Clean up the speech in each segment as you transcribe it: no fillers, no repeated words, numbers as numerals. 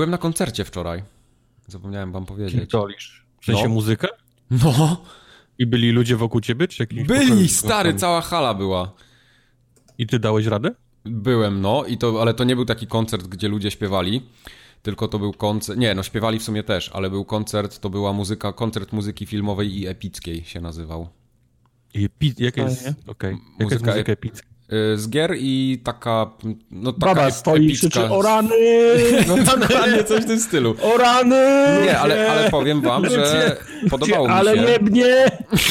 Byłem na koncercie wczoraj. Zapomniałem wam powiedzieć. Pierdolisz. W sensie muzykę? No. I byli ludzie wokół ciebie? Czy jakimś Byli, stary, cała hala była. I ty dałeś radę? Byłem, ale to nie był taki koncert, gdzie ludzie śpiewali, tylko to był koncert, śpiewali w sumie też, ale był koncert, to była koncert muzyki filmowej i epickiej się nazywał. Jaka jest muzyka epicka? Z gier i taka Baba stoi i krzyczy o rany! Nie, coś w tym stylu. O rany! Nie, ale powiem wam, że podobało mi się. Ale nie mnie!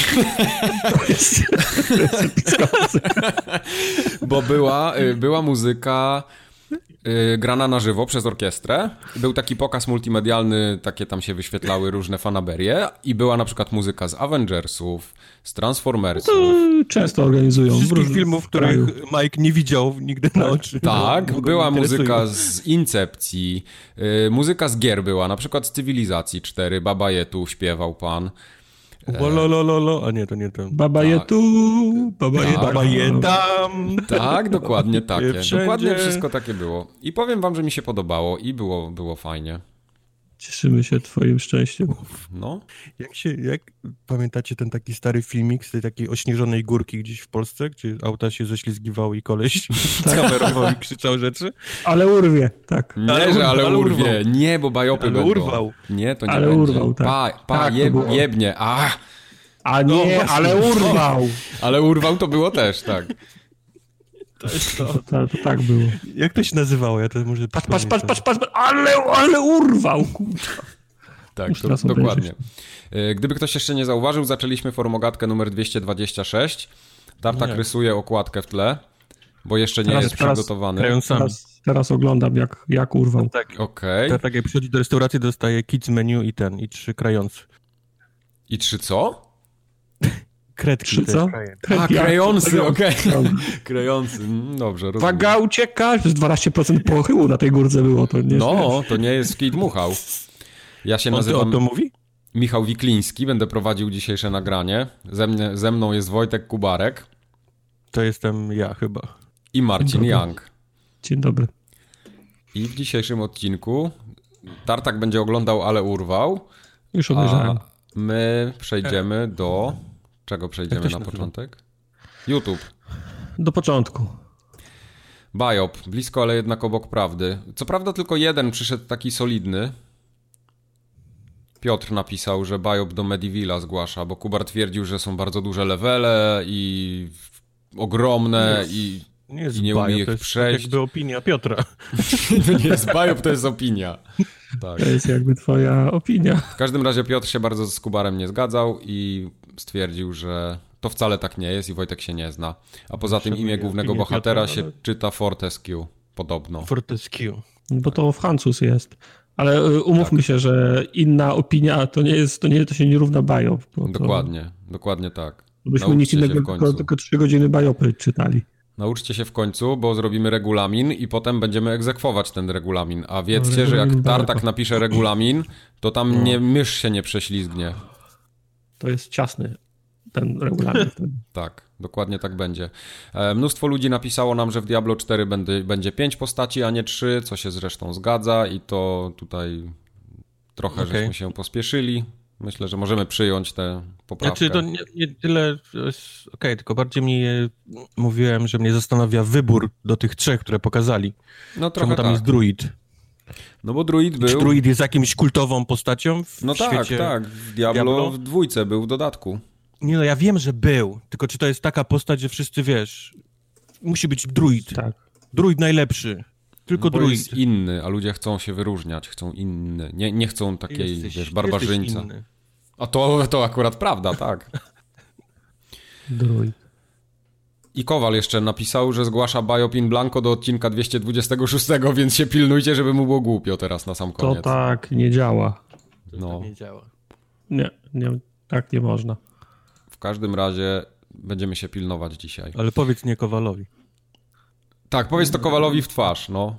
To jest epicka muzyka. Bo była muzyka grana na żywo przez orkiestrę. Był taki pokaz multimedialny, takie tam się wyświetlały różne fanaberie i była na przykład muzyka z Avengersów, z Transformersów. To często organizują. Wszystkich filmów, których Mike nie widział nigdy na oczy. Tak, była muzyka z Incepcji, muzyka z gier była, na przykład z Cywilizacji 4, Baba Yetu śpiewał pan. A nie, to nie ten. Baba Yetu, Baba Yetam. Tak, dokładnie takie. Dokładnie wszystko takie było. I powiem wam, że mi się podobało i było fajnie. Cieszymy się twoim szczęściem. No. Jak pamiętacie ten taki stary filmik z tej takiej ośnieżonej górki gdzieś w Polsce, gdzie auta się ześlizgiwały i koleś kamerował i krzyczał rzeczy? Ale urwie, tak. Ale urwie. Nie, bo bajopy będą. Urwał. Nie, to nie ale będzie. Urwał, tak. Jebnie. A nie, ale urwał. Ale urwał to było też, tak. To jest to. To tak było. Jak to się nazywało? Ja to może Patrz, ale urwał. Tak, dokładnie. Gdyby ktoś jeszcze nie zauważył, zaczęliśmy formogatkę numer 226. Tartak rysuje okładkę w tle, bo jeszcze nie jest przygotowany. Teraz oglądam, jak urwał. Tak. Okej. Tartak jak przychodzi do restauracji, dostaje kids menu i 3 krające. I 3 co? Kredki. 3 co? Krajonsy, okej. Krajonsy, dobrze, rozumiem. Waga ucieka, 12% pochyłu na tej górce było. To nie to nie jest Kid Muchał. Ja się nazywam to mówi? Michał Wikliński, będę prowadził dzisiejsze nagranie. Ze mną jest Wojtek Kubarek. To jestem ja chyba. I Marcin Young. Dzień dobry. I w dzisiejszym odcinku Tartak będzie oglądał, ale urwał. Już obejrzałem. My przejdziemy do... Czego przejdziemy na początek? YouTube. Do początku. Biop. Blisko, ale jednak obok prawdy. Co prawda tylko jeden przyszedł taki solidny. Piotr napisał, że Biop do Medivilla zgłasza, bo Kubar twierdził, że są bardzo duże levele i ogromne i nie umie ich przejść. To jest jakby opinia Piotra. To nie jest Biop, to jest opinia. Tak. To jest jakby twoja opinia. W każdym razie Piotr się bardzo z Kubarem nie zgadzał i stwierdził, że to wcale tak nie jest i Wojtek się nie zna. A poza tym imię głównego bohatera się czyta Fortescue, podobno. Fortescue. Bo to francuz jest. Ale umówmy się, że inna opinia to się nie równa biop. Dokładnie tak. Byśmy nic innego, tylko 3 godziny biopy czytali. Nauczcie się w końcu, bo zrobimy regulamin i potem będziemy egzekwować ten regulamin. A wiedzcie, że jak Tartak napisze regulamin, to tam mysz się nie prześlizgnie. To jest ciasny ten regulamin. Tak, dokładnie tak będzie. Mnóstwo ludzi napisało nam, że w Diablo 4 będzie 5 postaci, a nie 3, co się zresztą zgadza i to tutaj trochę żeśmy się pospieszyli. Myślę, że możemy przyjąć tę poprawkę. Znaczy to nie tyle, tylko bardziej mówiłem, że mnie zastanawia wybór do tych 3, które pokazali. No trochę czemu tam jest druid? No bo druid był... Czy druid jest jakimś kultową postacią w świecie? Tak. W Diablo w 2 był w dodatku. Nie, ja wiem, że był. Tylko czy to jest taka postać, że wszyscy wiesz, musi być druid. Tak. Druid najlepszy. Tylko druid. Jest inny, a ludzie chcą się wyróżniać, chcą inny. Nie chcą takiej, barbarzyńca. A to akurat prawda, tak. Druid. I Kowal jeszcze napisał, że zgłasza Biop in Blanco do odcinka 226, więc się pilnujcie, żeby mu było głupio teraz na sam koniec. To tak nie działa. No. Tak nie działa. Nie, tak nie można. W każdym razie będziemy się pilnować dzisiaj. Ale powiedz nie Kowalowi. Tak, powiedz to Kowalowi w twarz, no.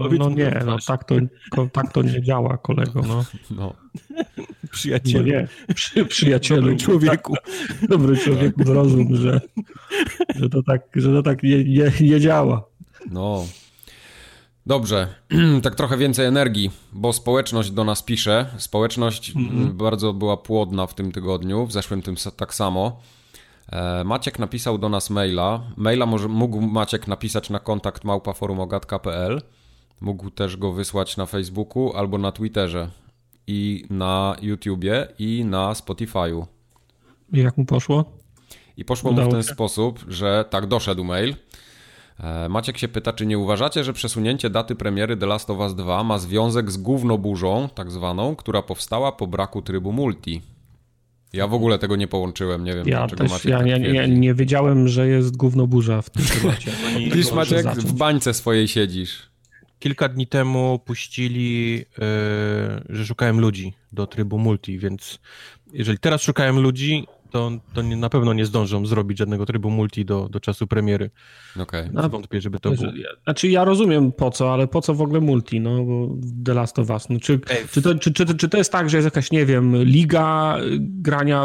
Tak to nie działa, kolego, No. Przyjacielu. No nie, przyjacielu. Człowieku. Dobry człowieku, zrozum, że to tak nie działa. No. Dobrze, tak trochę więcej energii, bo społeczność do nas pisze. Społeczność bardzo była płodna w tym tygodniu, w zeszłym tym tak samo. Maciek napisał do nas maila. Maila mógł Maciek napisać na kontakt @forumogatka.pl. Mógł też go wysłać na Facebooku albo na Twitterze i na YouTubie i na Spotify'u. I jak mu poszło? I poszło mu w ten sposób, że tak doszedł mail. Maciek się pyta, czy nie uważacie, że przesunięcie daty premiery The Last of Us 2 ma związek z gównoburzą, tak zwaną, która powstała po braku trybu multi? Ja w ogóle tego nie połączyłem, nie wiem dlaczego Maciek tak twierdzi. Ja nie wiedziałem, że jest gównoburza w tym temacie. Widzisz, Maciek, w bańce swojej siedzisz. Kilka dni temu puścili, że szukałem ludzi do trybu multi, więc jeżeli teraz szukałem ludzi, to na pewno nie zdążą zrobić żadnego trybu multi do czasu premiery. Okay. Wątpię, żeby to było. Znaczy ja rozumiem po co, ale po co w ogóle multi, no bo The Last of Us. No, czy to jest tak, że jest jakaś, nie wiem, liga grania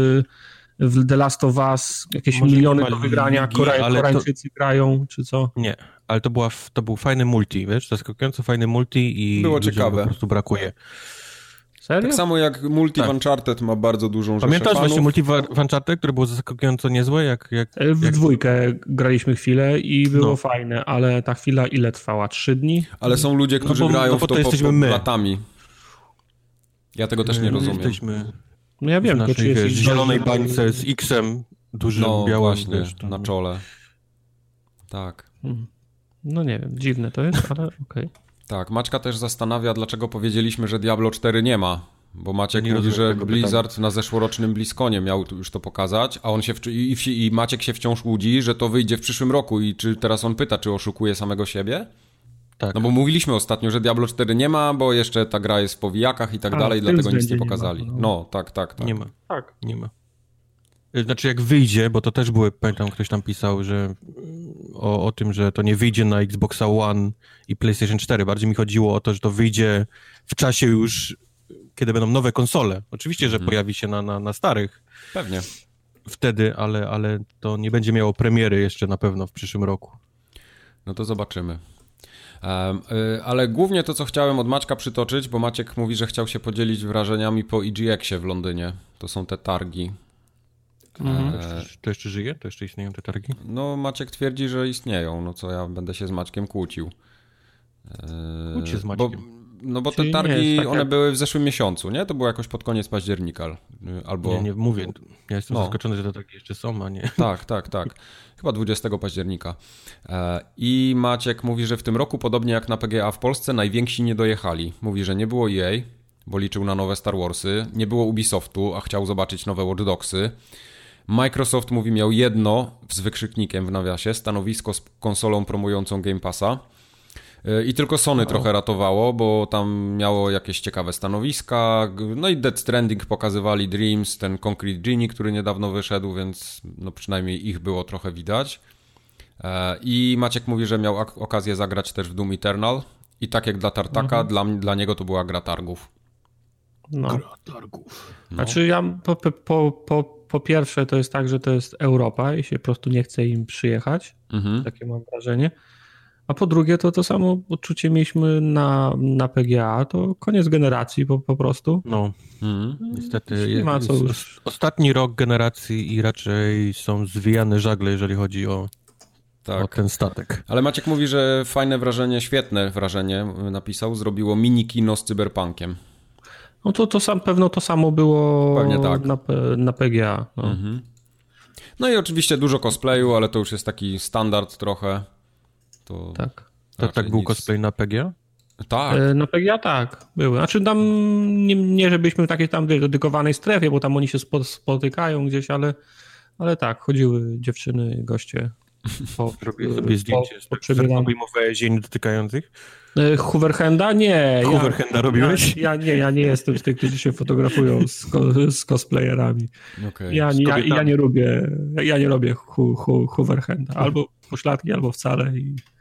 w The Last of Us, jakieś może miliony do wygrania, Koreańczycy grają, czy co? Nie, ale to był fajny multi, wiesz, zaskakująco fajny multi i było ciekawe. Po prostu brakuje. Serio? Tak samo jak multi w Uncharted ma bardzo dużą rzeszę Pamiętasz fanów. właśnie multi w Uncharted, które było zaskakująco niezłe? W dwójkę graliśmy chwilę i było fajne, ale ta chwila ile trwała? 3 dni? Ale są ludzie, którzy grają w to latami. Ja tego też nie rozumiem. Jesteśmy no ja wiem, w naszej zielonej bańce z X-em dużym, białym. Właśnie, na czole. Tak. No nie wiem, dziwne to jest, ale okej. Tak, Maćka też zastanawia, dlaczego powiedzieliśmy, że Diablo 4 nie ma. Bo Maciek mówi, że Blizzard na zeszłorocznym BlizzConie miał już to pokazać, a on się i Maciek się wciąż łudzi, że to wyjdzie w przyszłym roku. I czy teraz on pyta, czy oszukuje samego siebie? Tak. No bo mówiliśmy ostatnio, że Diablo 4 nie ma, bo jeszcze ta gra jest w powijakach i tak dalej, dlatego nic nie pokazali. Tak. Nie ma. Tak. Nie ma. Znaczy jak wyjdzie, bo to też pamiętam, ktoś tam pisał, że o tym, że to nie wyjdzie na Xboxa One i PlayStation 4. Bardziej mi chodziło o to, że to wyjdzie w czasie już, kiedy będą nowe konsole. Oczywiście, że pojawi się na starych. Pewnie. Wtedy, ale to nie będzie miało premiery jeszcze na pewno w przyszłym roku. No to zobaczymy. Ale głównie to, co chciałem od Maćka przytoczyć, bo Maciek mówi, że chciał się podzielić wrażeniami po EGX-ie w Londynie. To są te targi. To jeszcze żyje? To jeszcze istnieją te targi? No Maciek twierdzi, że istnieją, no co ja będę się z Maćkiem kłócił. Kłóć się z Maćkiem. Bo te targi, tak one były w zeszłym miesiącu, nie? To było jakoś pod koniec października. Albo... Nie mówię. Ja jestem zaskoczony, że te targi jeszcze są, a nie... Tak. Chyba 20 października. I Maciek mówi, że w tym roku, podobnie jak na PGA w Polsce, najwięksi nie dojechali. Mówi, że nie było EA, bo liczył na nowe Star Warsy, nie było Ubisoftu, a chciał zobaczyć nowe Watch Dogsy. Microsoft, mówi, miał jedno, z wykrzyknikiem w nawiasie, stanowisko z konsolą promującą Game Passa. I tylko Sony trochę ratowało, bo tam miało jakieś ciekawe stanowiska. No i Death Stranding pokazywali, Dreams, ten Concrete Genie, który niedawno wyszedł, więc no przynajmniej ich było trochę widać. I Maciek mówi, że miał okazję zagrać też w Doom Eternal. I tak jak dla Tartaka, dla niego to była gra targów. Gra targów. Znaczy ja po pierwsze to jest tak, że to jest Europa i się po prostu nie chce im przyjechać. Takie mam wrażenie. A po drugie to samo odczucie mieliśmy na PGA, to koniec generacji po prostu. No, niestety nie ma co już. Ostatni rok generacji i raczej są zwijane żagle, jeżeli chodzi o ten statek. Ale Maciek mówi, że fajne wrażenie, świetne wrażenie napisał, zrobiło mini kino z Cyberpunkiem. No pewno to samo było pewnie tak. na PGA. No. No i oczywiście dużo cosplayu, ale to już jest taki standard trochę. Tak był cosplay na PGA? Tak. Na PGA tak, były. Znaczy tam nie żebyśmy w takiej tam dedykowanej strefie, bo tam oni się spotykają gdzieś, ale tak, chodziły dziewczyny, goście. Zrobię sobie zdjęcie z obejmowe ziemi dotykających. Hooverhanda? Nie. Hooverhanda robiłeś? Ja nie jestem z tych, którzy się fotografują z cosplayerami. Okay. Ja nie robię Hooverhanda. Albo pośladki, albo wcale.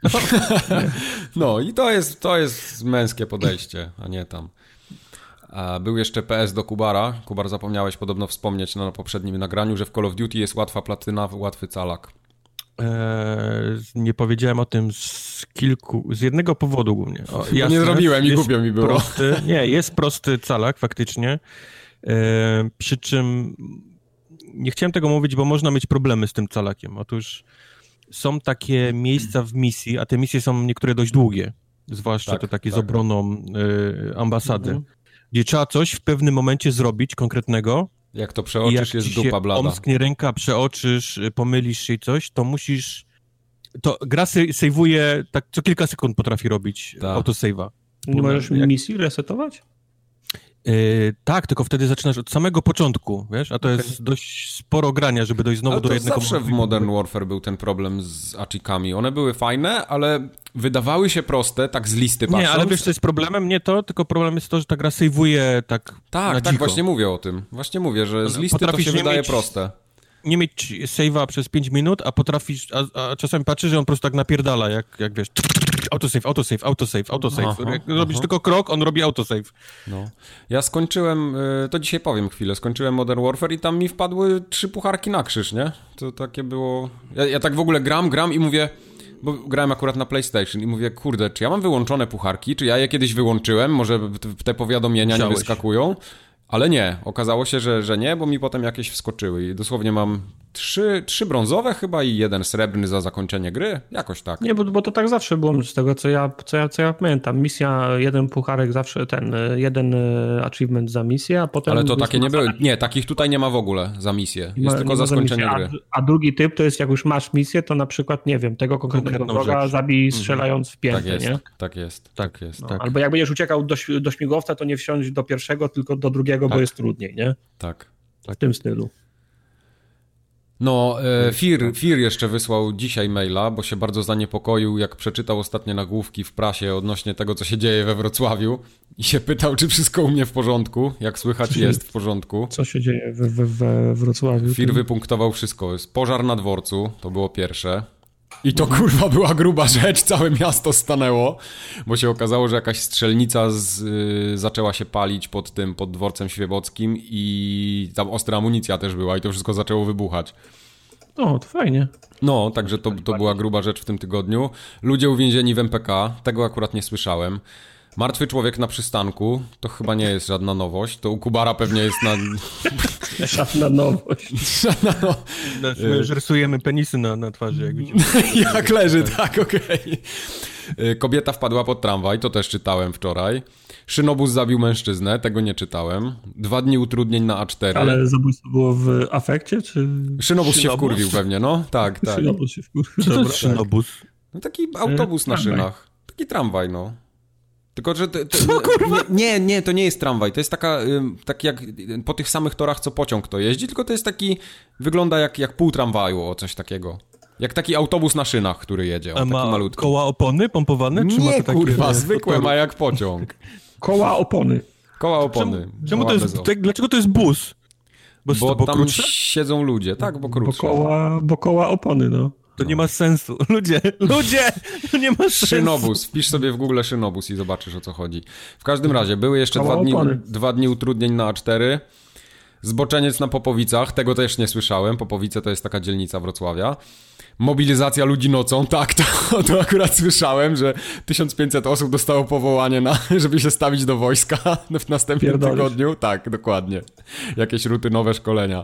No i to jest męskie podejście, a nie tam. Był jeszcze PS do Kubara. Kubar, zapomniałeś podobno wspomnieć na poprzednim nagraniu, że w Call of Duty jest łatwa platyna, łatwy calak. Nie powiedziałem o tym z jednego powodu głównie. Nie zrobiłem i głupio mi było. Jest prosty calak faktycznie, przy czym nie chciałem tego mówić, bo można mieć problemy z tym calakiem. Otóż są takie miejsca w misji, a te misje są niektóre dość długie, zwłaszcza te takie z obroną ambasady, gdzie trzeba coś w pewnym momencie zrobić konkretnego. Jak to przeoczysz, jest dupa blada. Omsknie ręka, przeoczysz, pomylisz się i coś, to musisz... To gra sejwuje, tak co kilka sekund potrafi robić autosave'a. Nie możesz misji resetować? Tak, tylko wtedy zaczynasz od samego początku, wiesz? A to jest dość sporo grania, żeby dojść znowu do jednego... Zawsze w Modern Warfare był ten problem z achikami. One były fajne, ale wydawały się proste, tak z listy patrząc. Nie, ale wiesz, co jest problemem? Nie to, tylko problem jest to, że ta gra sejwuje tak na dziko. Właśnie mówię o tym. Właśnie mówię, że z listy to się wydaje proste. Nie mieć save'a przez 5 minut, a potrafisz, a czasami patrzysz, że on po prostu tak napierdala, jak wiesz, autosave. Jak robisz tylko krok, on robi autosave. No. Ja skończyłem, to dzisiaj powiem chwilę, skończyłem Modern Warfare i tam mi wpadły 3 pucharki na krzyż, nie? To takie było... Ja tak w ogóle gram i mówię... Bo grałem akurat na PlayStation i mówię, kurde, czy ja mam wyłączone pucharki? Czy ja je kiedyś wyłączyłem? Może te powiadomienia nie wyskakują? Ale nie, okazało się, że nie, bo mi potem jakieś wskoczyły i dosłownie mam 3 brązowe chyba i 1 srebrny za zakończenie gry, jakoś tak. Nie, bo to tak zawsze było z tego, co ja pamiętam. Misja, 1 pucharek zawsze, 1 achievement za misję, a potem... Ale to takie nie były, nie, takich tutaj nie ma w ogóle za misję, jest tylko za zakończenie gry. A drugi typ to jest, jak już masz misję, to na przykład, nie wiem, tego konkretnego wroga zabij strzelając w piętę, nie? Tak jest. Albo jak będziesz uciekał do śmigłowca, to nie wsiądź do pierwszego, tylko do drugiego, bo jest trudniej, nie? Tak. W tym stylu. No, Fir jeszcze wysłał dzisiaj maila, bo się bardzo zaniepokoił, jak przeczytał ostatnie nagłówki w prasie odnośnie tego, co się dzieje we Wrocławiu i się pytał, czy wszystko u mnie w porządku. Jak słychać, jest w porządku. Co się dzieje we Wrocławiu? Fir wypunktował wszystko. Jest pożar na dworcu, to było pierwsze. I to kurwa była gruba rzecz, całe miasto stanęło, bo się okazało, że jakaś strzelnica zaczęła się palić pod dworcem świebockim i tam ostra amunicja też była i to wszystko zaczęło wybuchać. O, to fajnie. No, także to była gruba rzecz w tym tygodniu. Ludzie uwięzieni w MPK, tego akurat nie słyszałem. Martwy człowiek na przystanku, to chyba nie jest żadna nowość, to u Kubara pewnie jest na... Żadna nowość. My już rysujemy penisy na twarzy, jak widzimy. Jak leży, tak, okej. Kobieta wpadła pod tramwaj, to też czytałem wczoraj. Szynobus zabił mężczyznę, tego nie czytałem. 2 dni utrudnień na A4. Ale zabójstwo było w afekcie, czy... Szynobus się wkurwił pewnie, no. Tak. Szynobus się wkurwił. Co to jest szynobus? No taki autobus na szynach. Taki tramwaj, no. Tylko, że... Co, kurwa? Nie, to nie jest tramwaj. To jest taki jak po tych samych torach, co pociąg to jeździ, tylko to jest taki... Wygląda jak pół tramwaju, o coś takiego. Jak taki autobus na szynach, który jedzie. A ma malutki. Koła opony pompowane? Czy nie, ma to takie, kurwa, zwykłe ma jak pociąg. Koła opony. Dlaczego to jest bus? Bo tam krótsze? Siedzą ludzie. Tak, bo krótsze. Bo koła opony, no. To nie ma sensu. Ludzie, to nie ma sensu. Szynobus. Wpisz sobie w Google szynobus i zobaczysz, o co chodzi. W każdym razie, były jeszcze 2 dni utrudnień na A4. Zboczeniec na Popowicach. Tego też nie słyszałem. Popowice to jest taka dzielnica Wrocławia. Mobilizacja ludzi nocą. Tak, to akurat słyszałem, że 1500 osób dostało powołanie żeby się stawić do wojska w następnym tygodniu. Tak, dokładnie. Jakieś rutynowe szkolenia.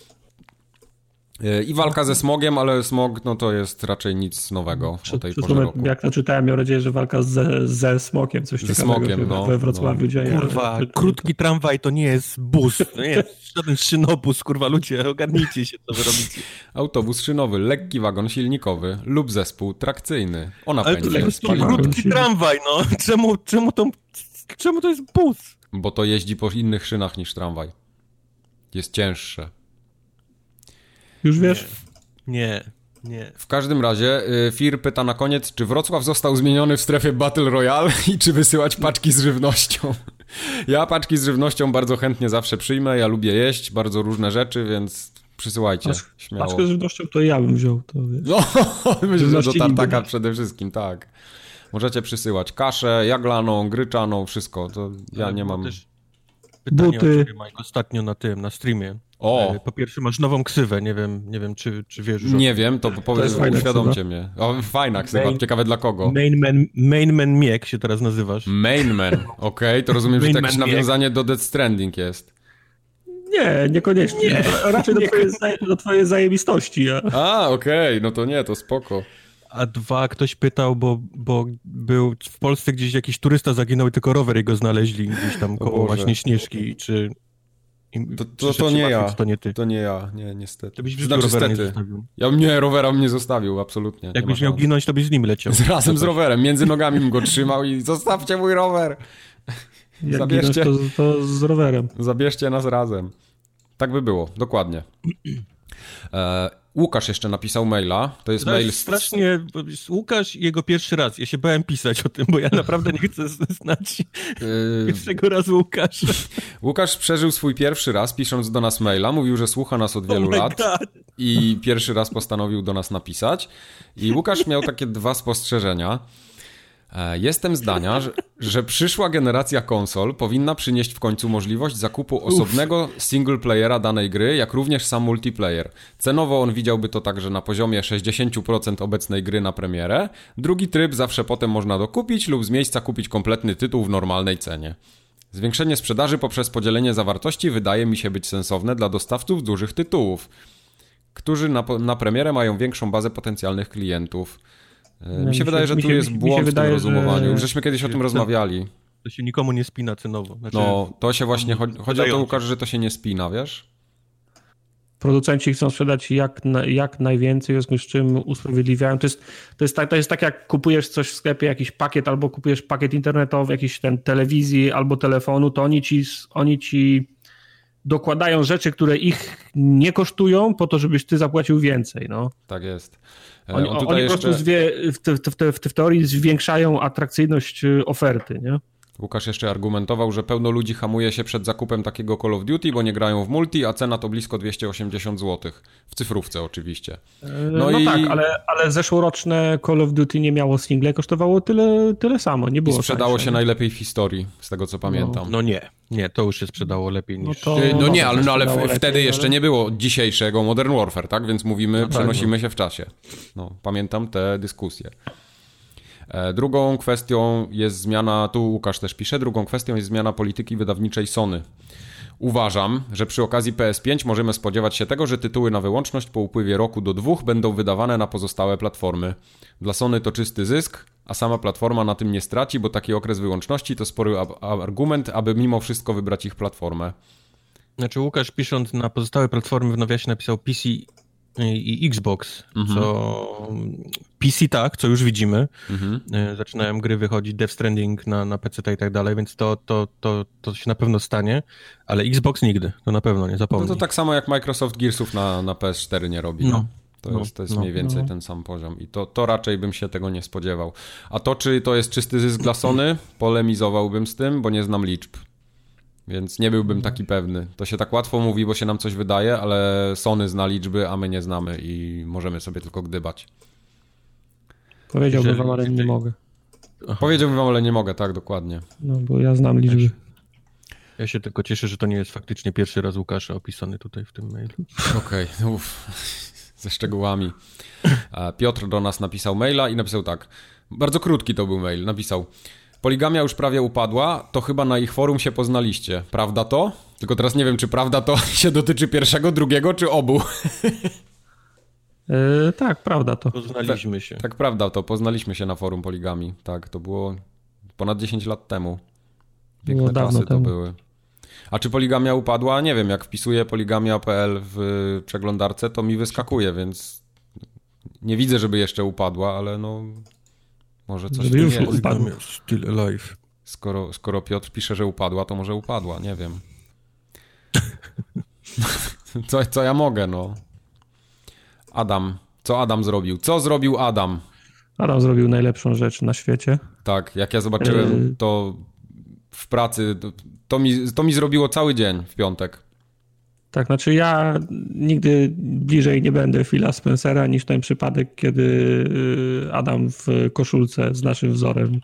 I walka ze smogiem, ale smog no to jest raczej nic nowego o tej porze roku. Jak to czytałem, miałem nadzieję, że walka ze smogiem, coś ciekawego smogiem, we Wrocławiu dzieje. Kurwa, krótki tramwaj to nie jest bus, to nie jest żaden szynobus, kurwa, ludzie, ogarnijcie się, co wy robicie. Autobus szynowy, lekki wagon silnikowy lub zespół trakcyjny. Ale to jest krótki tramwaj, no. Czemu to jest bus? Bo to jeździ po innych szynach niż tramwaj. Jest cięższe. Już wiesz? Nie. W każdym razie Fir pyta na koniec, czy Wrocław został zmieniony w strefie Battle Royale i czy wysyłać paczki z żywnością. Ja paczki z żywnością bardzo chętnie zawsze przyjmę, ja lubię jeść bardzo różne rzeczy, więc przysyłajcie, śmiało. Paczkę z żywnością to ja bym wziął, to wiesz. No, myślę, że do tartaka przede wszystkim, tak. Możecie przysyłać kaszę, jaglaną, gryczaną, wszystko, to ja nie mam... Buty. Ostatnio na streamie. O! Po pierwsze masz nową ksywę, nie wiem czy wiesz. Nie wiem, to uświadomcie mnie. O, fajna ksywa, ciekawe dla kogo. Mainman Miek się teraz nazywasz. Mainman, okej, to rozumiem, że to jakieś nawiązanie do Death Stranding jest. Nie, niekoniecznie. Nie. Raczej do twojej zajebistości. Okej, no to nie, to spoko. A dwa, ktoś pytał, bo był w Polsce gdzieś jakiś turysta zaginął i tylko rower jego znaleźli gdzieś tam koło właśnie Śnieżki, czy... To nie ja. To nie ty. To nie ja, nie, niestety. To byś rowera nie zostawił. Rowera mnie zostawił, absolutnie. Jakbyś miał ginąć, to byś z nim leciał. Razem z rowerem, między nogami bym go trzymał i zostawcie mój rower. Jak zabierzcie, to z rowerem. Zabierzcie nas razem. Tak by było, dokładnie. Łukasz jeszcze napisał maila. To jest mail... Strasznie... Łukasz jego pierwszy raz. Ja się bałem pisać o tym, bo ja naprawdę nie chcę znać pierwszego razu Łukasza. Łukasz przeżył swój pierwszy raz, pisząc do nas maila. Mówił, że słucha nas od wielu lat. I pierwszy raz postanowił do nas napisać. I Łukasz miał takie dwa spostrzeżenia. Jestem zdania, że przyszła generacja konsol powinna przynieść w końcu możliwość zakupu osobnego singleplayera danej gry, jak również sam multiplayer. Cenowo on widziałby to także na poziomie 60% obecnej gry na premierę. Drugi tryb zawsze potem można dokupić lub z miejsca kupić kompletny tytuł w normalnej cenie. Zwiększenie sprzedaży poprzez podzielenie zawartości wydaje mi się być sensowne dla dostawców dużych tytułów, którzy na premierę mają większą bazę potencjalnych klientów. Mi się wydaje, że tu jest błąd w tym rozumowaniu. Żeśmy kiedyś o tym rozmawiali. To się nikomu nie spina cenowo. Znaczy, no, to się właśnie... Chodzi o to, Łukasz, że to się nie spina, wiesz? Producenci chcą sprzedać jak najwięcej, w związku z czym usprawiedliwiają. To jest tak, jak kupujesz coś w sklepie, jakiś pakiet, albo kupujesz pakiet internetowy, jakiś telewizji albo telefonu, to oni ci dokładają rzeczy, które ich nie kosztują, po to, żebyś ty zapłacił więcej. No. Tak jest. Oni po prostu w teorii zwiększają atrakcyjność oferty, nie? Łukasz jeszcze argumentował, że pełno ludzi hamuje się przed zakupem takiego Call of Duty, bo nie grają w multi, a cena to blisko 280 zł. W cyfrówce oczywiście. No tak, ale zeszłoroczne Call of Duty nie miało single, kosztowało tyle samo. Nie było i sprzedało tańsze, się najlepiej w historii, z tego co pamiętam. No nie, to już się sprzedało lepiej niż... Ale wtedy jeszcze nie było dzisiejszego Modern Warfare, tak? Więc mówimy, przenosimy się w czasie. No, pamiętam te dyskusje. Drugą kwestią jest zmiana, tu Łukasz też pisze, drugą kwestią jest zmiana polityki wydawniczej Sony. Uważam, że przy okazji PS5 możemy spodziewać się tego, że tytuły na wyłączność po upływie roku do 2 będą wydawane na pozostałe platformy. Dla Sony to czysty zysk, a sama platforma na tym nie straci, bo taki okres wyłączności to spory argument, aby mimo wszystko wybrać ich platformę. Znaczy Łukasz pisząc na pozostałe platformy w nawiasie napisał PC i Xbox, co PC tak, co już widzimy. Zaczynają gry wychodzić, Death Stranding na PC i tak dalej, więc to się na pewno stanie, ale Xbox nigdy, to na pewno nie zapomnij. No to tak samo jak Microsoft Gearsów na PS4 nie robi. No. To jest mniej więcej ten sam poziom i to raczej bym się tego nie spodziewał. A to, czy to jest czysty zysk dla Sony, polemizowałbym z tym, bo nie znam liczb. Więc nie byłbym taki pewny. To się tak łatwo mówi, bo się nam coś wydaje, ale Sony zna liczby, a my nie znamy i możemy sobie tylko gdybać. Powiedziałbym wam, ale nie mogę. Powiedziałbym wam, ale nie mogę, tak, dokładnie. No, bo ja znam liczby. Ja się tylko cieszę, że to nie jest faktycznie pierwszy raz Łukasza opisany tutaj w tym mailu. Okej, ze szczegółami. Piotr do nas napisał maila i napisał tak. Bardzo krótki to był mail. Napisał: Poligamia już prawie upadła, to chyba na ich forum się poznaliście. Prawda to? Tylko teraz nie wiem, czy prawda to się dotyczy pierwszego, drugiego, czy obu. Tak, prawda to. Poznaliśmy się. Tak, prawda to. Poznaliśmy się na forum Poligami. Tak, to było ponad 10 lat temu. Piękne czasy to były. A czy Poligamia upadła? Nie wiem. Jak wpisuję poligamia.pl w przeglądarce, to mi wyskakuje, więc nie widzę, żeby jeszcze upadła, ale no... Może coś tu jest. Still alive. Skoro Piotr pisze, że upadła, to może upadła, nie wiem. Co ja mogę, no. Adam. Co Adam zrobił? Co zrobił Adam? Adam zrobił najlepszą rzecz na świecie. Tak, jak ja zobaczyłem to w pracy, to mi zrobiło cały dzień w piątek. Tak, znaczy ja nigdy bliżej nie będę Phila Spencera niż ten przypadek, kiedy Adam w koszulce z naszym wzorem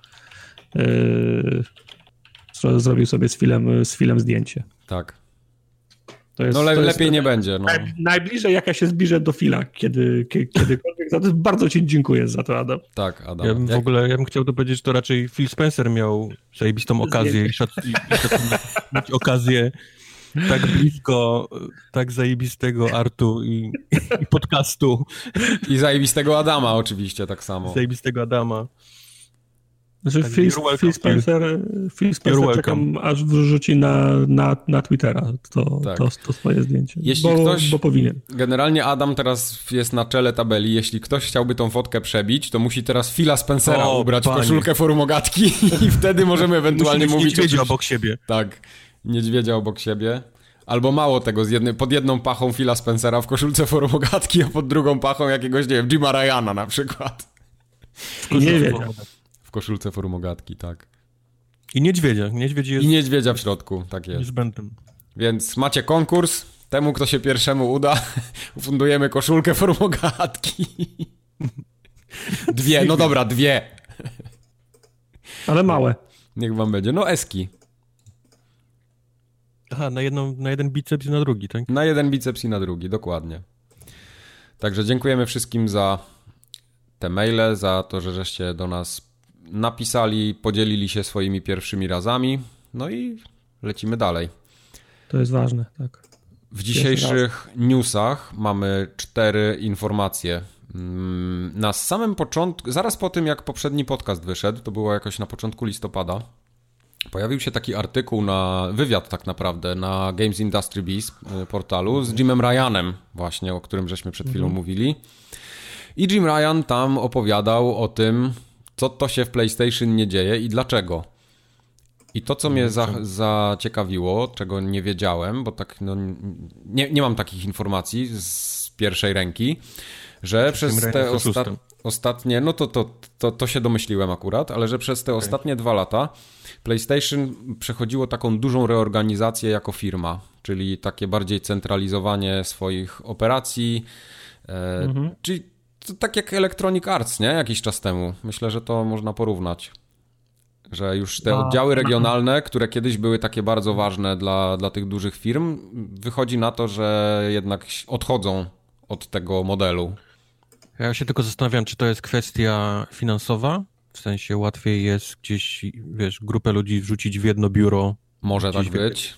zrobił sobie z Philem zdjęcie. Tak. Lepiej nie będzie. No. Najbliżej jak ja się zbliżę do Phila kiedykolwiek. Za to bardzo ci dziękuję za to, Adam. Tak, Adam. Ja bym chciał powiedzieć, że to raczej Phil Spencer miał zajebistą okazję i mieć okazję tak blisko, tak zajebistego artu i podcastu. I zajebistego Adama oczywiście tak samo. Zajebistego Adama. Znaczy tak, Phil Spencer czekam, aż wrzuci na Twittera to swoje zdjęcie, bo powinien. Generalnie Adam teraz jest na czele tabeli. Jeśli ktoś chciałby tą fotkę przebić, to musi teraz Phila Spencera ubrać w koszulkę Forum Ogatki i wtedy możemy ewentualnie mówić... niedźwiedzia obok siebie. Tak, niedźwiedzia obok siebie. Albo mało tego, pod jedną pachą Phila Spencera w koszulce Forum Ogatki, a pod drugą pachą jakiegoś, nie wiem, Jima Ryana na przykład. W koszulce Forum Ogatki, tak. I niedźwiedzia. I niedźwiedzia w środku, tak jest. Niezbędnym. Więc macie konkurs. Temu, kto się pierwszemu uda, ufundujemy koszulkę Forum Ogatki. 2, no dobra, 2. Ale małe. Niech wam będzie. No eski. Aha, na jeden biceps i na drugi, tak? Na jeden biceps i na drugi, dokładnie. Także dziękujemy wszystkim za te maile, za to, że żeście do nas napisali, podzielili się swoimi pierwszymi razami. No i lecimy dalej. To jest ważne, tak. W dzisiejszych newsach mamy 4 informacje. Na samym początku, zaraz po tym jak poprzedni podcast wyszedł, to było jakoś na początku listopada, pojawił się taki artykuł, wywiad tak naprawdę, na Games Industry Biz portalu z Jimem Ryanem właśnie, o którym żeśmy przed chwilą mówili. I Jim Ryan tam opowiadał o tym, co to się w PlayStation nie dzieje i dlaczego. I to, co mnie zaciekawiło, czego nie wiedziałem, bo tak nie mam takich informacji z pierwszej ręki, że przez te ostatnie, no to się domyśliłem akurat, ale że przez te ostatnie 2 lata PlayStation przechodziło taką dużą reorganizację jako firma, czyli takie bardziej centralizowanie swoich operacji, czyli to tak jak Electronic Arts, nie? Jakiś czas temu. Myślę, że to można porównać. Że już te oddziały regionalne, które kiedyś były takie bardzo ważne dla tych dużych firm, wychodzi na to, że jednak odchodzą od tego modelu. Ja się tylko zastanawiam, czy to jest kwestia finansowa, w sensie łatwiej jest gdzieś, wiesz, grupę ludzi wrzucić w jedno biuro. Może tak być.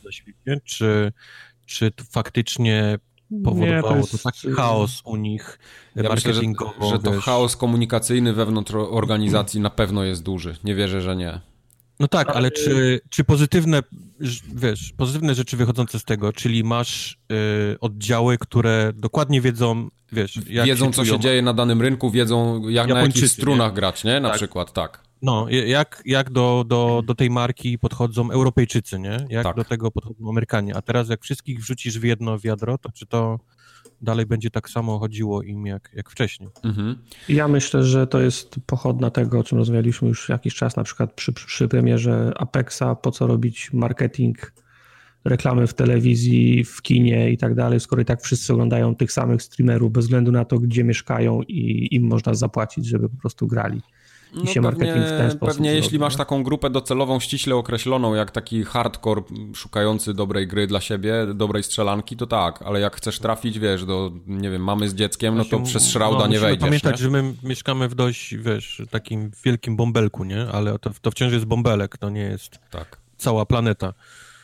Czy faktycznie powodowało to taki chaos u nich marketingowo. Myślę, że to chaos komunikacyjny wewnątrz organizacji na pewno jest duży. Nie wierzę, że nie. No tak, ale czy pozytywne rzeczy wychodzące z tego, czyli masz oddziały, które dokładnie wiedzą, jak wiedzą, co się dzieje na danym rynku, wiedzą, jak na jakich strunach grać, nie? Na przykład, tak. No, jak do tej marki podchodzą Europejczycy, nie? Jak do tego podchodzą Amerykanie. A teraz jak wszystkich wrzucisz w jedno wiadro, to czy to dalej będzie tak samo chodziło im jak wcześniej? Ja myślę, że to jest pochodna tego, o czym rozmawialiśmy już jakiś czas, na przykład przy premierze Apexa, po co robić marketing, reklamy w telewizji, w kinie i tak dalej, skoro i tak wszyscy oglądają tych samych streamerów, bez względu na to, gdzie mieszkają i im można zapłacić, żeby po prostu grali. I się marketing w ten sposób pewnie jeśli masz taką grupę docelową ściśle określoną, jak taki hardcore szukający dobrej gry dla siebie, dobrej strzelanki, to tak, ale jak chcesz trafić, wiesz, do, nie wiem, mamy z dzieckiem, no to przez Shrouda nie wejdziesz. Pamiętać, że my mieszkamy w dość, takim wielkim bąbelku, nie? Ale to wciąż jest bąbelek, to nie jest cała planeta.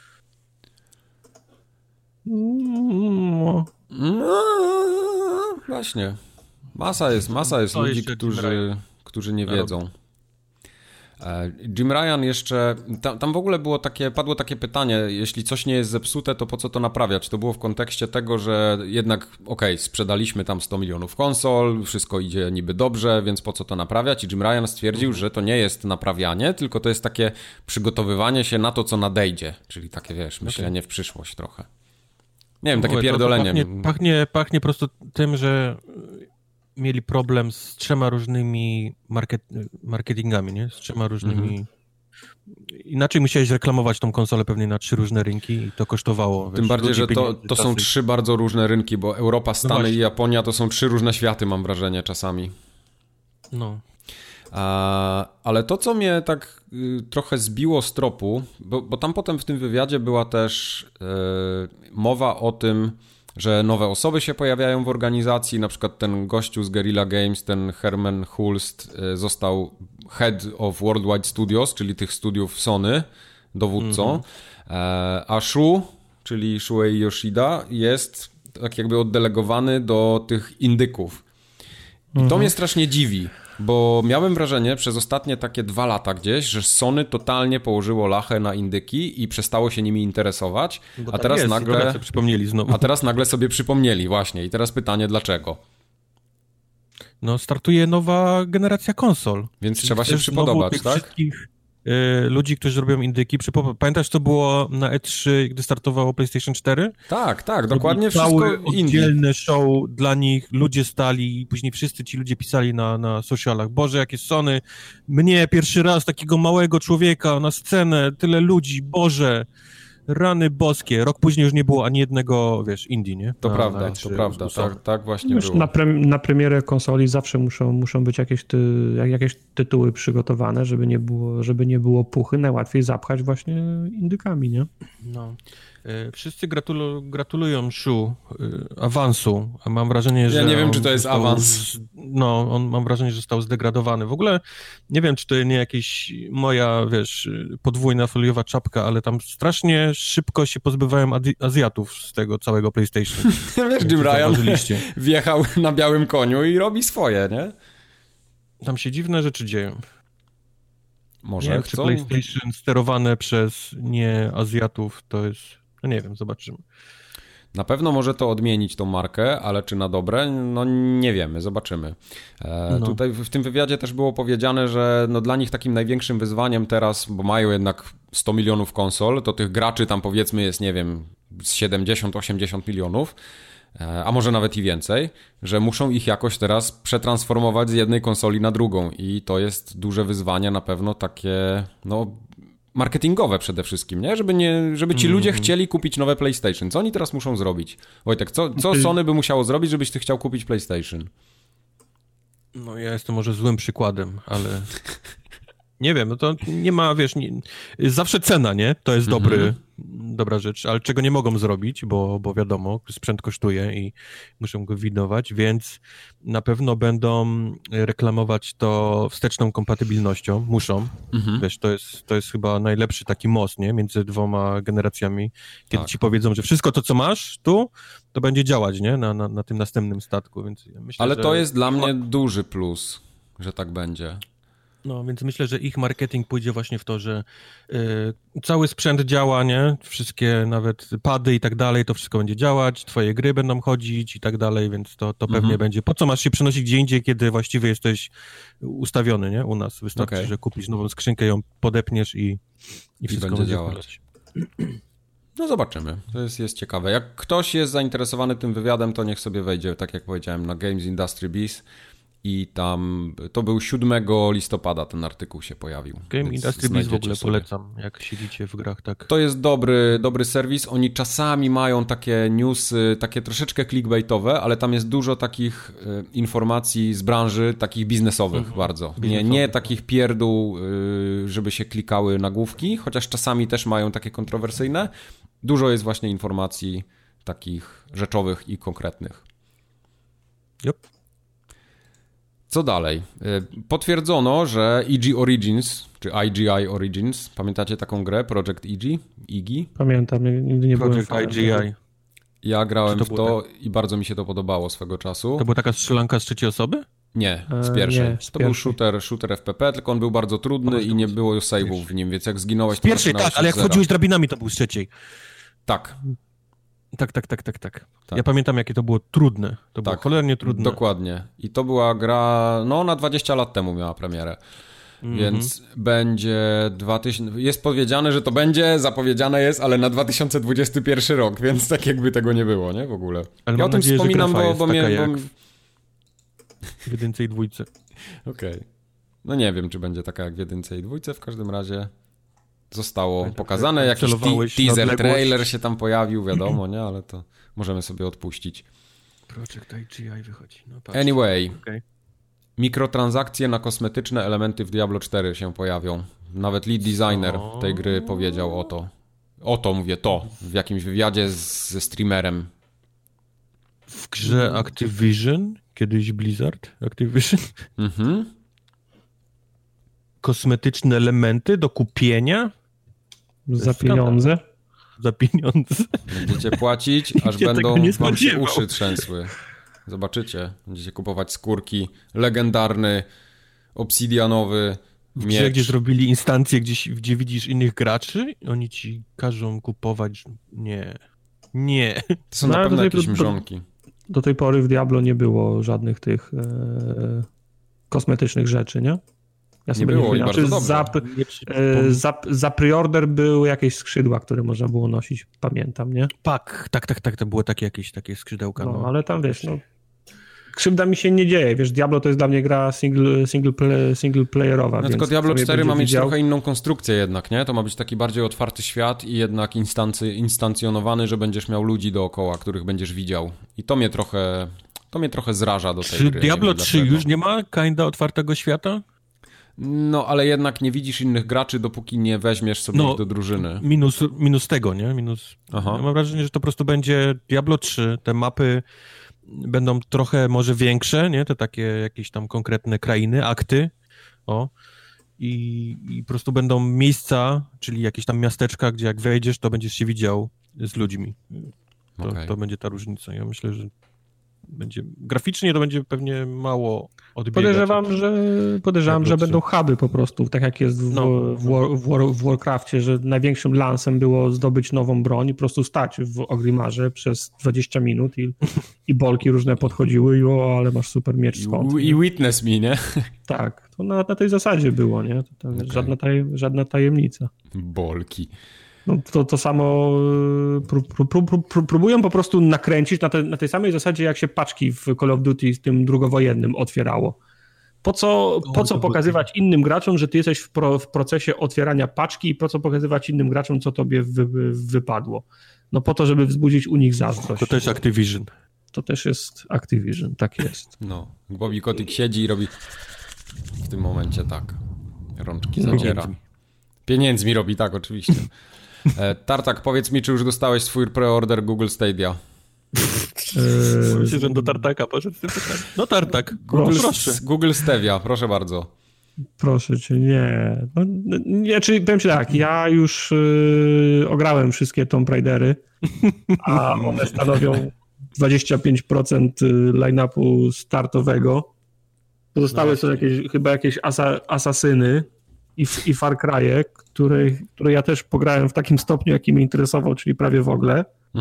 No, właśnie. Masa jest ludzi, którzy nie wiedzą. Jim Ryan jeszcze, tam w ogóle padło takie pytanie, jeśli coś nie jest zepsute, to po co to naprawiać? To było w kontekście tego, że jednak sprzedaliśmy tam 100 milionów konsol, wszystko idzie niby dobrze, więc po co to naprawiać? I Jim Ryan stwierdził, że to nie jest naprawianie, tylko to jest takie przygotowywanie się na to, co nadejdzie, czyli takie, myślenie w przyszłość trochę. Nie wiem, takie pierdolenie. Pachnie po prostu tym, że mieli problem z 3 różnymi marketingami, nie? Z 3 różnymi... Inaczej musiałeś reklamować tą konsolę pewnie na 3 różne rynki i to kosztowało. Tym bardziej, że to są 3 bardzo różne rynki, bo Europa, Stany i Japonia to są 3 różne światy, mam wrażenie czasami. No. Ale to, co mnie tak trochę zbiło z tropu, bo tam potem w tym wywiadzie była też mowa o tym, że nowe osoby się pojawiają w organizacji, na przykład ten gościu z Guerrilla Games, ten Herman Hulst został Head of Worldwide Studios, czyli tych studiów Sony, dowódcą, a Shu, czyli Shuei Yoshida, jest tak jakby oddelegowany do tych indyków. I to mnie strasznie dziwi, bo miałem wrażenie przez ostatnie takie 2 lata gdzieś, że Sony totalnie położyło lachę na indyki i przestało się nimi interesować, a teraz nagle przypomnieli znowu. A teraz nagle sobie przypomnieli właśnie. I teraz pytanie, dlaczego? No, startuje nowa generacja konsol. Więc trzeba się przypodobać, tak? Wszystkich ludzi, którzy robią indyki. Pamiętasz, co było na E3, gdy startowało PlayStation 4? Tak, dokładnie wszystko oddzielne show dla nich, ludzie stali i później wszyscy ci ludzie pisali na socialach: Boże, jakie Sony, mnie pierwszy raz takiego małego człowieka na scenę, tyle ludzi, Boże, rany boskie. Rok później już nie było ani jednego, indie, nie? To prawda. Tak właśnie już było. Na premierę konsoli zawsze muszą być jakieś tytuły przygotowane, żeby nie było puchy. Najłatwiej zapchać właśnie indykami, nie? No. Wszyscy gratulują Shu awansu, a mam wrażenie, że... Ja nie wiem, czy to jest awans. Mam wrażenie, że został zdegradowany. W ogóle nie wiem, czy to nie jakieś moja, podwójna foliowa czapka, ale tam strasznie szybko się pozbywałem Azjatów z tego całego PlayStation. Wiesz, Jim Ryan wjechał na białym koniu i robi swoje, nie? Tam się dziwne rzeczy dzieją. Może nie wiem, czy PlayStation sterowane przez nie Azjatów to jest... No nie wiem, zobaczymy. Na pewno może to odmienić tą markę, ale czy na dobre? No nie wiemy, zobaczymy. Tutaj w tym wywiadzie też było powiedziane, że dla nich takim największym wyzwaniem teraz, bo mają jednak 100 milionów konsol, to tych graczy tam powiedzmy jest, nie wiem, z 70-80 milionów, a może nawet i więcej, że muszą ich jakoś teraz przetransformować z jednej konsoli na drugą i to jest duże wyzwanie na pewno takie, marketingowe przede wszystkim, nie? Żeby ci ludzie chcieli kupić nowe PlayStation. Co oni teraz muszą zrobić? Wojtek, co Sony by musiało zrobić, żebyś ty chciał kupić PlayStation? No ja jestem może złym przykładem, ale nie wiem, to nie ma, zawsze cena, nie? To jest dobra rzecz, ale czego nie mogą zrobić, bo wiadomo, sprzęt kosztuje i muszą go widować, więc na pewno będą reklamować to wsteczną kompatybilnością, muszą. To jest chyba najlepszy taki most, nie? Między 2 generacjami, kiedy ci powiedzą, że wszystko to, co masz tu, to będzie działać, nie? Na tym następnym statku, więc ja myślę, ale to jest dla mnie duży plus, że tak będzie. No, więc myślę, że ich marketing pójdzie właśnie w to, że cały sprzęt działa, nie? Wszystkie nawet pady i tak dalej, to wszystko będzie działać, twoje gry będą chodzić i tak dalej, więc to pewnie będzie. Po co masz się przenosić gdzie indziej, kiedy właściwie jesteś ustawiony, nie? U nas wystarczy, że kupisz nową skrzynkę, ją podepniesz i wszystko będzie działać. No zobaczymy, to jest ciekawe. Jak ktoś jest zainteresowany tym wywiadem, to niech sobie wejdzie, tak jak powiedziałem, na Games Industry Biz. I tam, to był 7 listopada ten artykuł się pojawił. Game Industry Biz w ogóle polecam, jak siedzicie w grach, tak. To jest dobry serwis, oni czasami mają takie newsy, takie troszeczkę clickbaitowe, ale tam jest dużo takich informacji z branży, takich biznesowych bardzo. Nie takich pierdół, żeby się klikały nagłówki, chociaż czasami też mają takie kontrowersyjne. Dużo jest właśnie informacji takich rzeczowych i konkretnych. Yep. Co dalej? Potwierdzono, że EG Origins, czy IGI Origins, pamiętacie taką grę? Project EG? Pamiętam, nigdy nie byłem fanem. IGI. Ja grałem w to i bardzo mi się to podobało swego czasu. To była taka strzelanka z trzeciej osoby? Nie, z pierwszej. To był shooter FPP, tylko on był bardzo trudny i nie było save'ów w nim, więc jak zginąłeś... Z pierwszej, tak, ale jak wchodziłeś drabinami, to był z trzeciej. Tak. Tak. Ja pamiętam, jakie to było trudne. To było cholernie trudne. Dokładnie. I to była gra, na 20 lat temu miała premierę. Więc będzie jest powiedziane, że to będzie, zapowiedziane jest, ale na 2021 rok, więc tak jakby tego nie było, nie? W ogóle. Ale ja o tym wspominam, bo mnie... W 1 i 2. Okej. No nie wiem, czy będzie taka jak w 1 i 2, w każdym razie... Zostało pokazane, jakiś teaser, trailer się tam pojawił, wiadomo, nie? Ale to możemy sobie odpuścić. Project IGI wychodzi. Anyway, Mikrotransakcje na kosmetyczne elementy w Diablo 4 się pojawią. Nawet lead designer tej gry powiedział o to. Mówię, w jakimś wywiadzie ze streamerem. W grze Activision? Kiedyś Blizzard? Activision? Kosmetyczne elementy do kupienia? Za pieniądze? Za pieniądze. Będziecie płacić, aż będą wam się uszy trzęsły. Zobaczycie. Będziecie kupować skórki. Legendarny, obsydianowy miecz. Gdzie zrobili instancję, gdzie widzisz innych graczy, oni ci każą kupować. Nie. To są na pewno jakieś mrzonki. Do tej pory w Diablo nie było żadnych tych kosmetycznych rzeczy, nie? Ja nie było i bardzo dobrze. Za preorder były jakieś skrzydła, które można było nosić, pamiętam, nie? Tak, to było takie skrzydełka. No, ale tam wiesz, krzywda mi się nie dzieje, wiesz, Diablo to jest dla mnie gra single playerowa. No tylko Diablo 4 ma mieć trochę inną konstrukcję jednak, nie? To ma być taki bardziej otwarty świat i jednak instancjonowany, że będziesz miał ludzi dookoła, których będziesz widział. I to mnie trochę zraża do tej gry. Czy Diablo 3 już nie ma kinda otwartego świata? No, ale jednak nie widzisz innych graczy, dopóki nie weźmiesz sobie ich do drużyny. Minus tego, nie? Ja mam wrażenie, że to po prostu będzie Diablo 3, te mapy będą trochę może większe, nie? Te takie jakieś tam konkretne krainy, akty, i po prostu będą miejsca, czyli jakieś tam miasteczka, gdzie jak wejdziesz, to będziesz się widział z ludźmi. To będzie ta różnica. Ja myślę, że graficznie to będzie pewnie mało odbiegać. Podejrzewam, że będą huby po prostu, tak jak jest w Warcraftie, że największym lansem było zdobyć nową broń i po prostu stać w Ogrimarze przez 20 minut i bolki różne podchodziły i ale masz super miecz skąd. I witness me, nie? Tak, to na tej zasadzie było, nie? To żadna tajemnica. Bolki. No to samo próbują po prostu nakręcić na tej samej zasadzie, jak się paczki w Call of Duty z tym drugowojennym otwierało. Po co pokazywać innym graczom, że ty jesteś w procesie otwierania paczki i po co pokazywać innym graczom, co tobie wypadło? No po to, żeby wzbudzić u nich zazdrość. To też Activision. To też jest Activision, tak jest. No, Bobby Kotick siedzi i robi w tym momencie tak. Rączki zaciera. Pieniędzmi robi, tak, oczywiście. Tartak, powiedz mi, czy już dostałeś swój preorder Google Stadia? Myślę, że do Tartaka poszedł z tym pytaniem. No Tartak, proszę. Google Stadia, proszę bardzo. Proszę cię, nie. Powiem ci tak, ja już ograłem wszystkie Tomb Raidery, a one stanowią 25% line-upu startowego. Pozostałe są jakieś asasyny i Far Cry'e, które ja też pograłem w takim stopniu, jaki mnie interesował, czyli prawie w ogóle.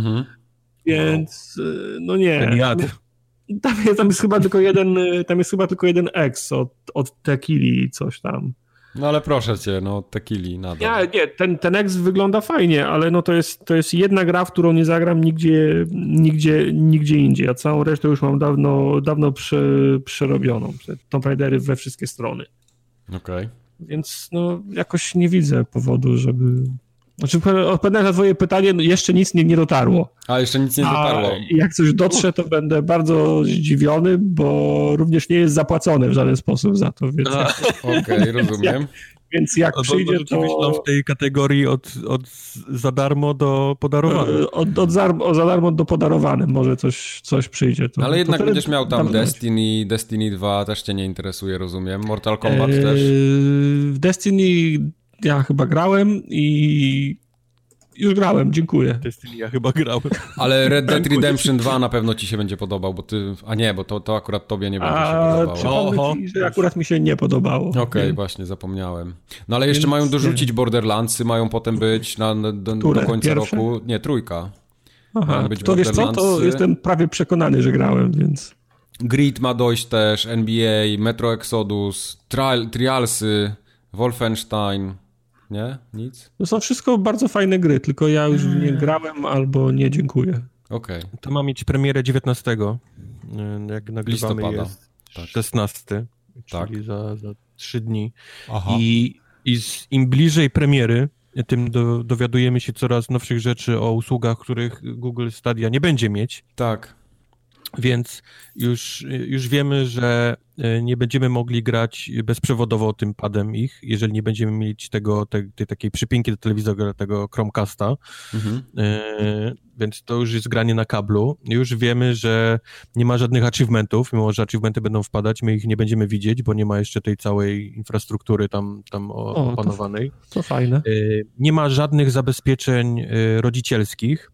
Więc no nie. Tam jest chyba tylko jeden ex od Tequili coś tam. No ale proszę cię, Tequili nadal. Nie, ten ex wygląda fajnie, ale to jest jedna gra, w którą nie zagram nigdzie indziej, a całą resztę już mam dawno przerobioną. Tomb Raidery we wszystkie strony. Okej. Więc jakoś nie widzę powodu, żeby... Znaczy, odpowiadając na twoje pytanie, jeszcze nic nie dotarło. A, jeszcze nic nie dotarło. Jak coś dotrze, to będę bardzo zdziwiony, bo również nie jest zapłacone w żaden sposób za to. Okej, rozumiem. Więc jak przyjdzie, to... w tej kategorii od za darmo do podarowanym. Za darmo do podarowanym może coś przyjdzie. Ale jednak będziesz miał tam Destiny 2 też cię nie interesuje, rozumiem. Mortal Kombat też. W Destiny ja chyba grałem i już grałem, dziękuję. Destiny ja chyba grałem. Ale Red Dead Redemption 2 na pewno ci się będzie podobał, bo ty... A nie, bo to akurat tobie nie będzie się podobało. Że akurat mi się nie podobało. Okej, właśnie, zapomniałem. No ale jeszcze mają dorzucić Borderlandsy, mają potem być do końca roku... Nie, 3. Aha, to wiesz co, to jestem prawie przekonany, że grałem, więc... Grid ma dojść też, NBA, Metro Exodus, Trialsy, Wolfenstein... Nie? Nic? To są wszystko bardzo fajne gry, tylko ja już w nie grałem albo nie, dziękuję. Okej. To ma mieć premierę 19. Jak nagrywamy listopada. Jest 16, tak. Czyli za 3 dni. Aha. Im bliżej premiery, tym dowiadujemy się coraz nowszych rzeczy o usługach, których Google Stadia nie będzie mieć. Tak. Więc już wiemy, że nie będziemy mogli grać bezprzewodowo tym padem ich, jeżeli nie będziemy mieć tej takiej przypinki do telewizora, tego Chromecasta. Więc to już jest granie na kablu. Już wiemy, że nie ma żadnych achievementów, mimo że achievementy będą wpadać, my ich nie będziemy widzieć, bo nie ma jeszcze tej całej infrastruktury tam opanowanej. To fajne. Nie ma żadnych zabezpieczeń rodzicielskich.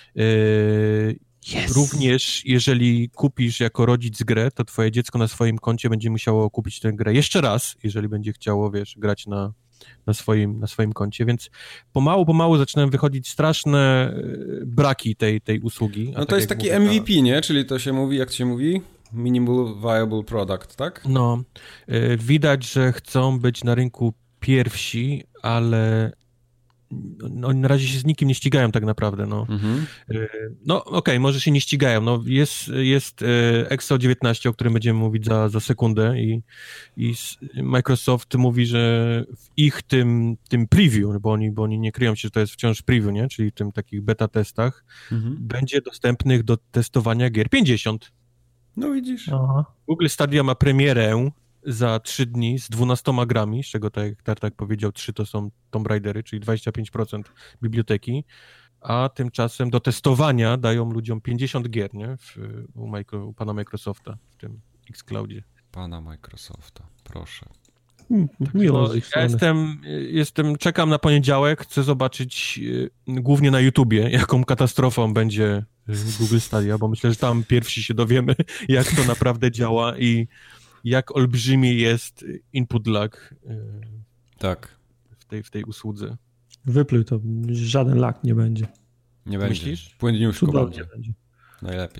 Yes. Również jeżeli kupisz jako rodzic grę, to twoje dziecko na swoim koncie będzie musiało kupić tę grę jeszcze raz, jeżeli będzie chciało, grać na swoim koncie, więc pomału zaczynają wychodzić straszne braki tej usługi. No to jest taki MVP, nie? Czyli to się mówi, jak to się mówi? Minimal Viable Product, tak? No, widać, że chcą być na rynku pierwsi, ale oni na razie się z nikim nie ścigają tak naprawdę, no. No okej, może się nie ścigają, no jest Exo 19, o którym będziemy mówić za sekundę i Microsoft mówi, że w ich tym preview, bo oni nie kryją się, że to jest wciąż preview, nie, czyli w tym takich beta testach, będzie dostępnych do testowania gier 50. No widzisz. Aha. Google Stadia ma premierę za 3 dni z 12 grami, z czego, tak jak Tartak powiedział, 3 to są Tomb Raidery, czyli 25% biblioteki, a tymczasem do testowania dają ludziom 50 gier, nie? U pana Microsofta w tym xCloudzie. Pana Microsofta, proszę. Miło. Ja czekam na poniedziałek, chcę zobaczyć głównie na YouTubie, jaką katastrofą będzie Google Stadia, bo myślę, że tam pierwsi się dowiemy, jak to naprawdę działa i jak olbrzymi jest input lag tak. w tej usłudze. Wypluj to, żaden lag nie będzie. Nie będzie. Myślisz? Płynniuszko będzie. Najlepiej.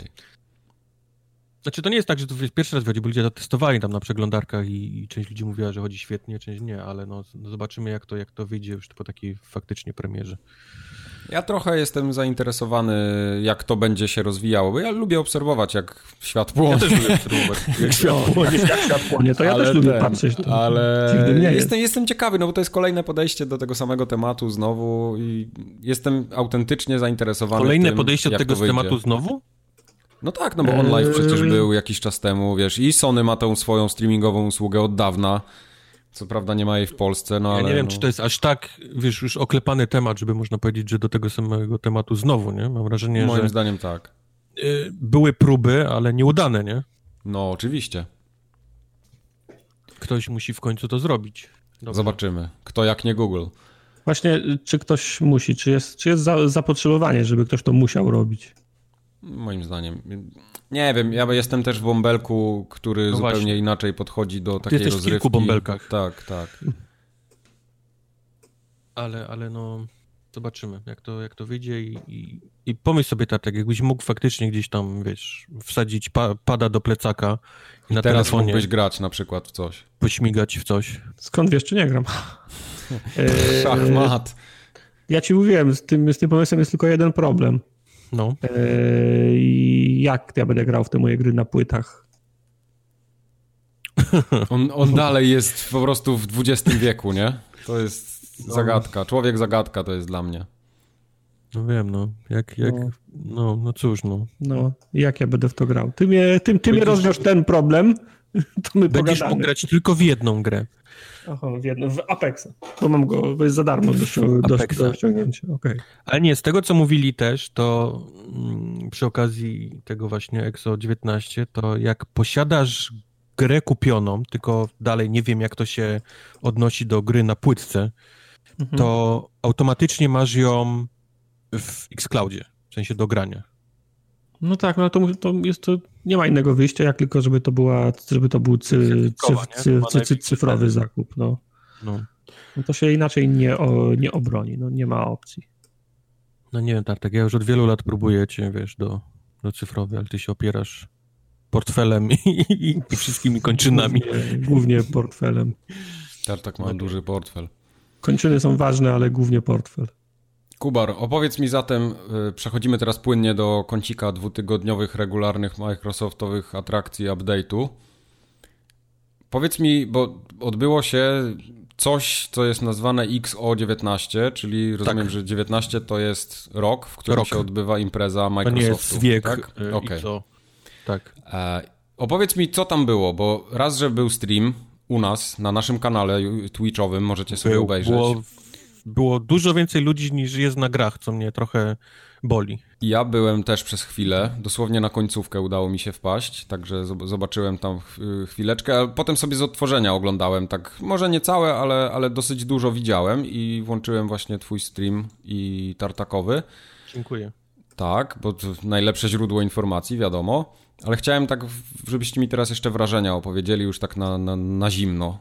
Znaczy to nie jest tak, że to pierwszy raz wychodzi, bo ludzie to testowali tam na przeglądarkach i część ludzi mówiła, że chodzi świetnie, część nie, ale no zobaczymy jak to wyjdzie już po takiej faktycznie premierze. Ja trochę jestem zainteresowany, jak to będzie się rozwijało, bo ja lubię obserwować, jak świat płonie. Ja też lubię obserwować, jak świat płonie. To ja też lubię patrzeć. Ale jestem ciekawy, no bo to jest kolejne podejście do tego samego tematu znowu i jestem autentycznie zainteresowany Kolejne tym, podejście do tego tematu znowu? No tak, no bo OnLive przecież był jakiś czas temu, wiesz, i Sony ma tą swoją streamingową usługę od dawna. Co prawda nie ma jej w Polsce, no ale... Ja nie wiem, czy to jest aż tak, wiesz, już oklepany temat, żeby można powiedzieć, że do tego samego tematu znowu, nie? Mam wrażenie, że... Moim zdaniem tak. Były próby, ale nieudane, nie? No, oczywiście. Ktoś musi w końcu to zrobić. Dobrze. Zobaczymy. Kto jak nie Google. Właśnie, czy ktoś musi, czy jest zapotrzebowanie, żeby ktoś to musiał robić? Moim zdaniem. Nie wiem, ja jestem też w bąbelku, który zupełnie inaczej podchodzi do takiej rozrywki. Ty jesteś w kilku bąbelkach. Tak. Ale no, zobaczymy, jak to wyjdzie i pomyśl sobie tak, jakbyś mógł faktycznie gdzieś tam, wiesz, wsadzić pada do plecaka i na teraz telefonie mógłbyś grać na przykład w coś. Pośmigać w coś. Skąd wiesz, czy nie gram? Szachmat. Ja ci mówiłem, z tym pomysłem jest tylko jeden problem. No. Jak ja będę grał w te moje gry na płytach? On dalej jest po prostu w XX wieku, nie? To jest zagadka. Człowiek zagadka to jest dla mnie. No wiem, no. No cóż, no. No, jak ja będę w to grał? Ty mnie rozwiąż ten problem, to my będziesz mógł grać tylko w jedną grę. Aha, w Apexa. Bo jest za darmo do ściągnięcia. Okay. Ale nie, z tego co mówili też, to przy okazji tego właśnie Exo 19, to jak posiadasz grę kupioną, tylko dalej nie wiem jak to się odnosi do gry na płytce, to automatycznie masz ją w xCloudzie, w sensie do grania. No tak, no to nie ma innego wyjścia, jak tylko żeby to był cyfrowy zakup. No. To się inaczej nie obroni, no nie ma opcji. No nie wiem, Tartek, ja już od wielu lat próbuję cię, wiesz, do cyfrowej, ale ty się opierasz portfelem i wszystkimi kończynami. Głównie portfelem. Tartak ma duży portfel. Kończyny są ważne, ale głównie portfel. Kubar, opowiedz mi zatem, przechodzimy teraz płynnie do kącika 2-tygodniowych, regularnych Microsoftowych atrakcji update'u. Powiedz mi, bo odbyło się coś, co jest nazwane XO19, czyli rozumiem, że 19 to jest rok, w którym się odbywa impreza Microsoftu. To nie jest wiek tak? Okay. XO. Tak. Opowiedz mi, co tam było, bo raz, że był stream u nas, na naszym kanale twitchowym, możecie sobie obejrzeć. Było dużo więcej ludzi niż jest na grach, co mnie trochę boli. Ja byłem też przez chwilę, dosłownie na końcówkę udało mi się wpaść, także zobaczyłem tam chwileczkę, a potem sobie z odtworzenia oglądałem, tak może nie całe, ale dosyć dużo widziałem i włączyłem właśnie twój stream i tartakowy. Dziękuję. Tak, bo to najlepsze źródło informacji, wiadomo, ale chciałem tak, żebyście mi teraz jeszcze wrażenia opowiedzieli już tak na zimno.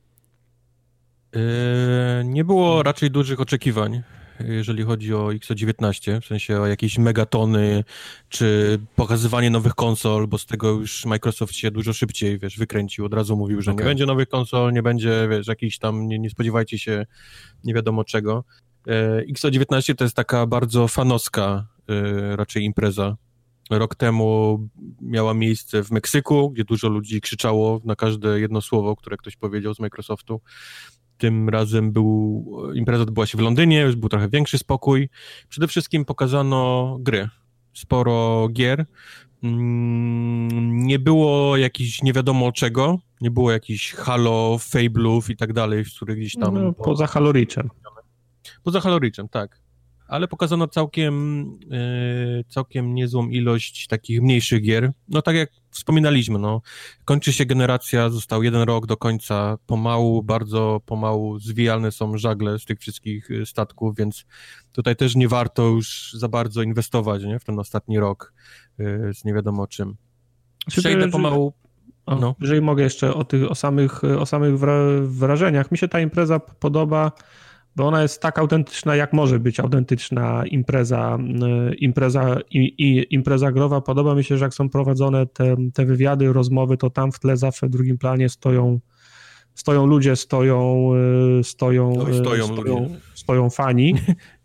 Nie było raczej dużych oczekiwań, jeżeli chodzi o XO19, w sensie o jakieś megatony, czy pokazywanie nowych konsol, bo z tego już Microsoft się dużo szybciej, wykręcił, od razu mówił, że nie będzie nowych konsol, nie będzie, jakiś tam, nie spodziewajcie się nie wiadomo czego. XO19 to jest taka bardzo fanowska raczej impreza. Rok temu miała miejsce w Meksyku, gdzie dużo ludzi krzyczało na każde jedno słowo, które ktoś powiedział z Microsoftu. Tym razem impreza odbyła się w Londynie, już był trochę większy spokój. Przede wszystkim pokazano gry. Sporo gier. Nie było jakichś nie wiadomo czego. Nie było jakichś Halo, Fable'ów i tak dalej, w których gdzieś tam... Poza Halo Reachem. Poza Halo Reachem, tak. Ale pokazano całkiem niezłą ilość takich mniejszych gier. No tak jak wspominaliśmy, kończy się generacja, został 1 rok do końca, bardzo pomału zwijalne są żagle z tych wszystkich statków, więc tutaj też nie warto już za bardzo inwestować, nie? W ten ostatni rok z nie wiadomo czym. Przejdę pomału. Jeżeli mogę jeszcze o samych wrażeniach. Mi się ta impreza podoba, bo ona jest tak autentyczna, jak może być autentyczna impreza growa. Podoba mi się, że jak są prowadzone te wywiady, rozmowy, to tam w tle zawsze w drugim planie stoją ludzie, stoją fani.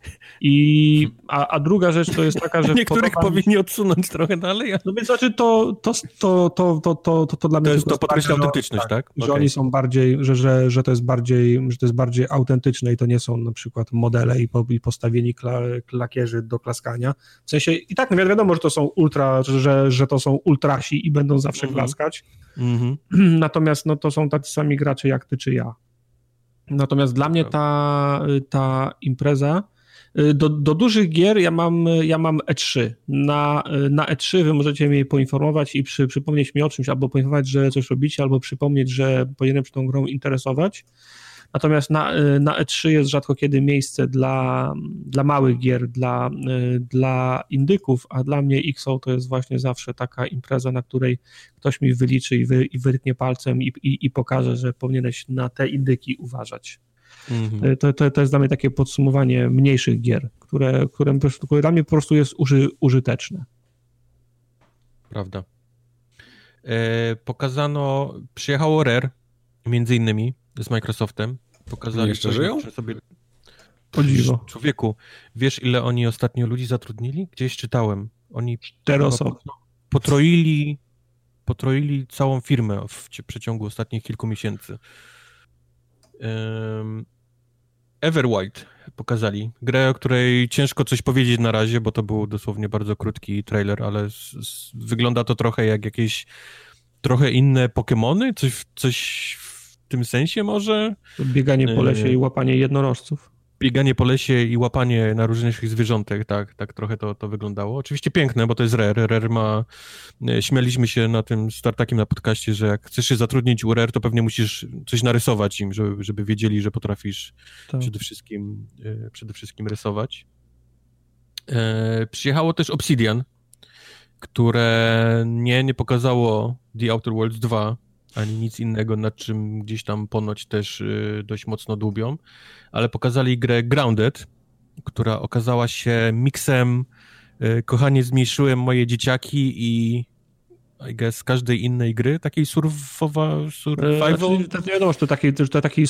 A druga rzecz to jest taka, że... Niektórych powinni odsunąć trochę dalej. No więc znaczy to dla mnie... To podkreśla autentyczność, tak? Że oni są bardziej, że to jest bardziej autentyczne i to nie są na przykład modele i postawieni klakierzy do klaskania. W sensie i tak wiadomo, że to są że to są ultrasi i będą zawsze klaskać. Natomiast to są tacy sami gracze jak ty czy ja. Natomiast dla mnie ta impreza do dużych gier ja mam E3. Na E3 wy możecie mnie poinformować i przypomnieć mi o czymś, albo poinformować, że coś robicie, albo przypomnieć, że powinienem się tą grą interesować. Natomiast na E3 jest rzadko kiedy miejsce dla małych gier, dla indyków, a dla mnie XO to jest właśnie zawsze taka impreza, na której ktoś mi wyliczy i wytnie palcem i pokaże, że powinieneś na te indyki uważać. To jest dla mnie takie podsumowanie mniejszych gier, które dla mnie po prostu jest użyteczne. Prawda. Przyjechało Rare, między innymi z Microsoftem. Pokazali, jeszcze żyją? Sobie... O dziwo. Człowieku, wiesz ile oni ostatnio ludzi zatrudnili? Gdzieś czytałem. Oni 4 osoby. Potroili całą firmę w przeciągu ostatnich kilku miesięcy. Everwild pokazali. Grę, o której ciężko coś powiedzieć na razie, bo to był dosłownie bardzo krótki trailer, ale wygląda to trochę jak jakieś trochę inne Pokemony? Coś w tym sensie może? Bieganie po lesie i łapanie jednorożców. Bieganie po lesie i łapanie na różnych zwierzątek, tak trochę to wyglądało. Oczywiście piękne, bo to jest Rare. Rare ma... Śmialiśmy się na tym startakiem na podcaście, że jak chcesz się zatrudnić u Rare, to pewnie musisz coś narysować im, żeby wiedzieli, że potrafisz przede wszystkim rysować. Przyjechało też Obsidian, które nie pokazało The Outer Worlds 2, ani nic innego, nad czym gdzieś tam ponoć też dość mocno dłubią, ale pokazali grę Grounded, która okazała się miksem kochanie, zmniejszyłem moje dzieciaki i I guess każdej innej gry, takiej survival? Nie wiadomo, że to taki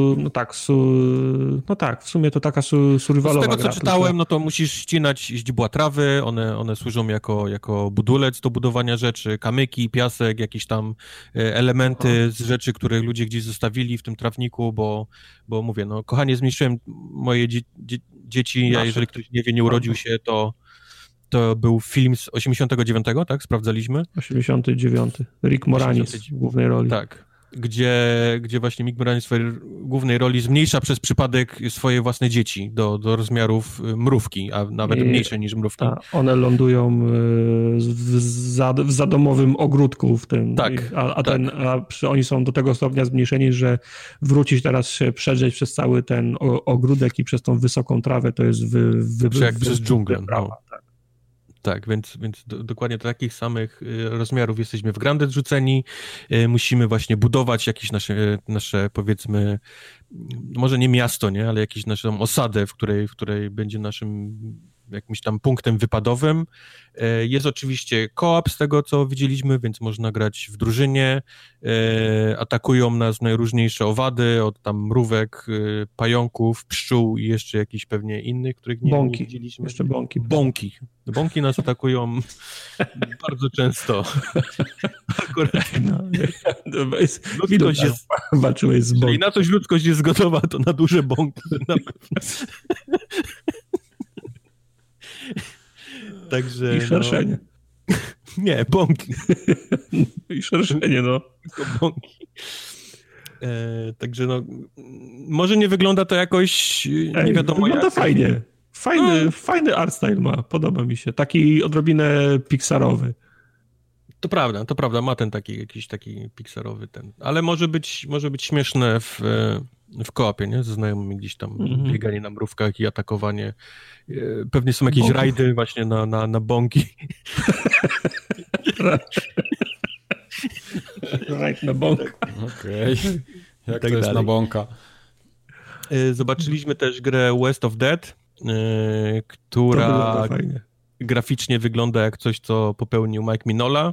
w sumie to taka survivalowa gra. Z tego, co czytałem, tylko... no to musisz ścinać źdźbła trawy, one służą jako budulec do budowania rzeczy, kamyki, piasek, jakieś tam elementy z rzeczy, które ludzie gdzieś zostawili w tym trawniku, bo mówię, no kochanie, zmniejszyłem moje dzieci, a jeżeli ktoś nie wie, nie urodził się, to to był film z 89, tak? Sprawdzaliśmy? 89. Rick Moranis w głównej roli. Tak. Gdzie właśnie Mick Moranis w swojej głównej roli zmniejsza przez przypadek swoje własne dzieci do rozmiarów mrówki, a nawet mniejsze niż mrówki. One lądują w zadomowym ogródku w tym. Tak. Oni są do tego stopnia zmniejszeni, że wrócić teraz się przedrzeć przez cały ten ogródek i przez tą wysoką trawę to jest jak przez dżunglę. Tak, więc dokładnie do takich samych rozmiarów jesteśmy w Grounded rzuceni. Musimy właśnie budować jakieś nasze powiedzmy, może nie miasto, nie, ale jakąś naszą osadę, w której będzie naszym jakimś tam punktem wypadowym. Jest oczywiście co-op z tego, co widzieliśmy, więc można grać w drużynie. Atakują nas najróżniejsze owady, od tam mrówek, pająków, pszczół i jeszcze jakichś pewnie innych, których nie widzieliśmy. Jeszcze bąki. Bąki nas atakują bardzo często. Akurat. Ludzkość jest... Walczyłeś z bąki. Jeżeli na coś ludzkość jest gotowa, to na duże bąki na pewno. Także, i szerszenie. Nie, bąki. I szerszenie, Tylko bąki. Także może nie wygląda to jakoś nie wiadomo wygląda fajnie. Fajny art style ma, podoba mi się. Taki odrobinę pixarowy. To prawda, ma ten jakiś taki pixarowy ale może być śmieszne w koopie, nie? Ze znajomymi gdzieś tam bieganie na mrówkach i atakowanie. Pewnie są jakieś rajdy właśnie na bąki. Rajd na bąk. Okej. Jak tak to jest dalej. na bąka? Zobaczyliśmy też grę West of Dead, która graficznie wygląda jak coś, co popełnił Mike Mignola.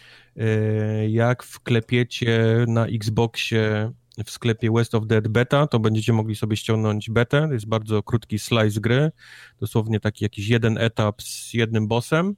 Jak wklepiecie na Xboxie w sklepie West of Dead Beta, to będziecie mogli sobie ściągnąć betę. To jest bardzo krótki slice gry, dosłownie taki jakiś jeden etap z jednym bossem.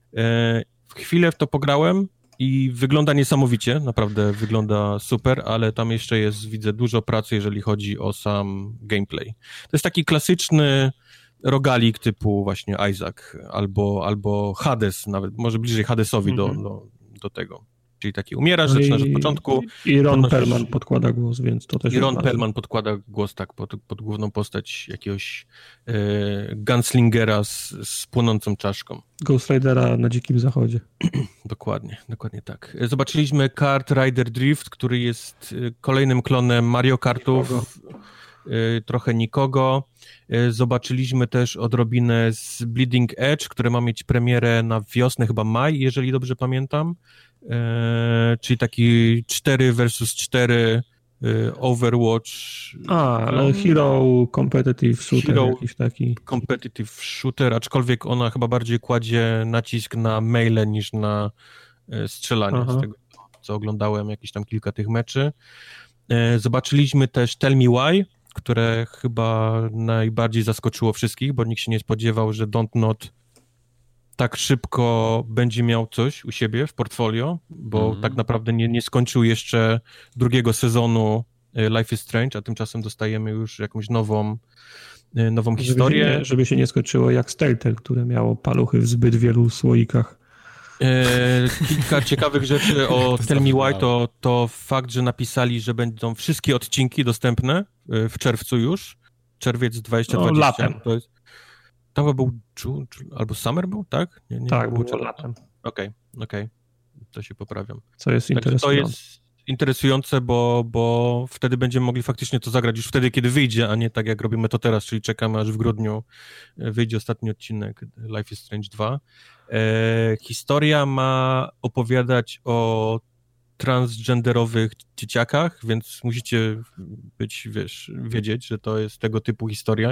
W chwilę w to pograłem i wygląda niesamowicie, naprawdę wygląda super, ale tam jeszcze jest, widzę, dużo pracy, jeżeli chodzi o sam gameplay. To jest taki klasyczny rogalik typu właśnie Isaac albo Hades, nawet może bliżej Hadesowi do tego. Czyli taki umierasz, zaczynasz od początku. I Ron Perlman podkłada głos, więc to też I Ron Perlman podkłada głos, tak, pod główną postać jakiegoś gunslingera z płonącą czaszką. Ghost Ridera na Dzikim Zachodzie. Dokładnie tak. Zobaczyliśmy Kart Rider Drift, który jest kolejnym klonem Mario Kartów. Trochę nikogo. Zobaczyliśmy też odrobinę z Bleeding Edge, które ma mieć premierę na wiosnę, chyba maj, jeżeli dobrze pamiętam. Czyli taki 4 versus 4 Overwatch. Ale Hero Competitive Shooter jakiś taki. Competitive Shooter, aczkolwiek ona chyba bardziej kładzie nacisk na maile niż na strzelanie. Z tego, co oglądałem, jakieś tam kilka tych meczy. Zobaczyliśmy też Tell Me Why, które chyba najbardziej zaskoczyło wszystkich, bo nikt się nie spodziewał, że Dontnod tak szybko będzie miał coś u siebie w portfolio, bo tak naprawdę nie skończył jeszcze drugiego sezonu Life is Strange, a tymczasem dostajemy już jakąś nową historię. Żeby się nie skończyło jak Telltale, które miało paluchy w zbyt wielu słoikach. Kilka ciekawych rzeczy o Tell Me Why to fakt, że napisali, że będą wszystkie odcinki dostępne w czerwcu już. Czerwiec 2020. Latem. To jest, tam chyba był albo summer był, tak? Nie tak, było latem. Okej. To się poprawiam. Co jest interesujące. To jest interesujące, bo wtedy będziemy mogli faktycznie to zagrać już wtedy, kiedy wyjdzie, a nie tak jak robimy to teraz, czyli czekamy aż w grudniu wyjdzie ostatni odcinek Life is Strange 2. Historia ma opowiadać o transgenderowych dzieciakach, więc musicie wiedzieć, że to jest tego typu historia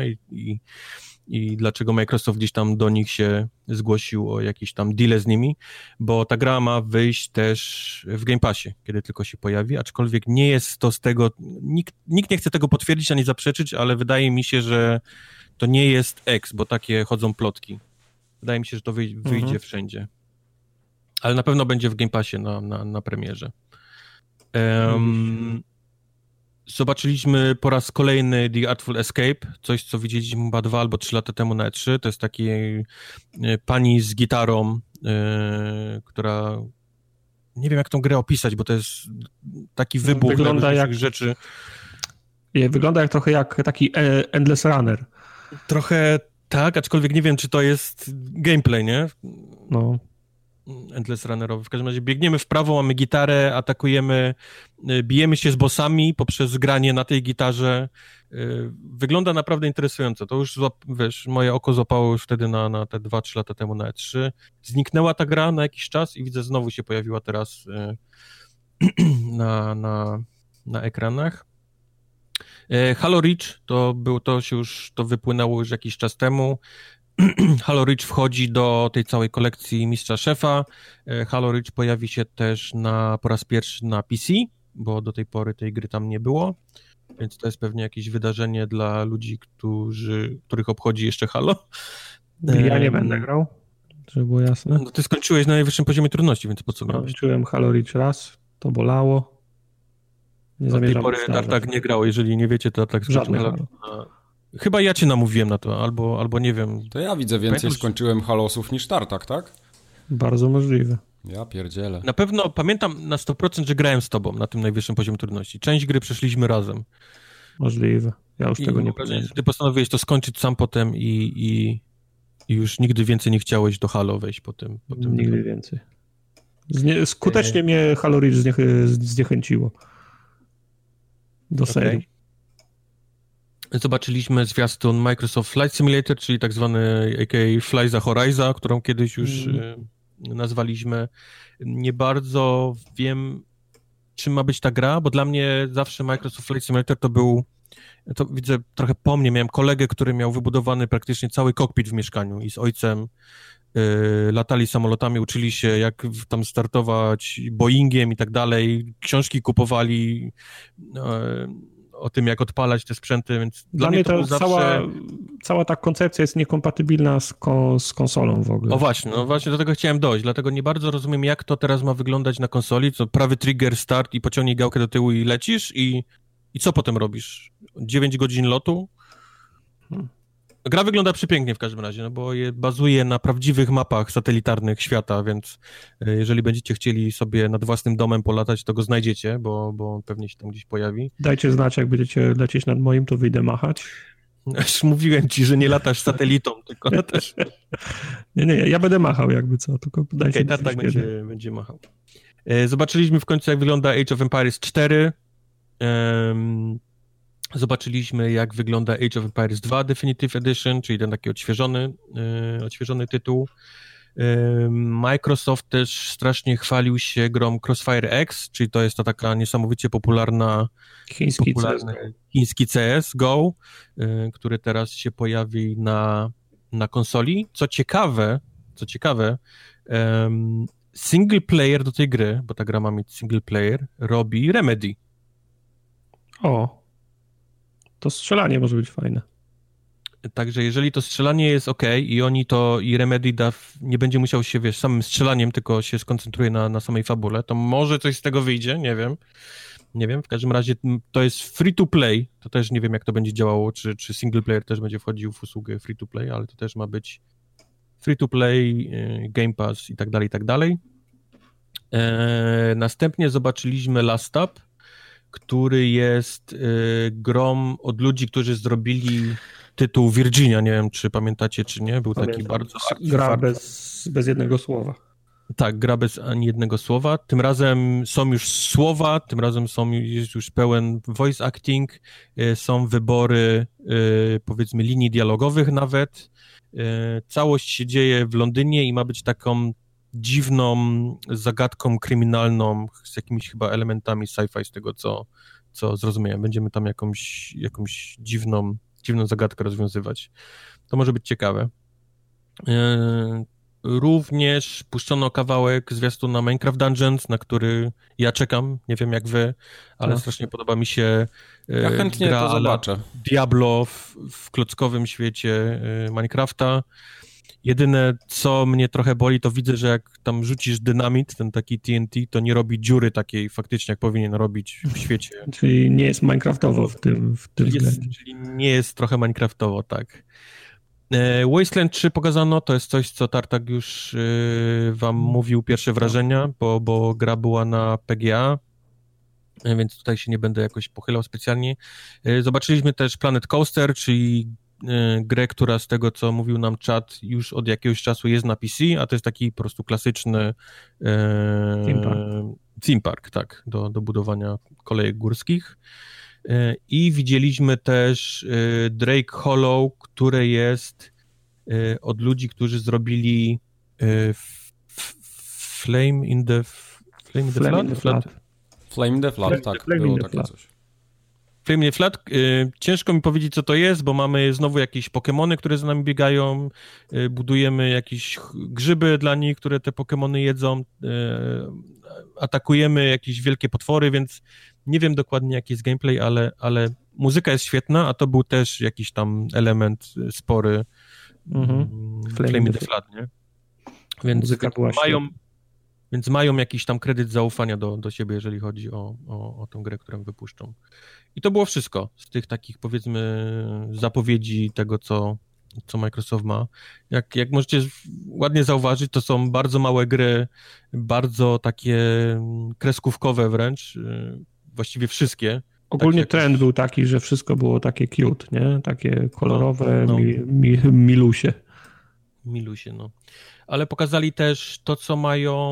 i dlaczego Microsoft gdzieś tam do nich się zgłosił o jakiś tam deal z nimi, bo ta gra ma wyjść też w Game Passie, kiedy tylko się pojawi, aczkolwiek nie jest to z tego, nikt nie chce tego potwierdzić ani zaprzeczyć, ale wydaje mi się, że to nie jest X, bo takie chodzą plotki. Wydaje mi się, że to wyjdzie wszędzie. Ale na pewno będzie w Game Passie na premierze. Zobaczyliśmy po raz kolejny The Artful Escape, coś, co widzieliśmy chyba 2 albo 3 lata temu na E3. To jest taki pani z gitarą, która... Nie wiem, jak tą grę opisać, bo to jest taki wybuch rzeczy. Wygląda trochę jak taki Endless Runner. Trochę tak, aczkolwiek nie wiem, czy to jest gameplay, nie? No. Endless Runnerowy. W każdym razie biegniemy w prawo, mamy gitarę, atakujemy, bijemy się z bossami poprzez granie na tej gitarze. Wygląda naprawdę interesująco. To już, wiesz, moje oko złapało już wtedy na te 2-3 lata temu na E3. Zniknęła ta gra na jakiś czas i widzę, znowu się pojawiła teraz na ekranach. Halo Reach to wypłynęło już jakiś czas temu. Halo Reach wchodzi do tej całej kolekcji Mistrza Szefa. Halo Reach pojawi się też po raz pierwszy na PC, bo do tej pory tej gry tam nie było, więc to jest pewnie jakieś wydarzenie dla ludzi, których obchodzi jeszcze Halo. Ja nie będę grał, żeby było jasne. No ty skończyłeś na najwyższym poziomie trudności, więc po co grałeś? Skończyłem Halo Reach raz, to bolało. Nie zamierzam. Do tej pory Tartak nie grał, jeżeli nie wiecie, Tartak skończył Halo. Chyba ja cię namówiłem na to, albo nie wiem. To ja widzę więcej skończyłem Halosów niż Tartak, tak? Bardzo możliwe. Ja pierdzielę. Na pewno pamiętam na 100%, że grałem z tobą na tym najwyższym poziomie trudności. Część gry przeszliśmy razem. Możliwe. Ja już tego nie pamiętam. Ty postanowiłeś to skończyć sam potem i już nigdy więcej nie chciałeś do Halo wejść po tym. Nigdy więcej. Skutecznie mnie Halo Reach zniechęciło do serii. Zobaczyliśmy zwiastun Microsoft Flight Simulator, czyli tak zwany a.k.a. Fly za Horizon, którą kiedyś już nazwaliśmy. Nie bardzo wiem, czym ma być ta gra, bo dla mnie zawsze Microsoft Flight Simulator to widzę trochę po mnie, miałem kolegę, który miał wybudowany praktycznie cały kokpit w mieszkaniu i z ojcem latali samolotami, uczyli się, jak tam startować Boeingiem i tak dalej, książki kupowali o tym, jak odpalać te sprzęty, więc dla mnie to zawsze... Cała ta koncepcja jest niekompatybilna z konsolą w ogóle. O właśnie, do tego chciałem dojść, dlatego nie bardzo rozumiem, jak to teraz ma wyglądać na konsoli, co prawy trigger, start i pociągnij gałkę do tyłu i lecisz i co potem robisz? 9 godzin lotu? Gra wygląda przepięknie w każdym razie, no bo bazuje na prawdziwych mapach satelitarnych świata, więc jeżeli będziecie chcieli sobie nad własnym domem polatać, to go znajdziecie, bo pewnie się tam gdzieś pojawi. Dajcie znać, jak będziecie lecieć nad moim, to wyjdę machać. Już mówiłem ci, że nie latasz satelitą, tylko latasz... Nie, ja będę machał jakby co, tylko dajcie znać, tak będzie machał. Zobaczyliśmy w końcu, jak wygląda Age of Empires 4. Zobaczyliśmy, jak wygląda Age of Empires 2 Definitive Edition, czyli ten taki odświeżony tytuł. Microsoft też strasznie chwalił się grą Crossfire X, czyli to jest ta taka niesamowicie popularny chiński CSGO, który teraz się pojawi na konsoli. Co ciekawe, single player do tej gry, bo ta gra ma mieć single player, robi Remedy. O, to strzelanie może być fajne. Także jeżeli to strzelanie jest i Remedy nie będzie musiał się, samym strzelaniem, tylko się skoncentruje na samej fabule, to może coś z tego wyjdzie, nie wiem, w każdym razie to jest free to play, to też nie wiem, jak to będzie działało, czy single player też będzie wchodził w usługę free to play, ale to też ma być free to play, Game Pass i tak dalej. Następnie zobaczyliśmy Last Stop, który jest grą od ludzi, którzy zrobili tytuł Virginia, nie wiem, czy pamiętacie, czy nie, był taki bardzo... Gra bez jednego słowa. Tak, gra bez ani jednego słowa. Tym razem są już słowa, tym razem jest już pełen voice acting, są wybory, powiedzmy, linii dialogowych nawet. Całość się dzieje w Londynie i ma być taką dziwną zagadką kryminalną z jakimiś chyba elementami sci-fi, z tego co zrozumiałem. Będziemy tam jakąś dziwną zagadkę rozwiązywać. To może być ciekawe. Również puszczono kawałek zwiastuna Minecraft Dungeons, na który ja czekam, nie wiem jak wy, ale strasznie podoba mi się ja chętnie gra to zobaczę. Diablo w klockowym świecie Minecrafta Jedyne, co mnie trochę boli, to widzę, że jak tam rzucisz dynamit, ten taki TNT, to nie robi dziury takiej faktycznie, jak powinien robić w świecie. Czyli nie jest Minecraftowo w tym względzie. Czyli nie jest trochę Minecraftowo, tak. Wasteland 3 pokazano, to jest coś, co Tartak już wam mówił, pierwsze wrażenia, bo gra była na PGA, więc tutaj się nie będę jakoś pochylał specjalnie. Zobaczyliśmy też Planet Coaster, czyli grę, która z tego, co mówił nam czat, już od jakiegoś czasu jest na PC, a to jest taki po prostu klasyczny theme park, tak, do budowania kolejek górskich. I widzieliśmy też Drake Hollow, które jest od ludzi, którzy zrobili Flame in the Flood? Flame in the Flood, tak, było takie coś. Flame in the Flood. Ciężko mi powiedzieć, co to jest, bo mamy znowu jakieś Pokemony, które za nami biegają, budujemy jakieś grzyby dla nich, które te Pokemony jedzą, atakujemy jakieś wielkie potwory, więc nie wiem dokładnie, jaki jest gameplay, ale muzyka jest świetna, a to był też jakiś tam element spory Flame in the Flood, nie? Więc mają jakiś tam kredyt zaufania do siebie, jeżeli chodzi o tę grę, którą wypuszczą. I to było wszystko z tych takich, powiedzmy, zapowiedzi tego, co Microsoft ma. Jak możecie ładnie zauważyć, to są bardzo małe gry, bardzo takie kreskówkowe wręcz, właściwie wszystkie. Ogólnie trend był taki, że wszystko było takie cute, nie? Takie kolorowe, milusie. Milusie, no. Ale pokazali też to, co mają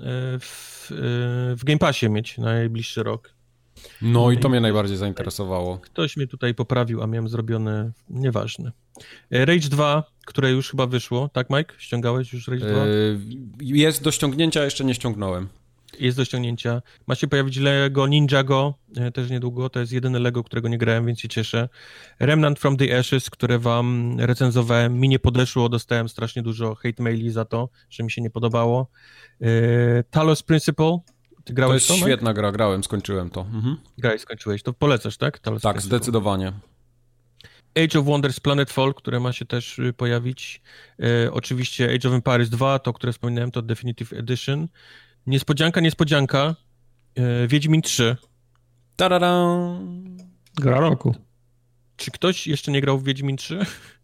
w Game Passie mieć na najbliższy rok. No i to mnie najbardziej zainteresowało. Ktoś mnie tutaj poprawił, a miałem zrobione, nieważne. Rage 2, które już chyba wyszło, tak Mike? Ściągałeś już Rage 2? Jest do ściągnięcia, jeszcze nie ściągnąłem. Jest do ściągnięcia. Ma się pojawić Lego Ninjago, też niedługo, to jest jedyny Lego, którego nie grałem, więc się cieszę. Remnant from the Ashes, które wam recenzowałem, mi nie podeszło, dostałem strasznie dużo hate maili za to, że mi się nie podobało. Talos Principle, ty grałeś to? To jest świetna gra, grałem, skończyłem to. Skończyłeś, to polecasz, tak? Talos tak, Principle. Zdecydowanie. Age of Wonders Planetfall, które ma się też pojawić. Oczywiście Age of Empires 2, to, które wspominałem, to Definitive Edition. Niespodzianka. Wiedźmin 3. Ta-da-da! Gra roku. Czy ktoś jeszcze nie grał w Wiedźmin 3?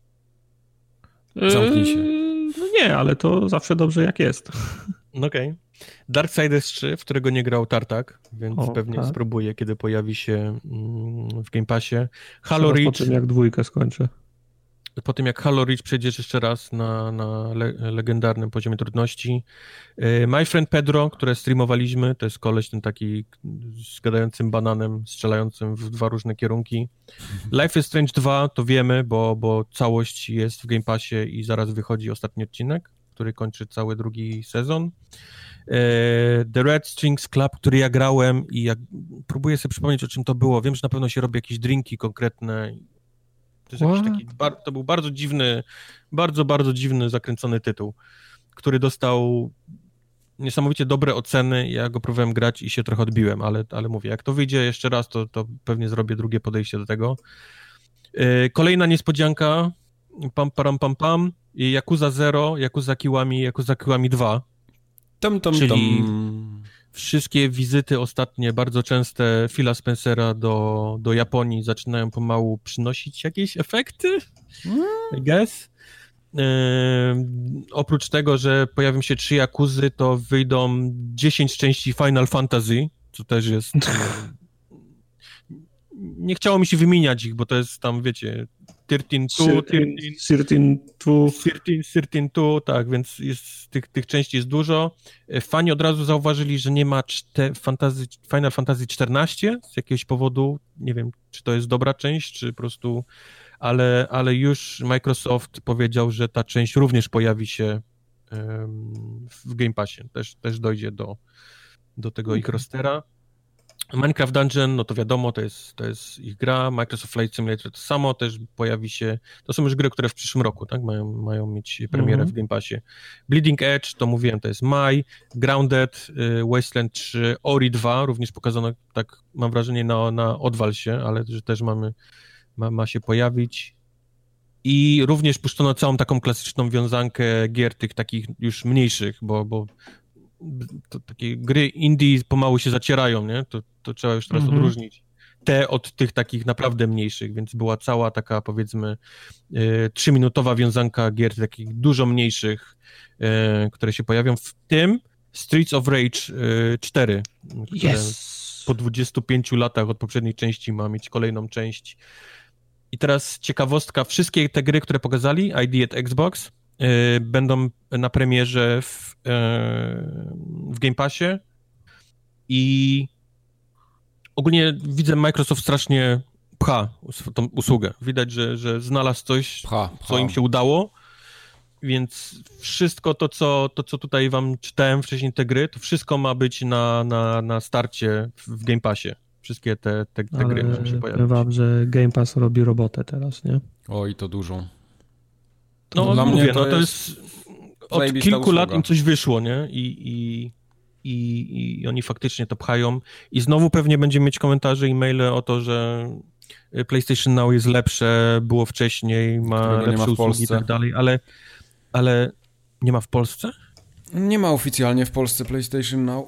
Zamknij się. No nie, ale to zawsze dobrze jak jest. Okej. Darksiders 3, w którego nie grał Tartak, więc pewnie spróbuję, kiedy pojawi się w Game Passie. Halo Reach. Po tym, jak dwójkę skończę. Po tym, jak Halo Reach przejdziesz jeszcze raz na legendarnym poziomie trudności. My Friend Pedro, które streamowaliśmy, to jest koleś ten taki z gadającym bananem, strzelającym w dwa różne kierunki. Life is Strange 2 to wiemy, bo całość jest w Game Passie i zaraz wychodzi ostatni odcinek, który kończy cały drugi sezon. The Red Strings Club, który ja grałem i próbuję sobie przypomnieć, o czym to było. Wiem, że na pewno się robi jakieś drinki konkretne. To jest jakiś taki, to był bardzo dziwny, bardzo dziwny, zakręcony tytuł, który dostał niesamowicie dobre oceny. Ja go próbowałem grać i się trochę odbiłem, ale mówię, jak to wyjdzie jeszcze raz, to pewnie zrobię drugie podejście do tego. Kolejna niespodzianka, pam, Yakuza 0, Yakuza Kiwami 2. Czyli wszystkie wizyty ostatnie, bardzo częste Phila Spencera do Japonii zaczynają pomału przynosić jakieś efekty, I guess. Oprócz tego, że pojawią się 3 Yakuzy, to wyjdą 10 części Final Fantasy, co też jest... Nie chciało mi się wymieniać ich, bo to jest tam, wiecie, 13, tak, więc tych części jest dużo. Fani od razu zauważyli, że nie ma Final Fantasy XIV z jakiegoś powodu. Nie wiem, czy to jest dobra część, czy po prostu... Ale już Microsoft powiedział, że ta część również pojawi się w Game Passie. Też dojdzie do tego ich rostera. Minecraft Dungeon, no to wiadomo, to jest ich gra. Microsoft Flight Simulator to samo, też pojawi się... To są już gry, które w przyszłym roku, tak? Mają mieć premierę w Game Passie. Bleeding Edge, to mówiłem, to jest maj. Grounded, Wasteland 3, Ori 2, również pokazano, tak mam wrażenie, na odwal się, ale że też ma się pojawić. I również puszczono całą taką klasyczną wiązankę gier tych takich już mniejszych, bo to takie gry indie pomału się zacierają, nie? To trzeba już teraz odróżnić te od tych takich naprawdę mniejszych, więc była cała taka, powiedzmy, 3-minutowa wiązanka gier takich dużo mniejszych, które się pojawią, w tym Streets of Rage 4, które po 25 latach od poprzedniej części ma mieć kolejną część. I teraz ciekawostka, wszystkie te gry, które pokazali, ID at Xbox, będą na premierze w Game Passie i ogólnie widzę, Microsoft strasznie pcha tą usługę. Widać, że znalazł coś, co im się udało, więc wszystko to, co tutaj wam czytałem wcześniej, te gry, to wszystko ma być na starcie w Game Passie. Wszystkie te gry muszą się pojawić. Ale wam, że Game Pass robi robotę teraz, nie? Oj, to dużo. No, dla mnie to jest od kilku lat im coś wyszło, nie? I oni faktycznie to pchają. I znowu pewnie będziemy mieć komentarze, e-maile o to, że PlayStation Now jest lepsze, było wcześniej, ma lepsze usługi i tak dalej, ale nie ma w Polsce? Nie ma oficjalnie w Polsce PlayStation Now.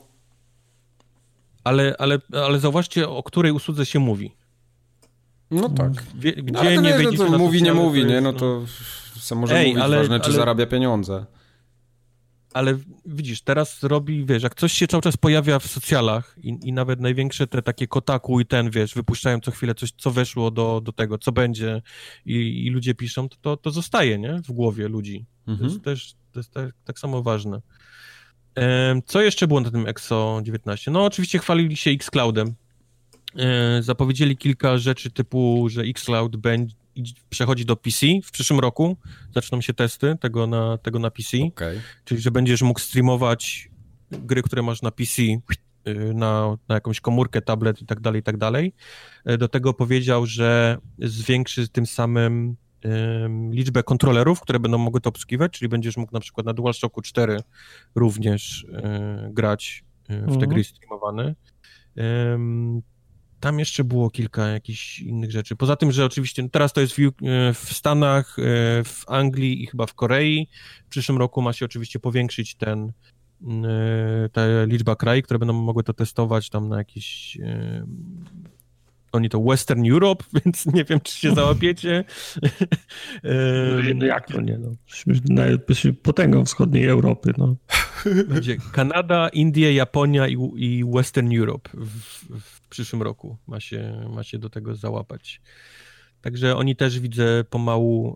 Ale zauważcie, o której usłudze się mówi. No tak. Gdzie ale nie wejdziecie to na mówi, nie mówi, nie? No to może mówić, ważne, czy zarabia pieniądze. Ale widzisz, teraz robi, wiesz, jak coś się cały czas pojawia w socjalach i nawet największe te takie Kotaku i wiesz, wypuszczają co chwilę coś, co weszło do tego, co będzie i ludzie piszą, to zostaje, nie? W głowie ludzi. To jest tak samo ważne. Co jeszcze było na tym Exo 19? No oczywiście chwalili się Xcloudem. Zapowiedzieli kilka rzeczy typu, że Xcloud przechodzi do PC w przyszłym roku. Zaczną się testy tego na PC. Okay. Czyli, że będziesz mógł streamować gry, które masz na PC, na jakąś komórkę, tablet i tak dalej. Do tego powiedział, że zwiększy tym samym liczbę kontrolerów, które będą mogły to obsługiwać, czyli będziesz mógł na przykład na DualShocku 4 również grać w te gry streamowane. Tam jeszcze było kilka jakichś innych rzeczy. Poza tym, że oczywiście teraz to jest w Stanach, w Anglii i chyba w Korei. W przyszłym roku ma się oczywiście powiększyć ta liczba krajów, które będą mogły to testować tam na jakieś... Oni to Western Europe, więc nie wiem, czy się załapiecie. No jak to nie? No. Potęgą wschodniej Europy. No. Będzie Kanada, Indie, Japonia i Western Europe w przyszłym roku ma się do tego załapać. Także oni też, widzę, pomału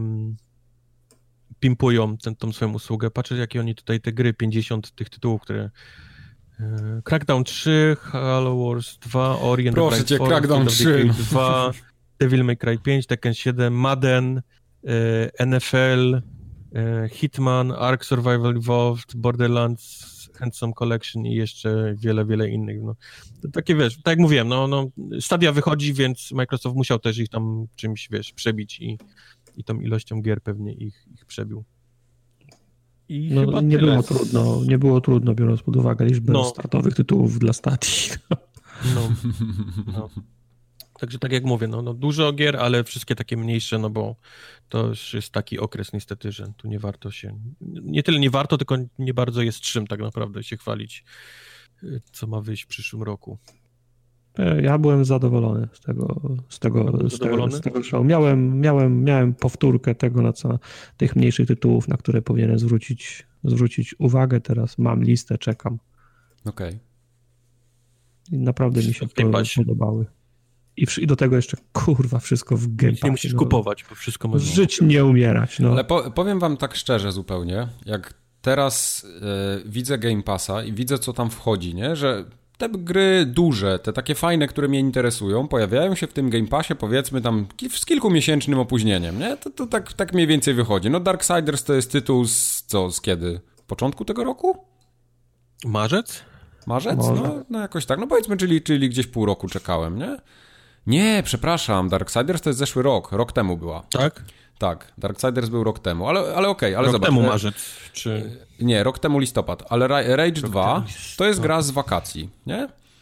pimpują tą swoją usługę. Patrzę, jakie oni tutaj te gry, 50 tych tytułów, które... Crackdown 3, Halo Wars 2, Ori and the Blind Forest, Crackdown 3, 2, Devil May Cry 5, Tekken 7, Madden, NFL, Hitman, Ark Survival Evolved, Borderlands, Handsome Collection i jeszcze wiele innych. No, to takie, wiesz, tak jak mówiłem, no, Stadia wychodzi, więc Microsoft musiał też ich tam czymś, wiesz, przebić i tą ilością gier pewnie ich przebił. I no, nie było trudno, biorąc pod uwagę liczbę startowych tytułów dla Stadii. No. Także tak jak mówię, no dużo gier, ale wszystkie takie mniejsze, no bo to już jest taki okres niestety, że tu nie warto się, nie tyle nie warto, tylko nie bardzo jest czym tak naprawdę się chwalić, co ma wyjść w przyszłym roku. Ja byłem zadowolony z tego show. Miałem powtórkę tego, tych mniejszych tytułów, na które powinienem zwrócić uwagę. Teraz mam listę, czekam. Okej. I naprawdę mi się podobały. I do tego jeszcze, wszystko w Game Passie. Nie musisz kupować, bo wszystko można. Żyć, nie umierać. No. Ale powiem wam tak szczerze zupełnie, jak teraz widzę Game Passa i widzę, co tam wchodzi, nie? Że te gry duże, te takie fajne, które mnie interesują, pojawiają się w tym Game Passie, powiedzmy tam z kilkumiesięcznym opóźnieniem, nie? To tak mniej więcej wychodzi. No Darksiders to jest tytuł z kiedy? Początku tego roku? Marzec? No jakoś tak. No powiedzmy, czyli gdzieś pół roku czekałem, nie? Nie, przepraszam, Darksiders to jest zeszły rok temu była. Tak? Tak, Darksiders był rok temu, ale okej, ale rok zobacz. Rok temu marzec, czy... Nie, rok temu listopad, ale Rage 2 to jest gra z wakacji, nie?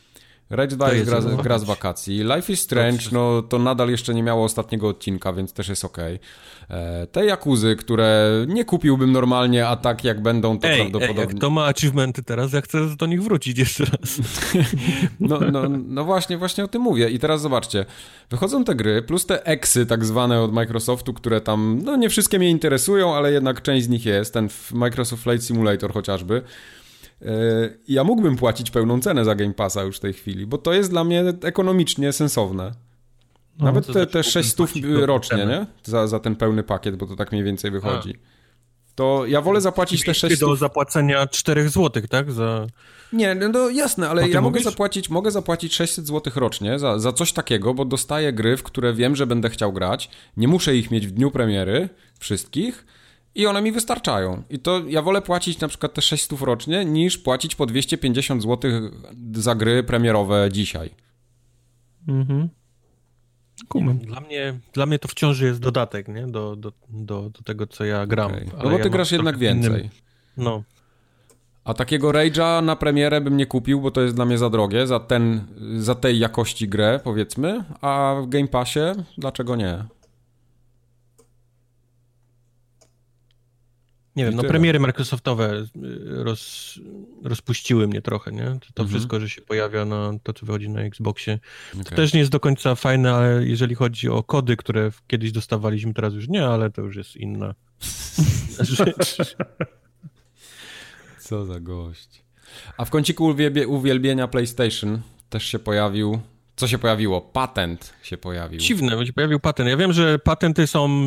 Rage 2 jest gra z wakacji. Life is Strange, no to nadal jeszcze nie miało ostatniego odcinka, więc też jest okej. Te Yakuzy, które nie kupiłbym normalnie, a tak jak będą, to prawdopodobnie... jak to ma achievementy teraz, ja chcę do nich wrócić jeszcze raz. No właśnie o tym mówię. I teraz zobaczcie, wychodzą te gry, plus te eksy tak zwane od Microsoftu, które tam, no nie wszystkie mnie interesują, ale jednak część z nich jest, ten Microsoft Flight Simulator chociażby. Ja mógłbym płacić pełną cenę za Game Passa już w tej chwili, bo to jest dla mnie ekonomicznie sensowne. Nawet te 600 rocznie, nie? Za ten pełny pakiet, bo to tak mniej więcej wychodzi. To ja wolę zapłacić te 600... do zapłacenia 4 zł, tak? Nie, no jasne, ale ja mogę zapłacić 600 zł rocznie za coś takiego, bo dostaję gry, w które wiem, że będę chciał grać. Nie muszę ich mieć w dniu premiery, wszystkich, i one mi wystarczają. I to ja wolę płacić na przykład te 600 rocznie, niż płacić po 250 zł za gry premierowe dzisiaj. Mhm. Dla mnie to wciąż jest dodatek, nie? Do tego, co ja gram. Okay. No bo ty grasz jednak więcej. No. A takiego Rage'a na premierę bym nie kupił, bo to jest dla mnie za drogie, za tej jakości grę, powiedzmy, a w Game Passie dlaczego nie? Nie wiem, no premiery Microsoftowe rozpuściły mnie trochę, nie? To wszystko, że się pojawia na to, co wychodzi na Xboxie. To też nie jest do końca fajne, ale jeżeli chodzi o kody, które kiedyś dostawaliśmy, teraz już nie, ale to już jest inna rzecz. Co za gość. A w kąciku uwielbienia PlayStation też się pojawił... Co się pojawiło? Patent się pojawił. Dziwne, bo się pojawił patent. Ja wiem, że patenty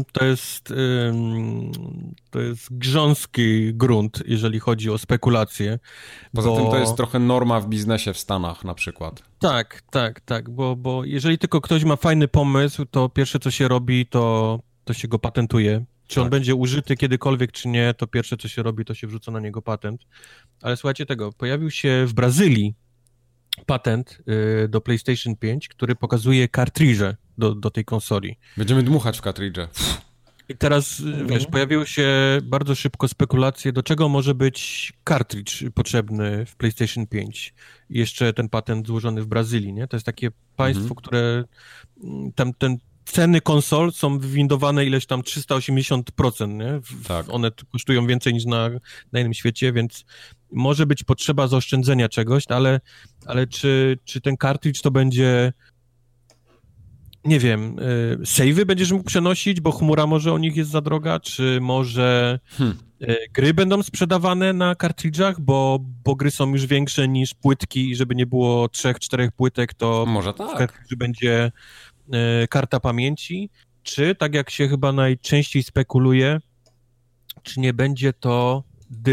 to jest grząski grunt, jeżeli chodzi o spekulacje. Poza tym to jest trochę norma w biznesie w Stanach na przykład. Tak, bo jeżeli tylko ktoś ma fajny pomysł, to pierwsze co się robi, to się go patentuje. Czy on będzie użyty kiedykolwiek, czy nie, to pierwsze co się robi, to się wrzuca na niego patent. Ale słuchajcie tego, pojawił się w Brazylii patent do PlayStation 5, który pokazuje kartridże do tej konsoli. Będziemy dmuchać w kartridże. I teraz, wiesz, pojawiły się bardzo szybko spekulacje, do czego może być kartridż potrzebny w PlayStation 5. I jeszcze ten patent złożony w Brazylii, nie? To jest takie państwo, które tam ceny konsol są wywindowane ileś tam 380%, nie? One kosztują więcej niż na innym świecie, więc może być potrzeba zaoszczędzenia czegoś, ale czy ten kartridż to będzie, nie wiem, save'y będziesz mógł przenosić, bo chmura może o nich jest za droga, czy może gry będą sprzedawane na kartridżach, bo gry są już większe niż płytki i żeby nie było 3-4 płytek, to może tak. W kartridżu będzie karta pamięci, czy tak jak się chyba najczęściej spekuluje, czy nie będzie to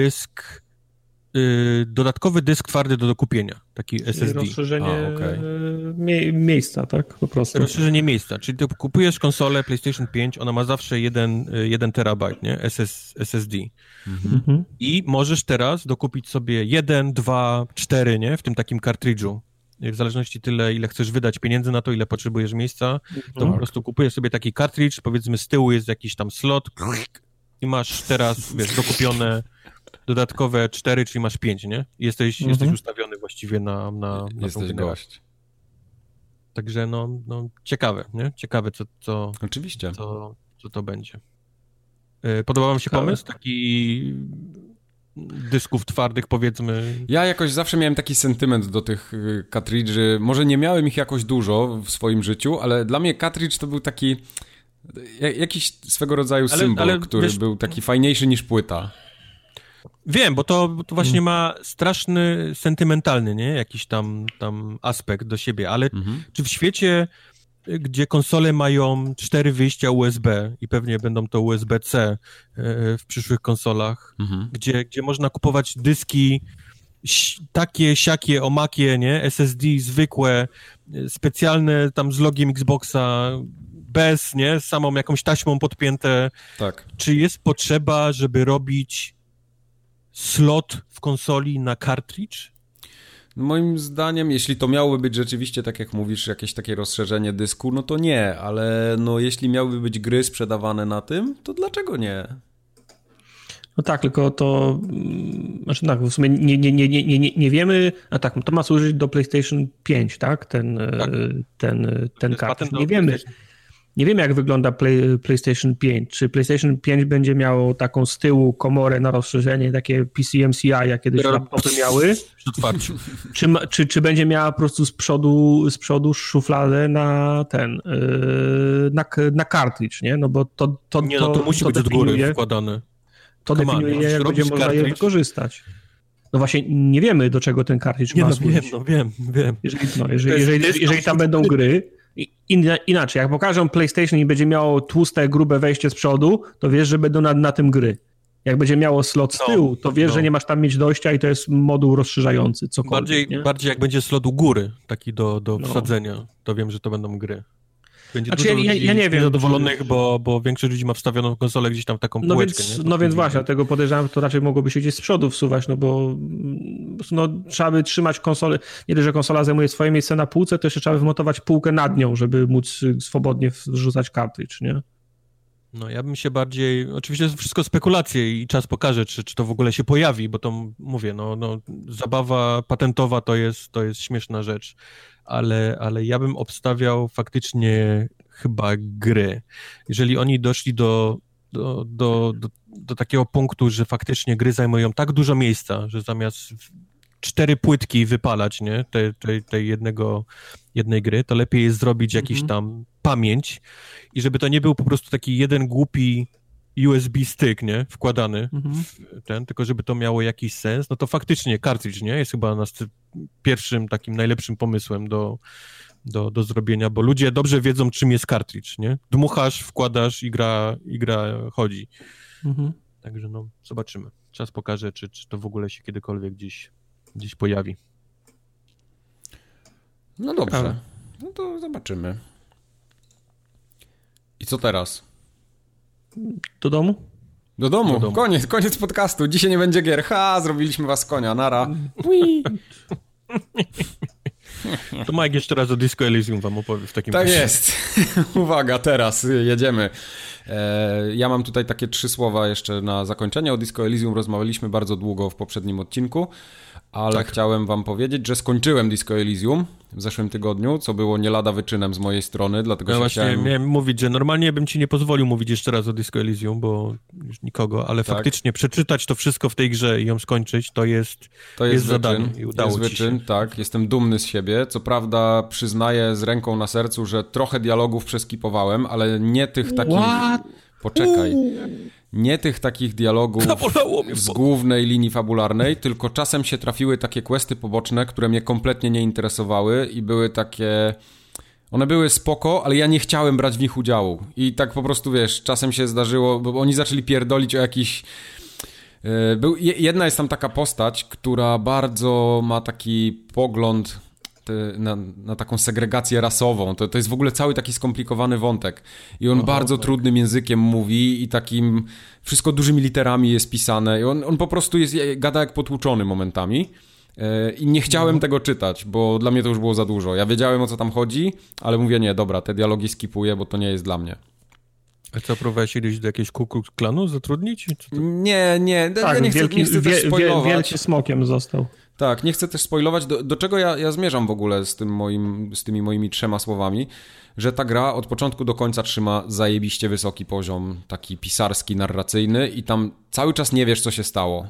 dodatkowy dysk twardy do dokupienia, taki SSD. Rozszerzenie miejsca, tak? Po prostu. Rozszerzenie miejsca, czyli ty kupujesz konsolę PlayStation 5, ona ma zawsze 1 terabajt, nie? SSD. I możesz teraz dokupić sobie 1, 2, 4, nie? W tym takim kartridżu. W zależności tyle, ile chcesz wydać pieniędzy na to, ile potrzebujesz miejsca, to po prostu kupujesz sobie taki kartridż, powiedzmy z tyłu jest jakiś tam slot i masz teraz, wiesz, dokupione dodatkowe 4, czyli masz 5, nie? Jesteś ustawiony właściwie na jesteś gość. Także no ciekawe, nie? Ciekawe, co oczywiście. Co to będzie. Podobał wam się pomysł? Taki dysków twardych, powiedzmy. Ja jakoś zawsze miałem taki sentyment do tych kartridży. Może nie miałem ich jakoś dużo w swoim życiu, ale dla mnie kartridż to był taki jakiś swego rodzaju symbol, który był taki fajniejszy niż płyta. Wiem, bo to właśnie ma straszny, sentymentalny, nie? Jakiś tam aspekt do siebie, ale czy w świecie, gdzie konsole mają 4 wyjścia USB i pewnie będą to USB-C w przyszłych konsolach, gdzie można kupować dyski takie, siakie, omakie, nie? SSD zwykłe, specjalne tam z logiem Xboxa, bez, nie? Z samą jakąś taśmą podpięte. Tak. Czy jest potrzeba, żeby robić slot w konsoli na kartridż? Moim zdaniem, jeśli to miałoby być rzeczywiście, tak jak mówisz, jakieś takie rozszerzenie dysku, no to nie, ale no jeśli miałyby być gry sprzedawane na tym, to dlaczego nie? No tak, tylko to, znaczy tak, w sumie nie wiemy, a tak, to ma służyć do PlayStation 5, tak? Ten kartridż. Nie wiemy, jak wygląda PlayStation 5. Czy PlayStation 5 będzie miało taką z tyłu komorę na rozszerzenie, takie PCMCI, jak kiedyś laptopy miały? Czy będzie miała po prostu z przodu szufladę na na kartridż, nie? No bo to musi być od góry wkładane. To definiuje, jak będzie można je wykorzystać. No właśnie, nie wiemy, do czego ten kartridż ma służyć. Wiem. Jeżeli tam będą gry, inaczej, jak pokażą PlayStation i będzie miało tłuste, grube wejście z przodu, to wiesz, że będą na tym gry. Jak będzie miało slot z tyłu, to wiesz, że nie masz tam mieć dojścia i to jest moduł rozszerzający, cokolwiek. Bardziej jak będzie slot u góry, taki do wsadzenia, to wiem, że to będą gry. Będzie dużo ludzi ja nie wiem, zadowolonych, bo większość ludzi ma wstawioną konsolę gdzieś tam taką półeczkę. No więc właśnie, dlatego podejrzewam, że to raczej mogłoby się gdzieś z przodu wsuwać, no bo trzeba by trzymać konsolę, nie dość, że konsola zajmuje swoje miejsce na półce, to jeszcze trzeba by wmontować półkę nad nią, żeby móc swobodnie wrzucać kartridż, nie? No ja bym się bardziej, oczywiście to jest wszystko spekulacje i czas pokaże, czy to w ogóle się pojawi, bo to mówię, zabawa patentowa to jest śmieszna rzecz, ale ja bym obstawiał faktycznie chyba gry. Jeżeli oni doszli do takiego punktu, że faktycznie gry zajmują tak dużo miejsca, że zamiast 4 płytki wypalać, nie, tej jednej gry, to lepiej jest zrobić jakiś tam pamięć i żeby to nie był po prostu taki jeden głupi USB stick, nie, wkładany w tylko żeby to miało jakiś sens, no to faktycznie kartridż, nie, jest chyba pierwszym takim najlepszym pomysłem do zrobienia, bo ludzie dobrze wiedzą, czym jest kartridż, nie? Dmuchasz, wkładasz i gra chodzi. Także zobaczymy. Czas pokaże, czy to w ogóle się kiedykolwiek gdzieś pojawi. No dobrze. No to zobaczymy. I co teraz? Do domu? Do domu. Koniec podcastu. Dzisiaj nie będzie gier. Zrobiliśmy was konia. Nara. To Mike jeszcze raz o Disco Elysium wam opowie w takim razie. Tak jest. Uwaga, teraz jedziemy. Ja mam tutaj takie 3 słowa jeszcze na zakończenie. O Disco Elysium rozmawialiśmy bardzo długo w poprzednim odcinku, ale chciałem wam powiedzieć, że skończyłem Disco Elysium w zeszłym tygodniu, co było nie lada wyczynem z mojej strony, dlatego ja właśnie miałem mówić, że normalnie bym ci nie pozwolił mówić jeszcze raz o Disco Elysium, bo już nikogo, ale faktycznie przeczytać to wszystko w tej grze i ją skończyć, to jest zadanie i udało ci się. Tak, jestem dumny z siebie. Co prawda przyznaję z ręką na sercu, że trochę dialogów przeskipowałem, ale nie tych takich... Poczekaj. Nie tych takich dialogów z głównej linii fabularnej, tylko czasem się trafiły takie questy poboczne, które mnie kompletnie nie interesowały i były takie... One były spoko, ale ja nie chciałem brać w nich udziału. I tak po prostu, wiesz, czasem się zdarzyło, bo oni zaczęli pierdolić o jakiś... Jedna jest tam taka postać, która bardzo ma taki pogląd... Na taką segregację rasową. To jest w ogóle cały taki skomplikowany wątek. I on bardzo trudnym językiem mówi i takim... Wszystko dużymi literami jest pisane. I on po prostu gada jak potłuczony momentami. I nie chciałem tego czytać, bo dla mnie to już było za dużo. Ja wiedziałem, o co tam chodzi, ale mówię, nie, dobra, te dialogi skipuję, bo to nie jest dla mnie. A co, próbowałeś iść do jakiegoś Ku Klux Klanu zatrudnić? Nie. Tak, ja nie chcę też spoilować. Wielkim smokiem został. Tak, nie chcę też spoilować, do czego ja zmierzam w ogóle z tymi moimi 3 słowami, że ta gra od początku do końca trzyma zajebiście wysoki poziom, taki pisarski, narracyjny i tam cały czas nie wiesz, co się stało.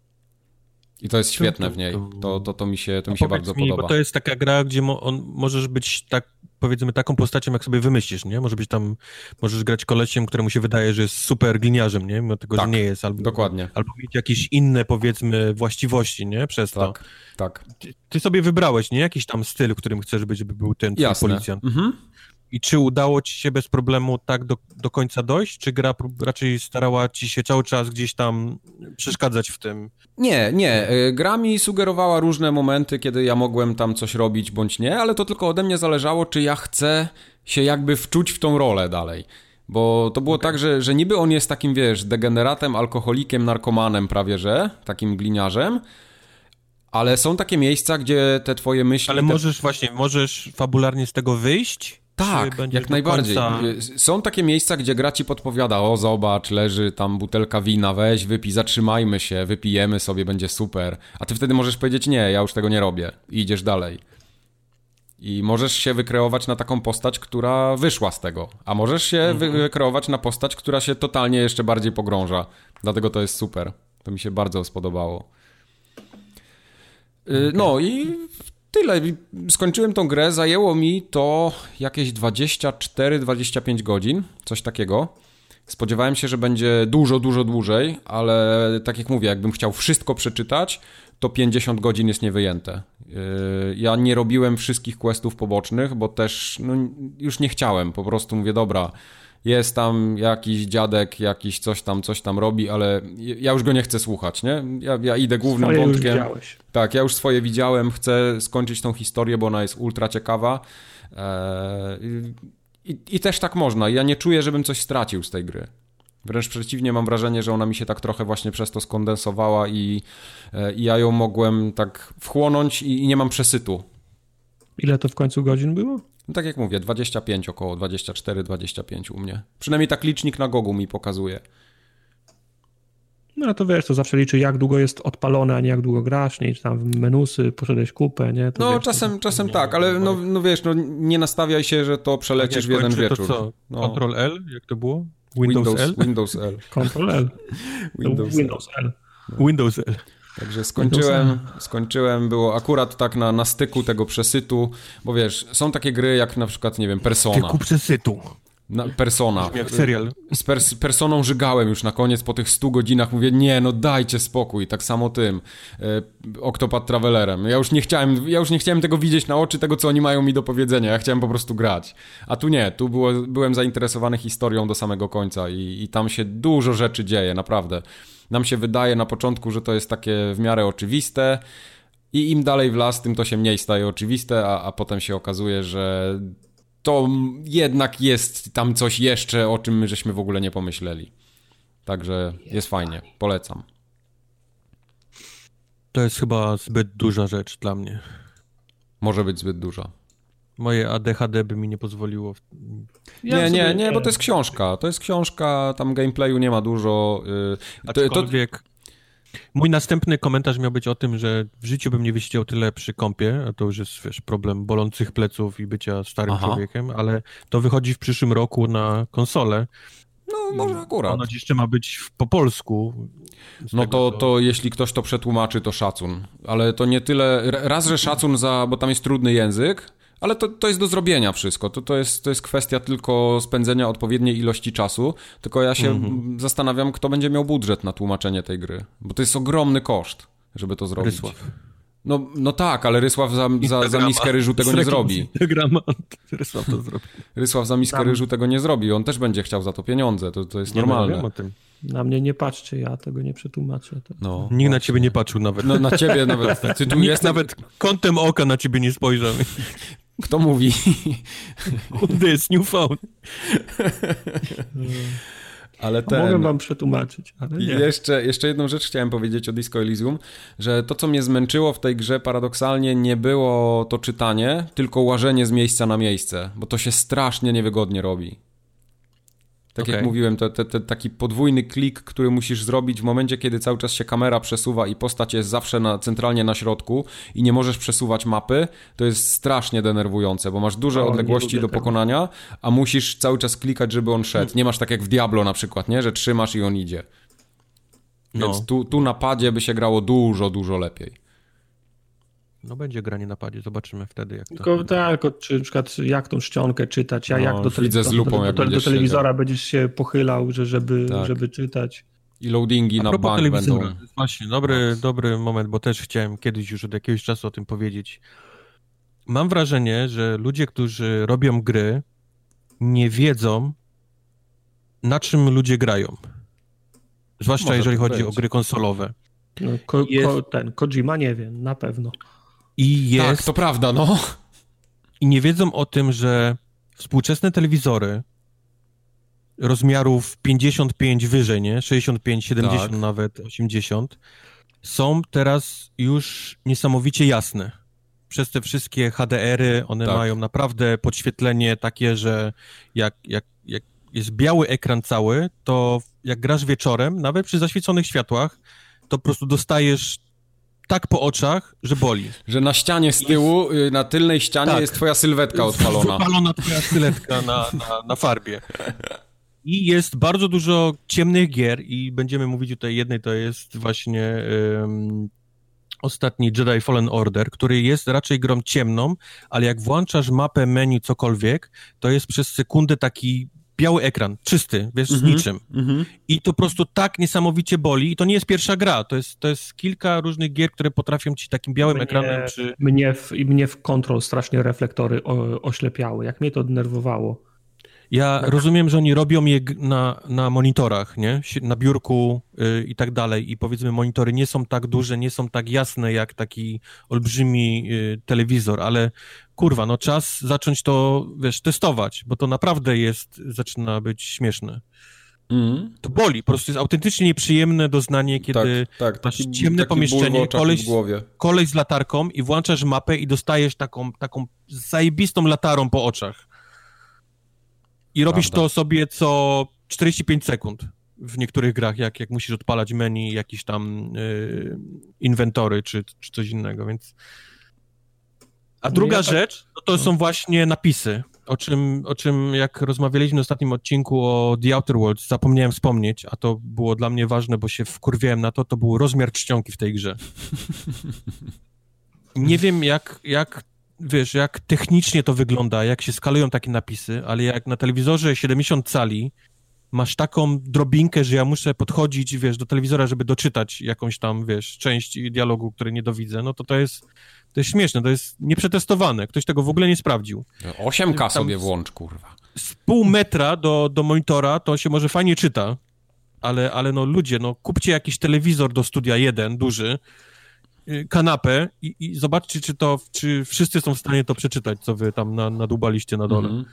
I to jest świetne w niej. To mi się bardzo podoba. Bo to jest taka gra, gdzie możesz być tak, powiedzmy, taką postacią, jak sobie wymyślisz, nie? Możesz grać kolesiem, któremu się wydaje, że jest super gliniarzem, nie? Mimo tego, że nie jest. Dokładnie. Albo mieć jakieś inne, powiedzmy, właściwości, nie? Przez to. Tak. Ty sobie wybrałeś, nie? Jakiś tam styl, którym chcesz być, żeby był ten twój policjant. I czy udało ci się bez problemu tak do końca dojść, czy gra raczej starała ci się cały czas gdzieś tam przeszkadzać w tym? Nie. Gra mi sugerowała różne momenty, kiedy ja mogłem tam coś robić bądź nie, ale to tylko ode mnie zależało, czy ja chcę się jakby wczuć w tą rolę dalej. Bo to było tak, że niby on jest takim, wiesz, degeneratem, alkoholikiem, narkomanem prawie, że takim gliniarzem, ale są takie miejsca, gdzie te twoje myśli... Ale możesz fabularnie z tego wyjść? Tak, jak najbardziej. Są takie miejsca, gdzie gra ci podpowiada, o zobacz, leży tam butelka wina, weź, wypij, zatrzymajmy się, wypijemy sobie, będzie super. A ty wtedy możesz powiedzieć, nie, ja już tego nie robię i idziesz dalej. I możesz się wykreować na taką postać, która wyszła z tego. A możesz się wykreować na postać, która się totalnie jeszcze bardziej pogrąża. Dlatego to jest super. To mi się bardzo spodobało. No i tyle. Skończyłem tą grę. Zajęło mi to jakieś 24-25 godzin. Coś takiego. Spodziewałem się, że będzie dużo dłużej, ale tak jak mówię, jakbym chciał wszystko przeczytać, to 50 godzin jest niewyjęte. Ja nie robiłem wszystkich questów pobocznych, bo też już nie chciałem. Po prostu mówię, dobra, jest tam jakiś dziadek, jakiś coś tam robi, ale ja już go nie chcę słuchać, nie? Ja idę głównym swoje wątkiem. Już widziałeś. Tak, ja już swoje widziałem, chcę skończyć tą historię, bo ona jest ultra ciekawa. I też tak można. Ja nie czuję, żebym coś stracił z tej gry. Wręcz przeciwnie, mam wrażenie, że ona mi się tak trochę właśnie przez to skondensowała i ja ją mogłem tak wchłonąć i nie mam przesytu. Ile to w końcu godzin było? No tak jak mówię, 25 około, 24-25 u mnie. Przynajmniej tak licznik na Gogu mi pokazuje. No to wiesz, to zawsze liczy, jak długo jest odpalone, a nie jak długo grasz, nie? Czy tam w menusy, poszedłeś kupę, nie? To no wiesz, czasem tak, ale no wiesz, no nie nastawiaj się, że to przelecisz w jeden wieczór. To co? No. Ctrl L? Jak to było? Windows L? Ctrl L. Windows L. Także skończyłem, było akurat tak na styku tego przesytu, bo wiesz, są takie gry jak na przykład, nie wiem, Persona. Styku przesytu. Persona. Jak serial. Z Personą żygałem już na koniec po tych 100 godzinach, mówię, nie, no dajcie spokój. Tak samo tym Octopath Travelerem. Ja już nie chciałem tego widzieć na oczy, tego co oni mają mi do powiedzenia. Ja chciałem po prostu grać. A tu nie, tu byłem zainteresowany historią do samego końca i tam się dużo rzeczy dzieje, naprawdę. Nam się wydaje na początku, że to jest takie w miarę oczywiste i im dalej w las, tym to się mniej staje oczywiste, a potem się okazuje, że to jednak jest tam coś jeszcze, o czym my żeśmy w ogóle nie pomyśleli. Także jest fajnie, polecam. To jest chyba zbyt duża rzecz dla mnie. Może być zbyt duża. Moje ADHD by mi nie pozwoliło. Nie, bo to jest książka, tam gameplayu nie ma dużo. Aczkolwiek mój następny komentarz miał być o tym, że w życiu bym nie wysiedział tyle przy kompie, a to już jest, wiesz, problem bolących pleców i bycia starym człowiekiem, ale to wychodzi w przyszłym roku na konsolę. No, może akurat. Ono jeszcze ma być po polsku. No to jeśli ktoś to przetłumaczy, to szacun. Ale to nie tyle... Raz, że szacun bo tam jest trudny język, ale to jest do zrobienia wszystko. To jest kwestia tylko spędzenia odpowiedniej ilości czasu. Tylko ja się zastanawiam, kto będzie miał budżet na tłumaczenie tej gry. Bo to jest ogromny koszt, żeby to zrobić. Rysław. No tak, ale Rysław za miskę ryżu tego nie zrobi. Rysław to zrobi. Rysław za miskę ryżu tego nie zrobi. On też będzie chciał za to pieniądze. To jest normalne. Wiem o tym. Na mnie nie patrzcie, ja tego nie przetłumaczę. No, nikt na ciebie nie patrzył nawet. No na ciebie nawet. Nikt nawet kątem oka na ciebie nie spojrzał. Kto mówi? This new phone. Ale mogę wam przetłumaczyć, ale nie. Jeszcze jedną rzecz chciałem powiedzieć o Disco Elysium, że to, co mnie zmęczyło w tej grze paradoksalnie nie było to czytanie, tylko łażenie z miejsca na miejsce, bo to się strasznie niewygodnie robi. Tak jak mówiłem, taki podwójny klik, który musisz zrobić w momencie, kiedy cały czas się kamera przesuwa i postać jest zawsze centralnie na środku i nie możesz przesuwać mapy, to jest strasznie denerwujące, bo masz duże odległości do pokonania, a musisz cały czas klikać, żeby on szedł. Nie masz tak jak w Diablo na przykład, nie? Że trzymasz i on idzie. Więc tu na padzie by się grało dużo lepiej. No będzie granie na padzie, zobaczymy wtedy jak to... Tylko tak, czy na przykład jak tą czcionkę czytać, a jak do telewizora będziesz się pochylał, żeby czytać. I loadingi na bank będą. Właśnie, dobry moment, bo też chciałem kiedyś już od jakiegoś czasu o tym powiedzieć. Mam wrażenie, że ludzie, którzy robią gry, nie wiedzą, na czym ludzie grają. Zwłaszcza jeżeli chodzi o gry konsolowe. No, Kojima nie wie, na pewno. Tak, to prawda, no. I nie wiedzą o tym, że współczesne telewizory rozmiarów 55 wyżej, nie? 65, 70 nawet, 80 są teraz już niesamowicie jasne. przez te wszystkie HDR-y, one mają naprawdę podświetlenie takie, że jak jest biały ekran cały, to jak grasz wieczorem, nawet przy zaświeconych światłach, to po prostu dostajesz tak po oczach, że boli. Że na ścianie z tyłu, na tylnej ścianie jest twoja sylwetka odpalona. Odpalona twoja sylwetka na farbie. I jest bardzo dużo ciemnych gier i będziemy mówić o tej jednej, to jest właśnie ostatni Jedi Fallen Order, który jest raczej grą ciemną, ale jak włączasz mapę, menu, cokolwiek, to jest przez sekundę taki biały ekran, czysty, wiesz, z niczym. I to po prostu tak niesamowicie boli i to nie jest pierwsza gra, to jest kilka różnych gier, które potrafią ci takim białym ekranem Mnie w Control strasznie reflektory oślepiały, jak mnie to denerwowało. Ja rozumiem, że oni robią je na monitorach, nie? Na biurku i tak dalej i powiedzmy monitory nie są tak duże, nie są tak jasne jak taki olbrzymi telewizor, ale kurwa, no czas zacząć to, wiesz, testować, bo to naprawdę zaczyna być śmieszne. To boli, po prostu jest autentycznie nieprzyjemne doznanie, kiedy masz ciemne pomieszczenie, koleś z latarką i włączasz mapę i dostajesz taką zajebistą latarą po oczach. I robisz to sobie co 45 sekund w niektórych grach, jak musisz odpalać menu, jakieś tam inwentory czy coś innego, więc... A druga rzecz, to są właśnie napisy, o czym jak rozmawialiśmy w ostatnim odcinku o The Outer Worlds, zapomniałem wspomnieć, a to było dla mnie ważne, bo się wkurwiałem na to był rozmiar czcionki w tej grze. Nie wiem jak wiesz, jak technicznie to wygląda, jak się skalują takie napisy, ale jak na telewizorze 70 cali masz taką drobinkę, że ja muszę podchodzić, wiesz, do telewizora, żeby doczytać jakąś tam, wiesz, część dialogu, której nie dowidzę, no to jest śmieszne, to jest nieprzetestowane, ktoś tego w ogóle nie sprawdził. 8K sobie włącz, kurwa. Z pół metra do monitora to się może fajnie czyta, ale no ludzie, no kupcie jakiś telewizor do Studia 1, duży, kanapę i zobaczcie, czy wszyscy są w stanie to przeczytać, co wy tam nadłubaliście na dole.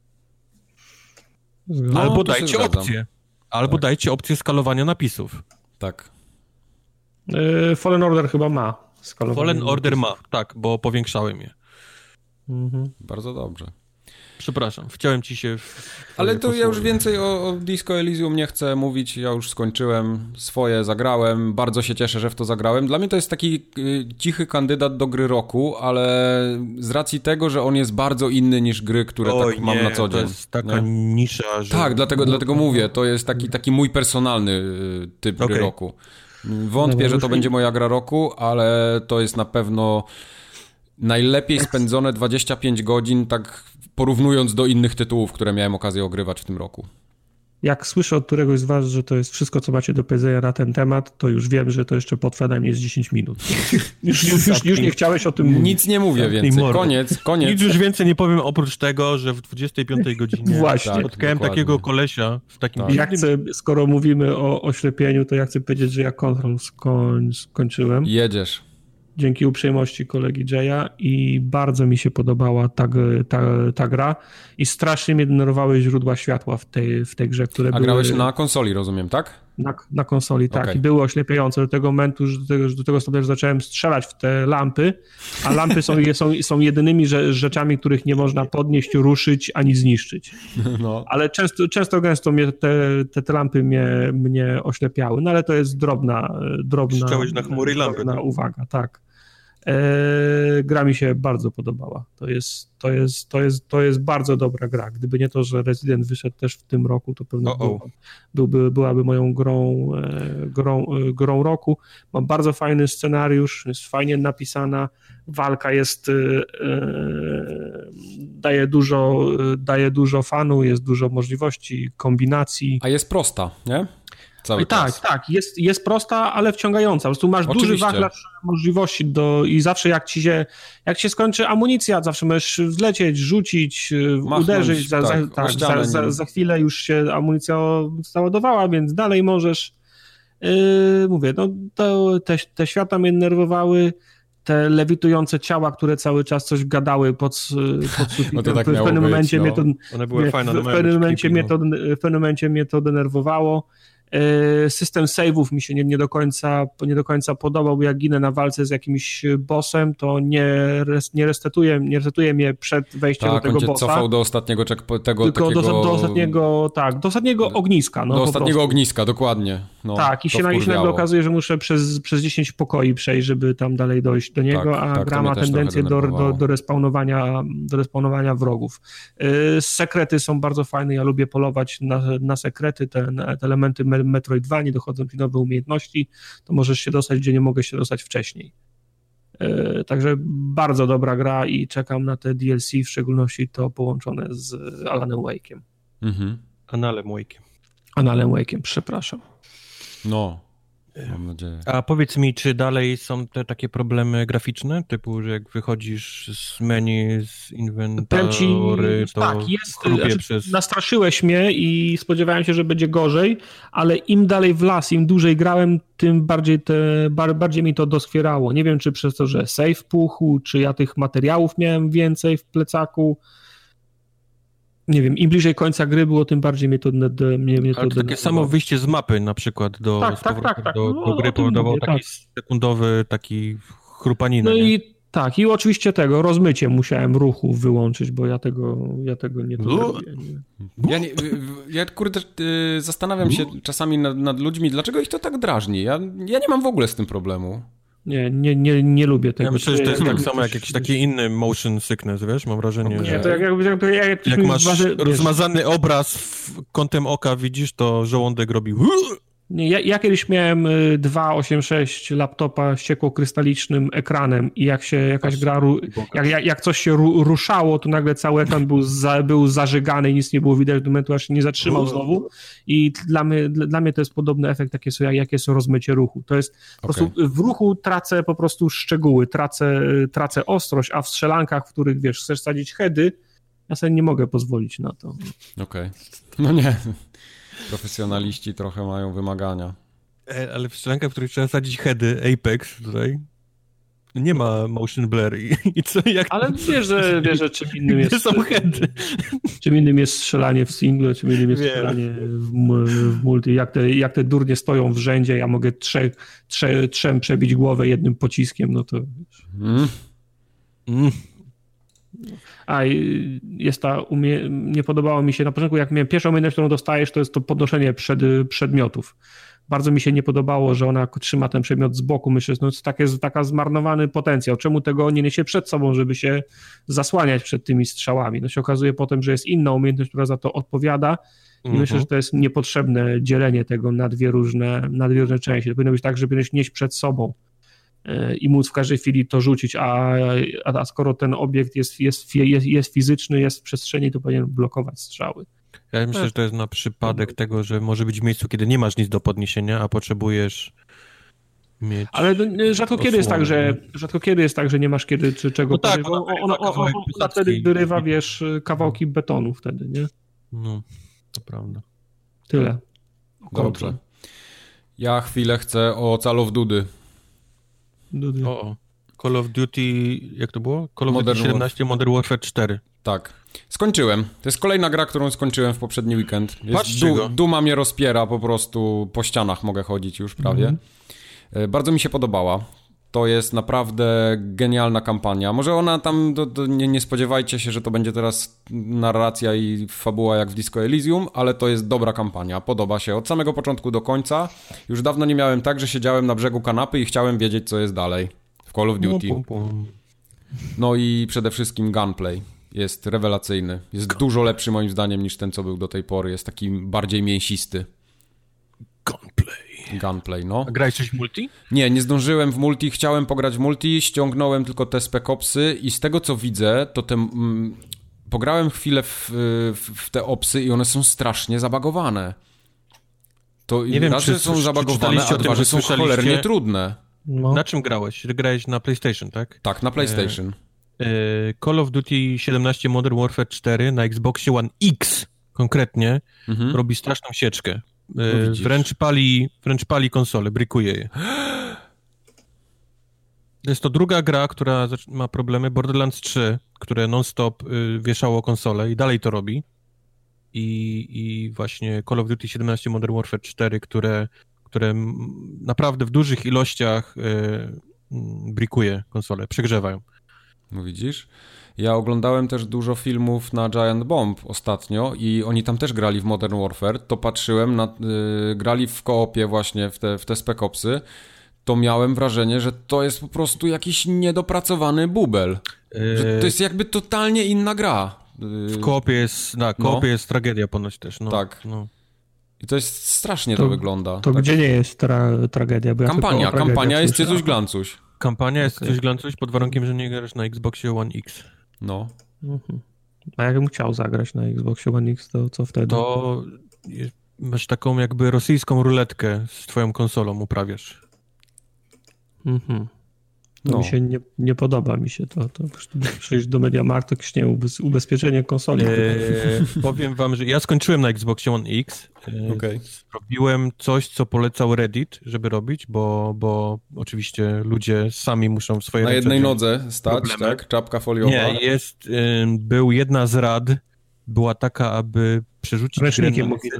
No, albo dajcie opcję. Albo dajcie opcję skalowania napisów. Tak. Fallen Order chyba ma skalowanie. Fallen Order ma, tak, bo powiększałem je. Bardzo dobrze. Przepraszam, chciałem ci się... Ale to ja już więcej o Disco Elysium nie chcę mówić, ja już skończyłem swoje, zagrałem, bardzo się cieszę, że w to zagrałem. Dla mnie to jest taki cichy kandydat do gry roku, ale z racji tego, że on jest bardzo inny niż gry, które mam na co dzień. To jest taka nisza, że... Tak, dlatego mówię, to jest taki mój personalny typ gry roku. Wątpię, że to będzie moja gra roku, ale to jest na pewno najlepiej spędzone 25 godzin, tak porównując do innych tytułów, które miałem okazję ogrywać w tym roku. Jak słyszę od któregoś z was, że to jest wszystko, co macie do powiedzenia na ten temat, to już wiem, że to jeszcze potrwa najmniej z 10 minut. Już nie chciałeś o tym mówić. Nic nie mówię więcej. Koniec. Nic już więcej nie powiem oprócz tego, że w 25 godzinie właśnie spotkałem takiego kolesia w takim... Ja chcę, skoro mówimy o oślepieniu, to ja chcę powiedzieć, że ja Control skończyłem. Jedziesz. Dzięki uprzejmości kolegi Jaya i bardzo mi się podobała ta gra i strasznie mnie denerwowały źródła światła w tej grze, które były... A grałeś na konsoli, rozumiem, tak? Na konsoli, tak. I były oślepiające do tego momentu, że do tego stopnia, że zacząłem strzelać w te lampy, a lampy są jedynymi rzeczami, których nie można podnieść, ruszyć, ani zniszczyć. No. Ale często gęsto te lampy mnie oślepiały, no ale to jest drobna na chmury i lampy. Uwaga, tak. Gra mi się bardzo podobała. To jest bardzo dobra gra. Gdyby nie to, że Resident wyszedł też w tym roku, to pewnie byłaby moją grą roku. Mam bardzo fajny scenariusz, jest fajnie napisana. Walka daje dużo fanu, jest dużo możliwości, kombinacji. A jest prosta, nie? Tak, jest prosta, ale wciągająca. Po prostu masz duży wachlarz możliwości i zawsze jak się skończy amunicja, zawsze możesz wlecieć, rzucić, uderzyć, za chwilę już się amunicja załadowała, więc dalej możesz. Mówię, no te świata mnie nerwowały, te lewitujące ciała, które cały czas coś gadały pod sufitem. Tak w pewnym momencie mnie to denerwowało. System save'ów mi się nie do końca podobał, bo jak ginę na walce z jakimś bossem, to nie resetuje mnie przed wejściem do tego bossa. Tak, on cię cofał do ostatniego do ostatniego ogniska. No, do ostatniego ogniska, dokładnie. No, tak, i się nagle okazuje, że muszę przez 10 pokoi przejść, żeby tam dalej dojść do niego, a gra ma tendencję do respawnowania wrogów. Sekrety są bardzo fajne, ja lubię polować na sekrety, te elementy Metroidvanii, dochodzą ci nowe umiejętności, to możesz się dostać, gdzie nie mogę się dostać wcześniej. Także bardzo dobra gra i czekam na te DLC, w szczególności to połączone z Alanem Wake'iem. Analem Wake'iem, przepraszam. No, mam nadzieję. A powiedz mi, czy dalej są te takie problemy graficzne, typu, że jak wychodzisz z menu, z inwentory, to tak, nastraszyłeś mnie i spodziewałem się, że będzie gorzej, ale im dalej w las, im dłużej grałem, tym bardziej mi to doskwierało. Nie wiem, czy przez to, że save puchł, czy ja tych materiałów miałem więcej w plecaku. Nie wiem, im bliżej końca gry było, tym bardziej mnie to... Ale to takie samo wyjście z mapy na przykład do gry powodował taki sekundowy, taki chrupaninę. No i oczywiście rozmycie musiałem ruchu wyłączyć, bo ja tego nie lubię. Ja kurde, zastanawiam się czasami nad ludźmi, dlaczego ich to tak drażni. Ja nie mam w ogóle z tym problemu. Nie lubię tego. Ja myślę, że to jest tak samo jak jakiś taki inny motion sickness, wiesz? Mam wrażenie, nie, że to jak masz rozmazany obraz kątem oka, widzisz, to żołądek robi... Nie, ja kiedyś miałem 286 laptopa z ciekłokrystalicznym ekranem i jak się jakaś gra, jak coś się ruszało, to nagle cały ekran był zażygany i nic nie było widać do momentu, aż się nie zatrzymał znowu i dla mnie to jest podobny efekt, jakie jest rozmycie ruchu. To jest po prostu w ruchu tracę po prostu szczegóły, tracę ostrość, a w strzelankach, w których wiesz, chcesz sadzić heady, ja sobie nie mogę pozwolić na to. Okej. No nie. Profesjonaliści trochę mają wymagania. Ale w strzelankach, w których trzeba sadzić heady, Apex tutaj, nie ma motion blur i co jak... Ale wiesz, że czym innym jest... są heady. Czym innym jest strzelanie w singlu, czym innym jest strzelanie w multi. Jak te durnie stoją w rzędzie, ja mogę trzem przebić głowę jednym pociskiem, no to... A jest nie podobało mi się na początku, jak miałem pierwszą umiejętność, którą dostajesz, to jest to podnoszenie przedmiotów. Bardzo mi się nie podobało, że ona trzyma ten przedmiot z boku. Myślę, że to jest taka zmarnowany potencjał. Czemu tego nie niesie przed sobą, żeby się zasłaniać przed tymi strzałami? No się okazuje potem, że jest inna umiejętność, która za to odpowiada i myślę, że to jest niepotrzebne dzielenie tego na dwie różne części. To powinno być tak, żeby nieść przed sobą i móc w każdej chwili to rzucić, a skoro ten obiekt jest fizyczny, jest w przestrzeni, to powinien blokować strzały. Ja myślę, że to jest na przypadek tego, że może być w miejscu, kiedy nie masz nic do podniesienia, a potrzebujesz mieć... Ale rzadko kiedy jest tak, że nie masz kiedy czy czego... No tak, ona wtedy wyrywa, wiesz, kawałki betonu wtedy, nie? No, to prawda. Tyle. Dobrze. Ja chwilę chcę o Call of Duty. Call of Duty, jak to było? Call of Duty 17, Modern Warfare 4. Tak. Skończyłem. To jest kolejna gra, którą skończyłem w poprzedni weekend. Duma mnie rozpiera, po prostu po ścianach mogę chodzić już prawie. Bardzo mi się podobała. To jest naprawdę genialna kampania. Może ona tam, nie spodziewajcie się, że to będzie teraz narracja i fabuła jak w Disco Elysium, ale to jest dobra kampania. Podoba się od samego początku do końca. Już dawno nie miałem tak, że siedziałem na brzegu kanapy i chciałem wiedzieć, co jest dalej w Call of Duty. No i przede wszystkim gunplay. Jest rewelacyjny. Jest dużo lepszy moim zdaniem niż ten, co był do tej pory. Jest taki bardziej mięsisty. Gunplay, no. A grałeś coś w multi? Nie zdążyłem w multi. Chciałem pograć w multi. Ściągnąłem tylko te Spec Opsy i z tego, co widzę, to pograłem chwilę w te opsy i one są strasznie zabagowane. To nie wiem, raz, że są zabagowane, a dwa, że są cholernie trudne. No. Na czym grałeś? Grałeś na PlayStation, tak? Tak, na PlayStation. Call of Duty 17 Modern Warfare 4 na Xboxie One X konkretnie robi straszną sieczkę. Wręcz pali konsolę, brykuje je. Jest to druga gra, która ma problemy. Borderlands 3, które non-stop wieszało konsolę i dalej to robi. i właśnie Call of Duty 17 Modern Warfare 4, które naprawdę w dużych ilościach brikuje konsole, przegrzewają. No widzisz? Ja oglądałem też dużo filmów na Giant Bomb ostatnio i oni tam też grali w Modern Warfare, to patrzyłem, grali w koopie właśnie w te Spec Opsy, to miałem wrażenie, że to jest po prostu jakiś niedopracowany bubel. Że to jest jakby totalnie inna gra. W koopie jest tragedia ponoć też. No. Tak. No. I to jest strasznie to wygląda. To tak. Gdzie nie jest tragedia? Bo kampania jest coś glancuś. Kampania jest coś glancuś pod warunkiem, że nie grasz na Xboxie One X. No. A jakbym chciał zagrać na Xboxie One X, to co wtedy? To masz taką jakby rosyjską ruletkę z twoją konsolą, uprawiasz. Mi się nie podoba mi się to przejść do MediaMarktu, ubezpieczenie konsoli. Powiem wam, że ja skończyłem na Xboxie One X. Robiłem coś, co polecał Reddit, żeby robić, bo oczywiście ludzie sami muszą swoje na jednej nodze stać, problemy. Tak? Czapka foliowa. Nie, był jedna z rad, była taka, aby przerzucić grę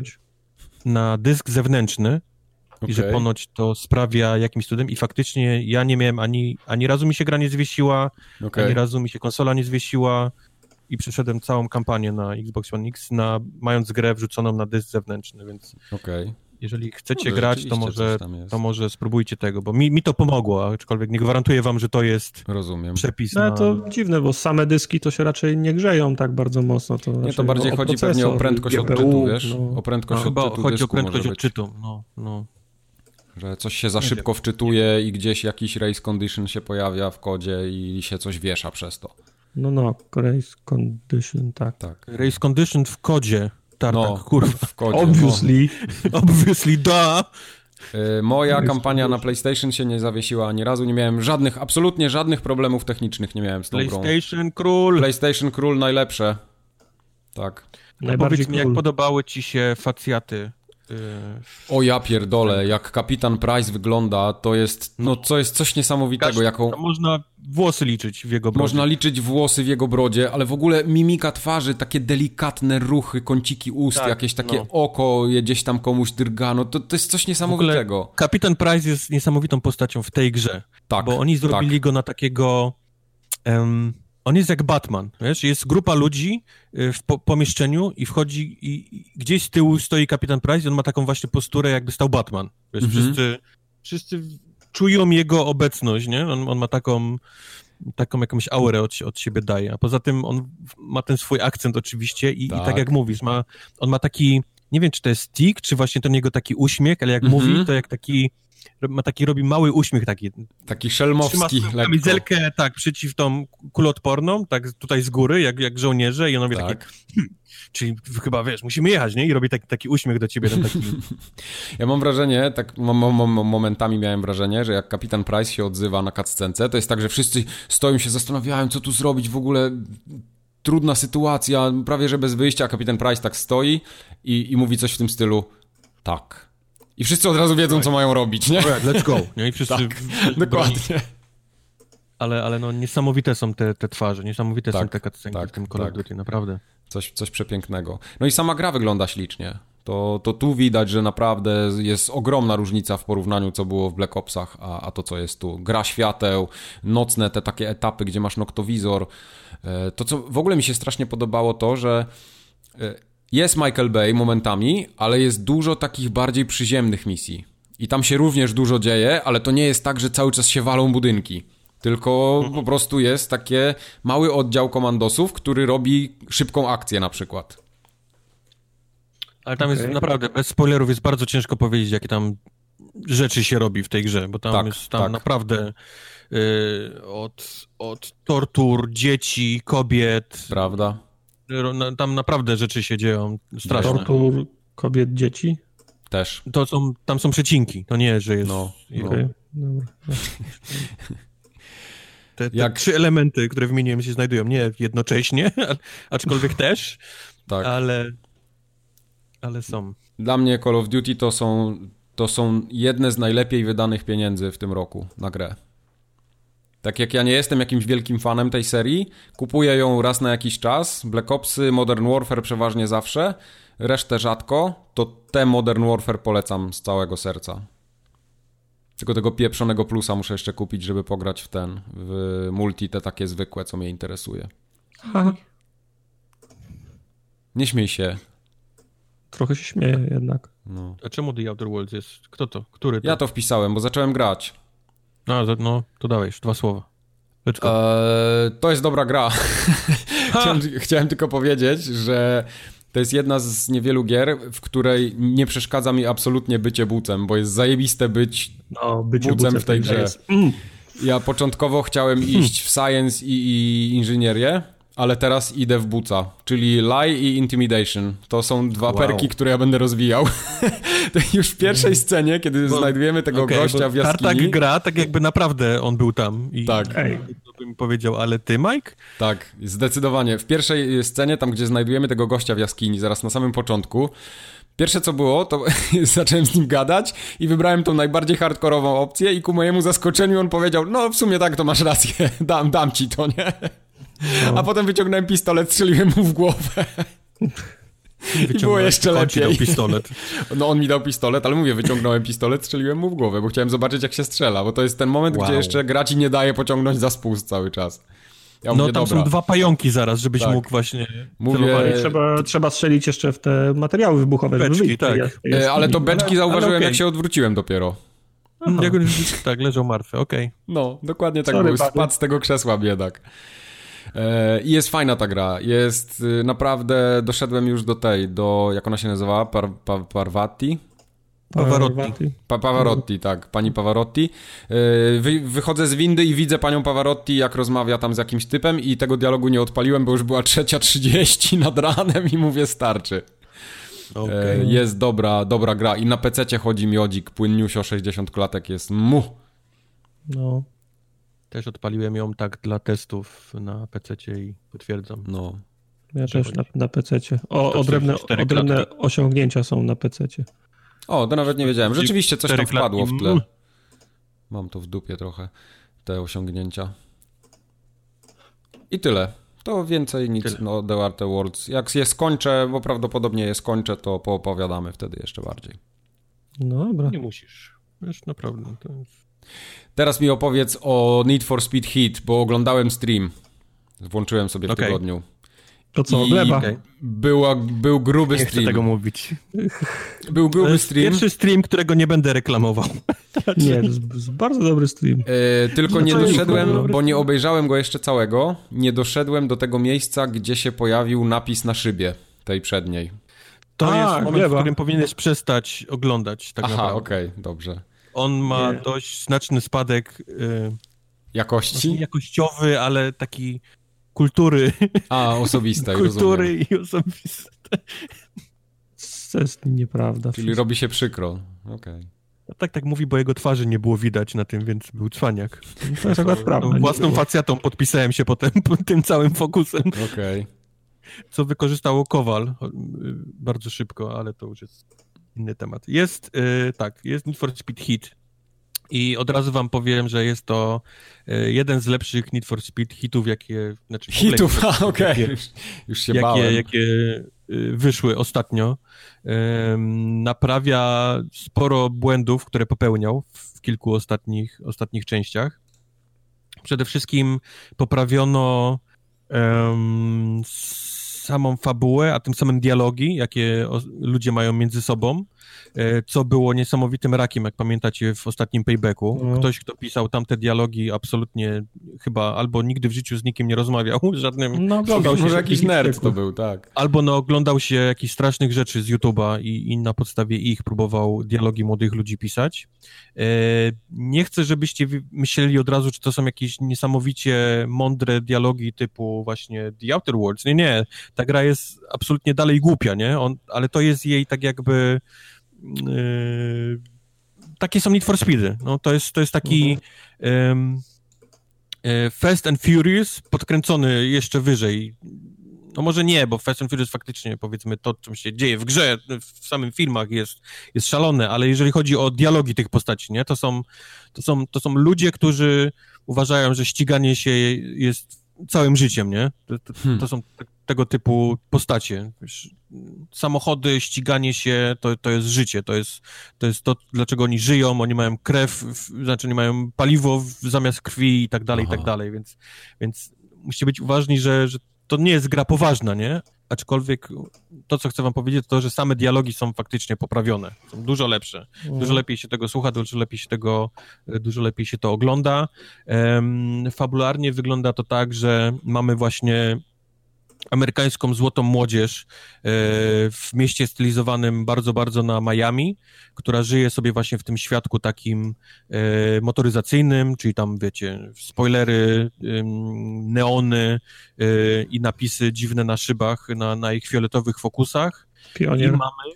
na dysk zewnętrzny. I że ponoć to sprawia jakimś cudem i faktycznie ja nie miałem ani razu mi się gra nie zwiesiła, ani razu mi się konsola nie zwiesiła i przeszedłem całą kampanię na Xbox One X, mając grę wrzuconą na dysk zewnętrzny, więc jeżeli chcecie grać, to może spróbujcie tego, bo mi to pomogło, aczkolwiek nie gwarantuję wam, że to jest przepis. No to dziwne, bo same dyski to się raczej nie grzeją tak bardzo mocno. To bardziej chodzi pewnie o prędkość odczytu, wiesz? O prędkość odczytu chodzi o prędkość odczytu, no. Że coś się za szybko wczytuje i gdzieś jakiś race condition się pojawia w kodzie i się coś wiesza przez to. No, race condition, tak. Race condition w kodzie, kurwa. W kodzie. Obviously, da. Moja kampania na PlayStation się nie zawiesiła ani razu, nie miałem absolutnie żadnych problemów technicznych nie miałem z tą grą. PlayStation Król najlepsze. Tak. Powiedz mi, jak podobały ci się facjaty? O ja pierdolę, jak Kapitan Price wygląda, to jest coś niesamowitego. Można włosy liczyć w jego brodzie. Można liczyć włosy w jego brodzie, ale w ogóle mimika twarzy, takie delikatne ruchy, kąciki ust, jakieś takie oko gdzieś tam komuś drga, to jest coś niesamowitego. Kapitan Price jest niesamowitą postacią w tej grze, bo oni zrobili go na takiego... On jest jak Batman, wiesz, jest grupa ludzi w pomieszczeniu i wchodzi i gdzieś z tyłu stoi Kapitan Price i on ma taką właśnie posturę, jakby stał Batman. Wiesz, wszyscy czują jego obecność, nie? On ma taką jakąś aurę od siebie daje, a poza tym on ma ten swój akcent oczywiście i tak jak mówisz, on ma taki, nie wiem czy to jest tik, czy właśnie ten jego taki uśmiech, ale jak mówi, to jak robi mały uśmiech taki szelmowski lekko. Kamizelkę, przeciw tą kuloodporną, tak tutaj z góry, jak żołnierze i on robi taki, czyli chyba, wiesz, musimy jechać, nie? I robi taki uśmiech do ciebie. Taki... Ja mam wrażenie, momentami miałem wrażenie, że jak Kapitan Price się odzywa na cutscence, to jest tak, że wszyscy stoją się zastanawiają, co tu zrobić w ogóle... Trudna sytuacja, prawie że bez wyjścia, a Kapitan Price tak stoi i mówi coś w tym stylu tak. I wszyscy od razu wiedzą, co mają robić, nie? Let's go. Nie? I wszyscy dokładnie. Ale niesamowite są te twarze, niesamowite są te cutscenki w tym Call of Duty, naprawdę. Coś przepięknego. No i sama gra wygląda ślicznie. To tu widać, że naprawdę jest ogromna różnica w porównaniu, co było w Black Opsach, a to, co jest tu. Gra świateł, nocne te takie etapy, gdzie masz noktowizor. To, co w ogóle mi się strasznie podobało, to, że jest Michael Bay momentami, ale jest dużo takich bardziej przyziemnych misji. I tam się również dużo dzieje, ale to nie jest tak, że cały czas się walą budynki. Tylko po prostu jest takie mały oddział komandosów, który robi szybką akcję na przykład. Ale tam jest naprawdę, bez spoilerów jest bardzo ciężko powiedzieć, jakie tam rzeczy się robi w tej grze, bo tam jest naprawdę od tortur dzieci, kobiet. Prawda. Tam naprawdę rzeczy się dzieją straszne. Tortur kobiet, dzieci? Też. Tam są przecinki, to nie, że jest... Dobra. Te 3 elementy, które wymieniłem, się znajdują nie jednocześnie, aczkolwiek też, ale są. Dla mnie Call of Duty to są jedne z najlepiej wydanych pieniędzy w tym roku na grę. Tak jak ja nie jestem jakimś wielkim fanem tej serii, kupuję ją raz na jakiś czas, Black Opsy, Modern Warfare przeważnie zawsze, resztę rzadko, to te Modern Warfare polecam z całego serca. Tylko tego pieprzonego plusa muszę jeszcze kupić, żeby pograć w multi, te takie zwykłe, co mnie interesuje. Aha. Nie śmiej się. Trochę się śmieję jednak. No. A czemu The Outer Worlds jest? Kto to? Który to? Ja to wpisałem, bo zacząłem grać. No, to dawaj, już 2 słowa. To jest dobra gra. Chciałem tylko powiedzieć, że to jest jedna z niewielu gier, w której nie przeszkadza mi absolutnie bycie bucem, bo jest zajebiste być bucem w tej grze. Ja początkowo chciałem iść w science i inżynierię, ale teraz idę w buca, czyli lie i intimidation. To są 2 perki, które ja będę rozwijał. To już w pierwszej scenie, kiedy znajdujemy tego gościa w jaskini. Tartak gra tak jakby naprawdę on był tam. I tak. To bym powiedział, ale ty, Mike? Tak, zdecydowanie. W pierwszej scenie, tam gdzie znajdujemy tego gościa w jaskini, zaraz na samym początku, pierwsze co było, to zacząłem z nim gadać i wybrałem tą najbardziej hardkorową opcję i ku mojemu zaskoczeniu on powiedział, no w sumie tak, to masz rację, dam ci to, nie? No. A potem wyciągnąłem pistolet, strzeliłem mu w głowę. I było jeszcze lepiej. Dał pistolet. No on mi dał pistolet, ale mówię, wyciągnąłem pistolet, strzeliłem mu w głowę, bo chciałem zobaczyć jak się strzela, bo to jest ten moment, gdzie jeszcze gra ci nie daje pociągnąć za spust cały czas. Ja mówię, tam są 2 pająki zaraz, żebyś mógł właśnie Trzeba strzelić jeszcze w te materiały wybuchowe, beczki, żeby wyjść. Tak. Ale to beczki zauważyłem, jak się odwróciłem dopiero. Jak on już tak leżał martwy, okej. No, dokładnie tak było. Spadł z tego krzesła biedak. I jest fajna ta gra. Jest naprawdę, doszedłem już do jak ona się nazywała? Parvati? Pavarotti, tak, pani Pavarotti. Wychodzę z windy i widzę panią Pavarotti, jak rozmawia tam z jakimś typem i tego dialogu nie odpaliłem, bo już była 3:30 nad ranem i mówię, starczy. Okay. Jest dobra gra i na PC-cie chodzi miodzik, płynniusio 60 klatek jest No. Też odpaliłem ją tak dla testów na PC-cie i potwierdzam. No. Ja też na PC-cie. Odrębne osiągnięcia są na PC-cie. O, to nawet nie wiedziałem. Rzeczywiście coś tam wpadło w tle. Mam to w dupie trochę, te osiągnięcia. I tyle. To więcej nic, The Outer Worlds. Jak je skończę, bo prawdopodobnie je skończę, to poopowiadamy wtedy jeszcze bardziej. No dobra. Nie musisz. Wiesz, naprawdę. To jest... Teraz mi opowiedz o Need for Speed Heat, bo oglądałem stream. Włączyłem sobie w tygodniu. To co, gleba? Był gruby nie stream. Nie chcę tego mówić. Był gruby stream. Pierwszy stream, którego nie będę reklamował. Nie, to jest bardzo dobry stream. Tylko nie doszedłem, bo nie obejrzałem go jeszcze całego, nie doszedłem do tego miejsca, gdzie się pojawił napis na szybie, tej przedniej. To jest moment, w którym powinieneś przestać oglądać tak naprawdę. Okej, dobrze. On ma dość znaczny spadek jakości? Jakościowy, ale taki kultury. Osobiste. Kultury i osobiste. To jest nieprawda. Czyli robi się przykro. Okej. No tak mówi, bo jego twarzy nie było widać na tym, więc był cwaniak. To jest akurat prawda. Własną facjatą podpisałem się potem tym całym fokusem. Okej. Co wykorzystało Kowal bardzo szybko, ale to już jest inny temat. Jest Need for Speed Heat. I od razu wam powiem, że jest to jeden z lepszych Need for Speed hitów, jakie... Już się bałem. Jakie wyszły ostatnio. Naprawia sporo błędów, które popełniał w kilku ostatnich częściach. Przede wszystkim poprawiono samą fabułę, a tym samym dialogi, jakie ludzie mają między sobą, co było niesamowitym rakiem, jak pamiętacie w ostatnim Paybacku. Ktoś, kto pisał tamte dialogi, absolutnie chyba albo nigdy w życiu z nikim nie rozmawiał, żadnym... oglądał się, może jakiś nerd to był, tak. Albo oglądał się jakichś strasznych rzeczy z YouTube'a i na podstawie ich próbował dialogi młodych ludzi pisać. Nie chcę, żebyście myśleli od razu, czy to są jakieś niesamowicie mądre dialogi typu właśnie The Outer Worlds. Nie. Ta gra jest absolutnie dalej głupia, nie? Ale to jest jej tak jakby... takie są Need for Speedy. No, to jest taki Fast and Furious podkręcony jeszcze wyżej. No może nie, bo Fast and Furious faktycznie, powiedzmy, to, czym się dzieje w grze, w samym filmach jest szalone, ale jeżeli chodzi o dialogi tych postaci, nie? To są ludzie, którzy uważają, że ściganie się jest całym życiem, nie? To są tego typu postacie. Wiesz, samochody, ściganie się, to jest życie, to jest to, dlaczego oni żyją, oni mają krew, znaczy oni mają paliwo zamiast krwi i tak dalej, więc musicie być uważni, że to nie jest gra poważna, nie? Aczkolwiek to, co chcę wam powiedzieć, to, że same dialogi są faktycznie poprawione. Są dużo lepsze. Dużo lepiej się tego słucha, dużo lepiej się to ogląda. Fabularnie wygląda to tak, że mamy właśnie amerykańską złotą młodzież w mieście stylizowanym bardzo, bardzo na Miami, która żyje sobie właśnie w tym świadku takim motoryzacyjnym, czyli tam, wiecie, spoilery, neony i napisy dziwne na szybach, na ich fioletowych fokusach. Pionier. I mamy...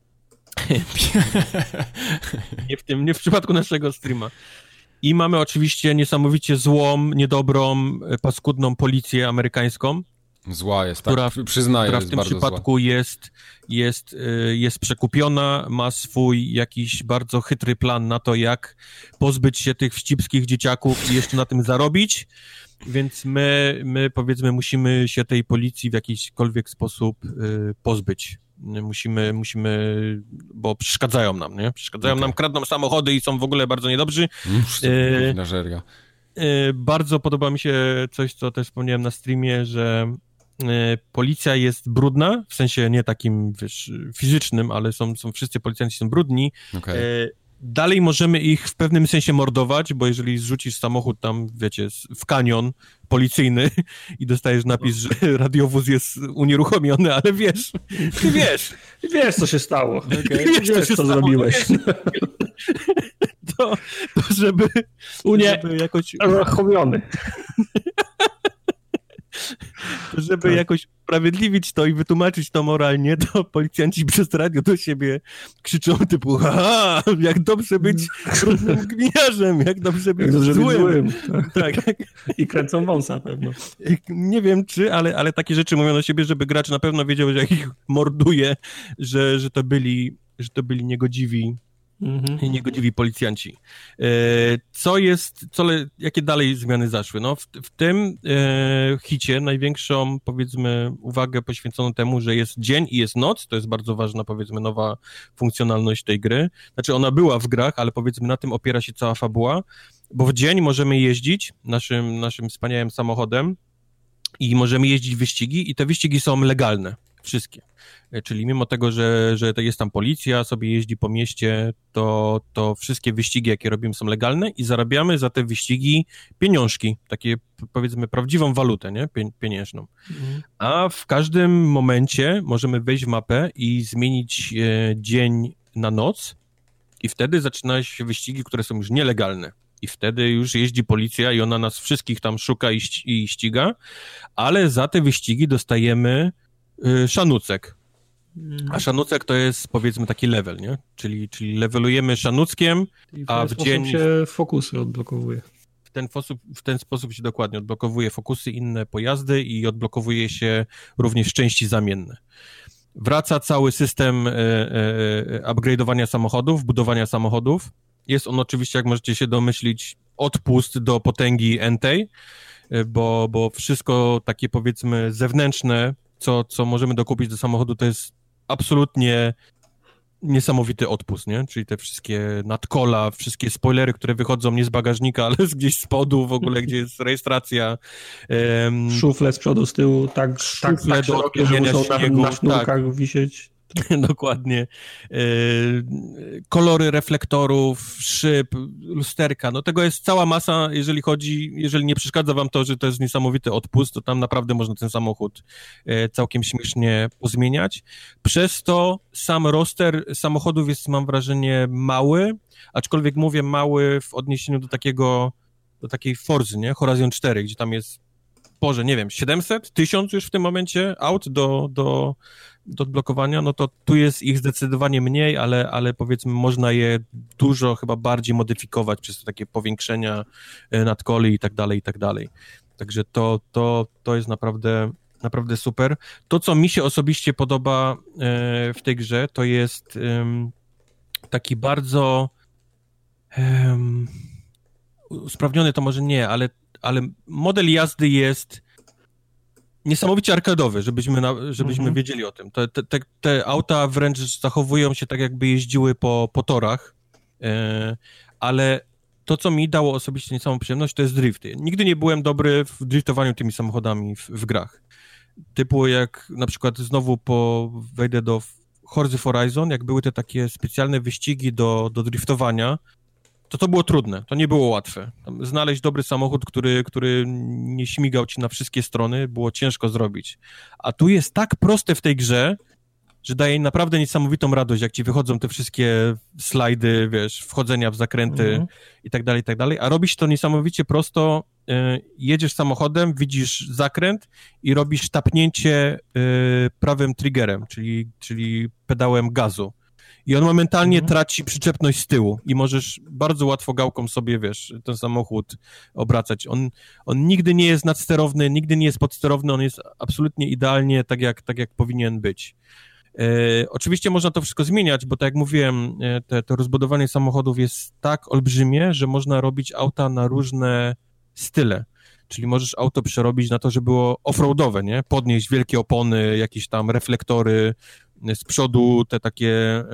nie w przypadku naszego streama. I mamy oczywiście niesamowicie złą, niedobrą, paskudną policję amerykańską. Zła jest, która, tak, przyznaję, która jest w tym bardzo przypadku zła. jest przekupiona, ma swój jakiś bardzo chytry plan na to, jak pozbyć się tych wścibskich dzieciaków i jeszcze na tym zarobić, więc my powiedzmy musimy się tej policji w jakikolwiek sposób pozbyć. Musimy, bo przeszkadzają nam, nie? Przeszkadzają nam, kradną samochody i są w ogóle bardzo niedobrzy. Żerga. Bardzo podoba mi się coś, co też wspomniałem na streamie, że policja jest brudna, w sensie nie takim, wiesz, fizycznym, ale są wszyscy policjanci są brudni. Okay. Dalej możemy ich w pewnym sensie mordować, bo jeżeli zrzucisz samochód tam, wiecie, w kanion policyjny i dostajesz napis, że radiowóz jest unieruchomiony, ale wiesz, ty wiesz, co się stało. Okay. Wiesz, co zrobiłeś. To żeby jakoś... unieruchomiony. Żeby jakoś usprawiedliwić to i wytłumaczyć to moralnie, to policjanci przez radio do siebie krzyczą typu haha, jak dobrze być trudnym gliniarzem, jak dobrze być złym. Tak. I kręcą wąsa pewno. Nie wiem czy, ale takie rzeczy mówią do siebie, żeby gracz na pewno wiedział, że jak ich morduje, że to byli niegodziwi. Niegodziwi policjanci. Jakie dalej zmiany zaszły? No, w tym hicie największą, powiedzmy, uwagę poświęcono temu, że jest dzień i jest noc, to jest bardzo ważna, powiedzmy, nowa funkcjonalność tej gry. Znaczy ona była w grach, ale powiedzmy na tym opiera się cała fabuła, bo w dzień możemy jeździć naszym wspaniałym samochodem i możemy jeździć wyścigi i te wyścigi są legalne. Wszystkie. Czyli mimo tego, że to jest tam policja, sobie jeździ po mieście, to wszystkie wyścigi, jakie robimy, są legalne i zarabiamy za te wyścigi pieniążki, takie powiedzmy prawdziwą walutę, nie? Pieniężną. A w każdym momencie możemy wejść w mapę i zmienić dzień na noc i wtedy zaczynają się wyścigi, które są już nielegalne. I wtedy już jeździ policja i ona nas wszystkich tam szuka i ściga, ale za te wyścigi dostajemy szanucek. A szanucek to jest, powiedzmy, taki level, nie? Czyli levelujemy szanuckiem, a w dzień... się fokusy odblokowuje. W ten sposób się dokładnie odblokowuje fokusy, inne pojazdy i odblokowuje się również części zamienne. Wraca cały system upgrade'owania samochodów, budowania samochodów. Jest on oczywiście, jak możecie się domyślić, odpust do potęgi Entei, bo wszystko takie, powiedzmy, zewnętrzne, co możemy dokupić do samochodu, to jest absolutnie niesamowity odpust, nie? Czyli te wszystkie nadkola, wszystkie spoilery, które wychodzą nie z bagażnika, ale gdzieś z spodu w ogóle, gdzie jest rejestracja. Szufle z przodu, z tyłu, tak szerokie, że muszą na sznurkach wisieć. Dokładnie. Kolory reflektorów, szyb, lusterka, no tego jest cała masa, jeżeli nie przeszkadza wam to, że to jest niesamowity odpust, to tam naprawdę można ten samochód całkiem śmiesznie pozmieniać. Przez to sam roster samochodów jest, mam wrażenie, mały, aczkolwiek mówię mały w odniesieniu do takiej Forzy, nie? Horizon 4, gdzie tam jest, nie wiem, 700, 1000 już w tym momencie aut do odblokowania, no to tu jest ich zdecydowanie mniej, ale powiedzmy można je dużo chyba bardziej modyfikować przez takie powiększenia nadkoli i tak dalej. Także to jest naprawdę super. To, co mi się osobiście podoba w tej grze, to jest taki bardzo usprawniony to może nie, ale model jazdy jest niesamowicie arkadowy, żebyśmy wiedzieli o tym. Te auta wręcz zachowują się tak, jakby jeździły po torach, ale to, co mi dało osobiście niesamą przyjemność, to jest drifty. Nigdy nie byłem dobry w driftowaniu tymi samochodami w grach. Typu jak na przykład znowu wejdę do Forza Horizon, jak były te takie specjalne wyścigi do driftowania, to było trudne, to nie było łatwe. Znaleźć dobry samochód, który nie śmigał ci na wszystkie strony, było ciężko zrobić. A tu jest tak proste w tej grze, że daje naprawdę niesamowitą radość, jak ci wychodzą te wszystkie slajdy, wiesz, wchodzenia w zakręty i tak dalej, a robisz to niesamowicie prosto, jedziesz samochodem, widzisz zakręt i robisz tapnięcie prawym triggerem, czyli pedałem gazu. I on momentalnie traci przyczepność z tyłu i możesz bardzo łatwo gałką sobie, wiesz, ten samochód obracać. On nigdy nie jest nadsterowny, nigdy nie jest podsterowny, on jest absolutnie idealnie tak jak powinien być. Oczywiście można to wszystko zmieniać, bo tak jak mówiłem, to rozbudowanie samochodów jest tak olbrzymie, że można robić auta na różne style. Czyli możesz auto przerobić na to, żeby było offroadowe, nie? Podnieść wielkie opony, jakieś tam reflektory, z przodu te takie,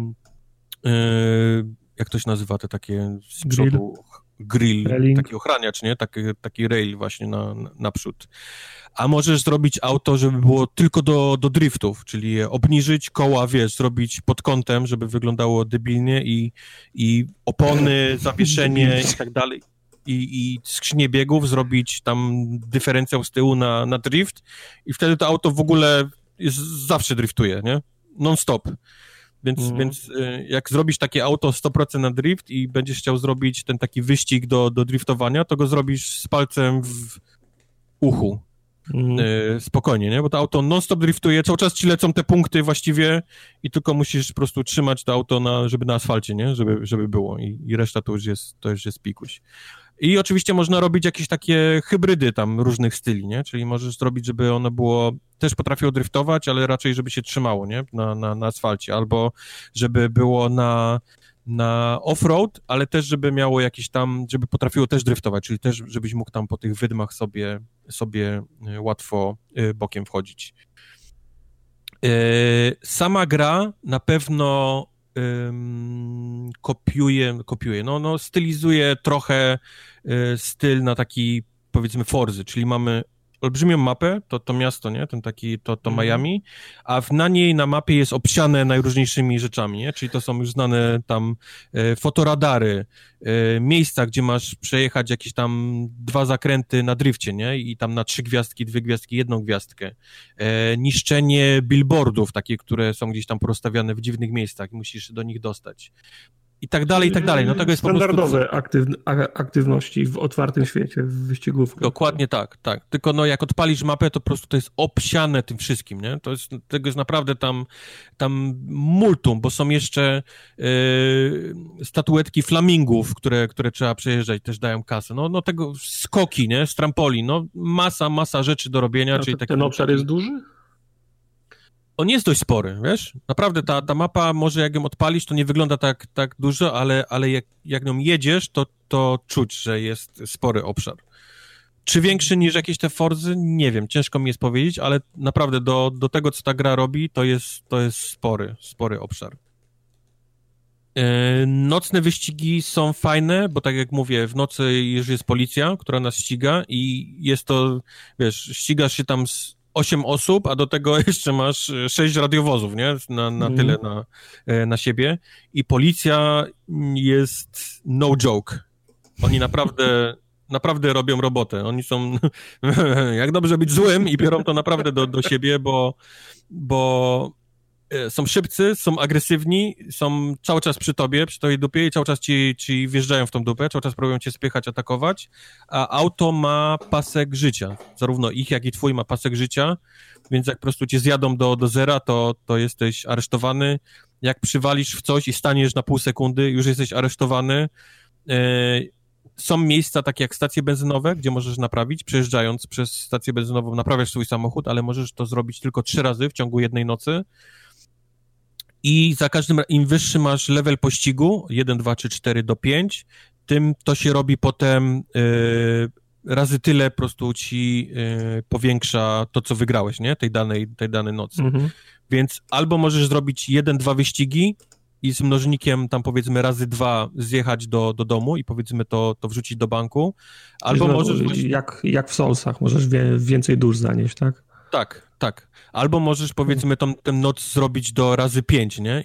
jak to się nazywa, te takie z przodu grill, taki ochraniacz, nie? Taki rail właśnie naprzód. A możesz zrobić auto, żeby było tylko do driftów, czyli obniżyć koła, wiesz, zrobić pod kątem, żeby wyglądało debilnie i opony, zawieszenie i tak dalej. I skrzynię biegów, zrobić tam dyferencjał z tyłu na drift i wtedy to auto w ogóle zawsze driftuje, nie? Non-stop. Więc jak zrobisz takie auto 100% na drift i będziesz chciał zrobić ten taki wyścig do driftowania, to go zrobisz z palcem w uchu. Spokojnie, nie? Bo to auto non-stop driftuje, cały czas ci lecą te punkty właściwie i tylko musisz po prostu trzymać to auto, żeby na asfalcie, nie? Żeby było i reszta to już jest pikuś. I oczywiście można robić jakieś takie hybrydy tam różnych styli, nie? Czyli możesz zrobić, żeby ono było, też potrafiło driftować, ale raczej żeby się trzymało, nie? Na asfalcie, albo żeby było na off-road, ale też żeby miało jakieś tam, żeby potrafiło też driftować, czyli też żebyś mógł tam po tych wydmach sobie łatwo bokiem wchodzić. Sama gra na pewno kopiuje, no stylizuje trochę styl na taki, powiedzmy, Forzy, czyli mamy olbrzymią mapę, to miasto, nie? To Miami, a na niej na mapie jest obsiane najróżniejszymi rzeczami, nie? Czyli to są już znane tam fotoradary, miejsca, gdzie masz przejechać jakieś tam 2 zakręty na drifcie, nie? I tam na 3 gwiazdki, 2 gwiazdki, 1 gwiazdkę. Niszczenie billboardów, takie, które są gdzieś tam porozstawiane w dziwnych miejscach i musisz do nich dostać. I tak dalej, i tak dalej. No tego jest standardowe aktywności w otwartym świecie, w wyścigówkach. Dokładnie tak. Tylko no jak odpalisz mapę, to po prostu to jest obsiane tym wszystkim, nie? Tego jest naprawdę tam multum, bo są jeszcze statuetki flamingów, które trzeba przejeżdżać, też dają kasę. No tego skoki, nie? Z trampolin, no masa rzeczy do robienia. Czyli ten obszar jest duży? On jest dość spory, wiesz? Naprawdę ta mapa, może jak ją odpalisz, to nie wygląda tak dużo, ale jak nią jedziesz, to czuć, że jest spory obszar. Czy większy niż jakieś te Forzy? Nie wiem, ciężko mi jest powiedzieć, ale naprawdę do tego, co ta gra robi, to jest spory obszar. Nocne wyścigi są fajne, bo tak jak mówię, w nocy już jest policja, która nas ściga i jest to, wiesz, ścigasz się tam z 8 osób, a do tego jeszcze masz 6 radiowozów, nie? Na tyle na siebie. I policja jest no joke. Oni naprawdę robią robotę. Oni są jak dobrze być złym i biorą to naprawdę do siebie, bo są szybcy, są agresywni, są cały czas przy tobie, przy twojej dupie i cały czas ci wjeżdżają w tą dupę, cały czas próbują cię spychać, atakować, a auto ma pasek życia. Zarówno ich, jak i twój ma pasek życia, więc jak po prostu cię zjadą do zera, to jesteś aresztowany. Jak przywalisz w coś i staniesz na pół sekundy, już jesteś aresztowany. Są miejsca takie jak stacje benzynowe, gdzie możesz naprawić, przejeżdżając przez stację benzynową, naprawiasz swój samochód, ale możesz to zrobić tylko 3 razy w ciągu jednej nocy. I za każdym, im wyższy masz level pościgu, 1, 2, 3, 4 do 5, tym to się robi potem razy tyle po prostu ci powiększa to, co wygrałeś, nie? Tej danej nocy. Więc albo możesz zrobić 1-2 wyścigi i z mnożnikiem tam powiedzmy razy 2 zjechać do domu i powiedzmy to wrzucić do banku, albo możesz... Jak w Soulsach, możesz więcej dusz zanieść, tak? Tak. Albo możesz powiedzmy tę noc zrobić do razy 5, nie?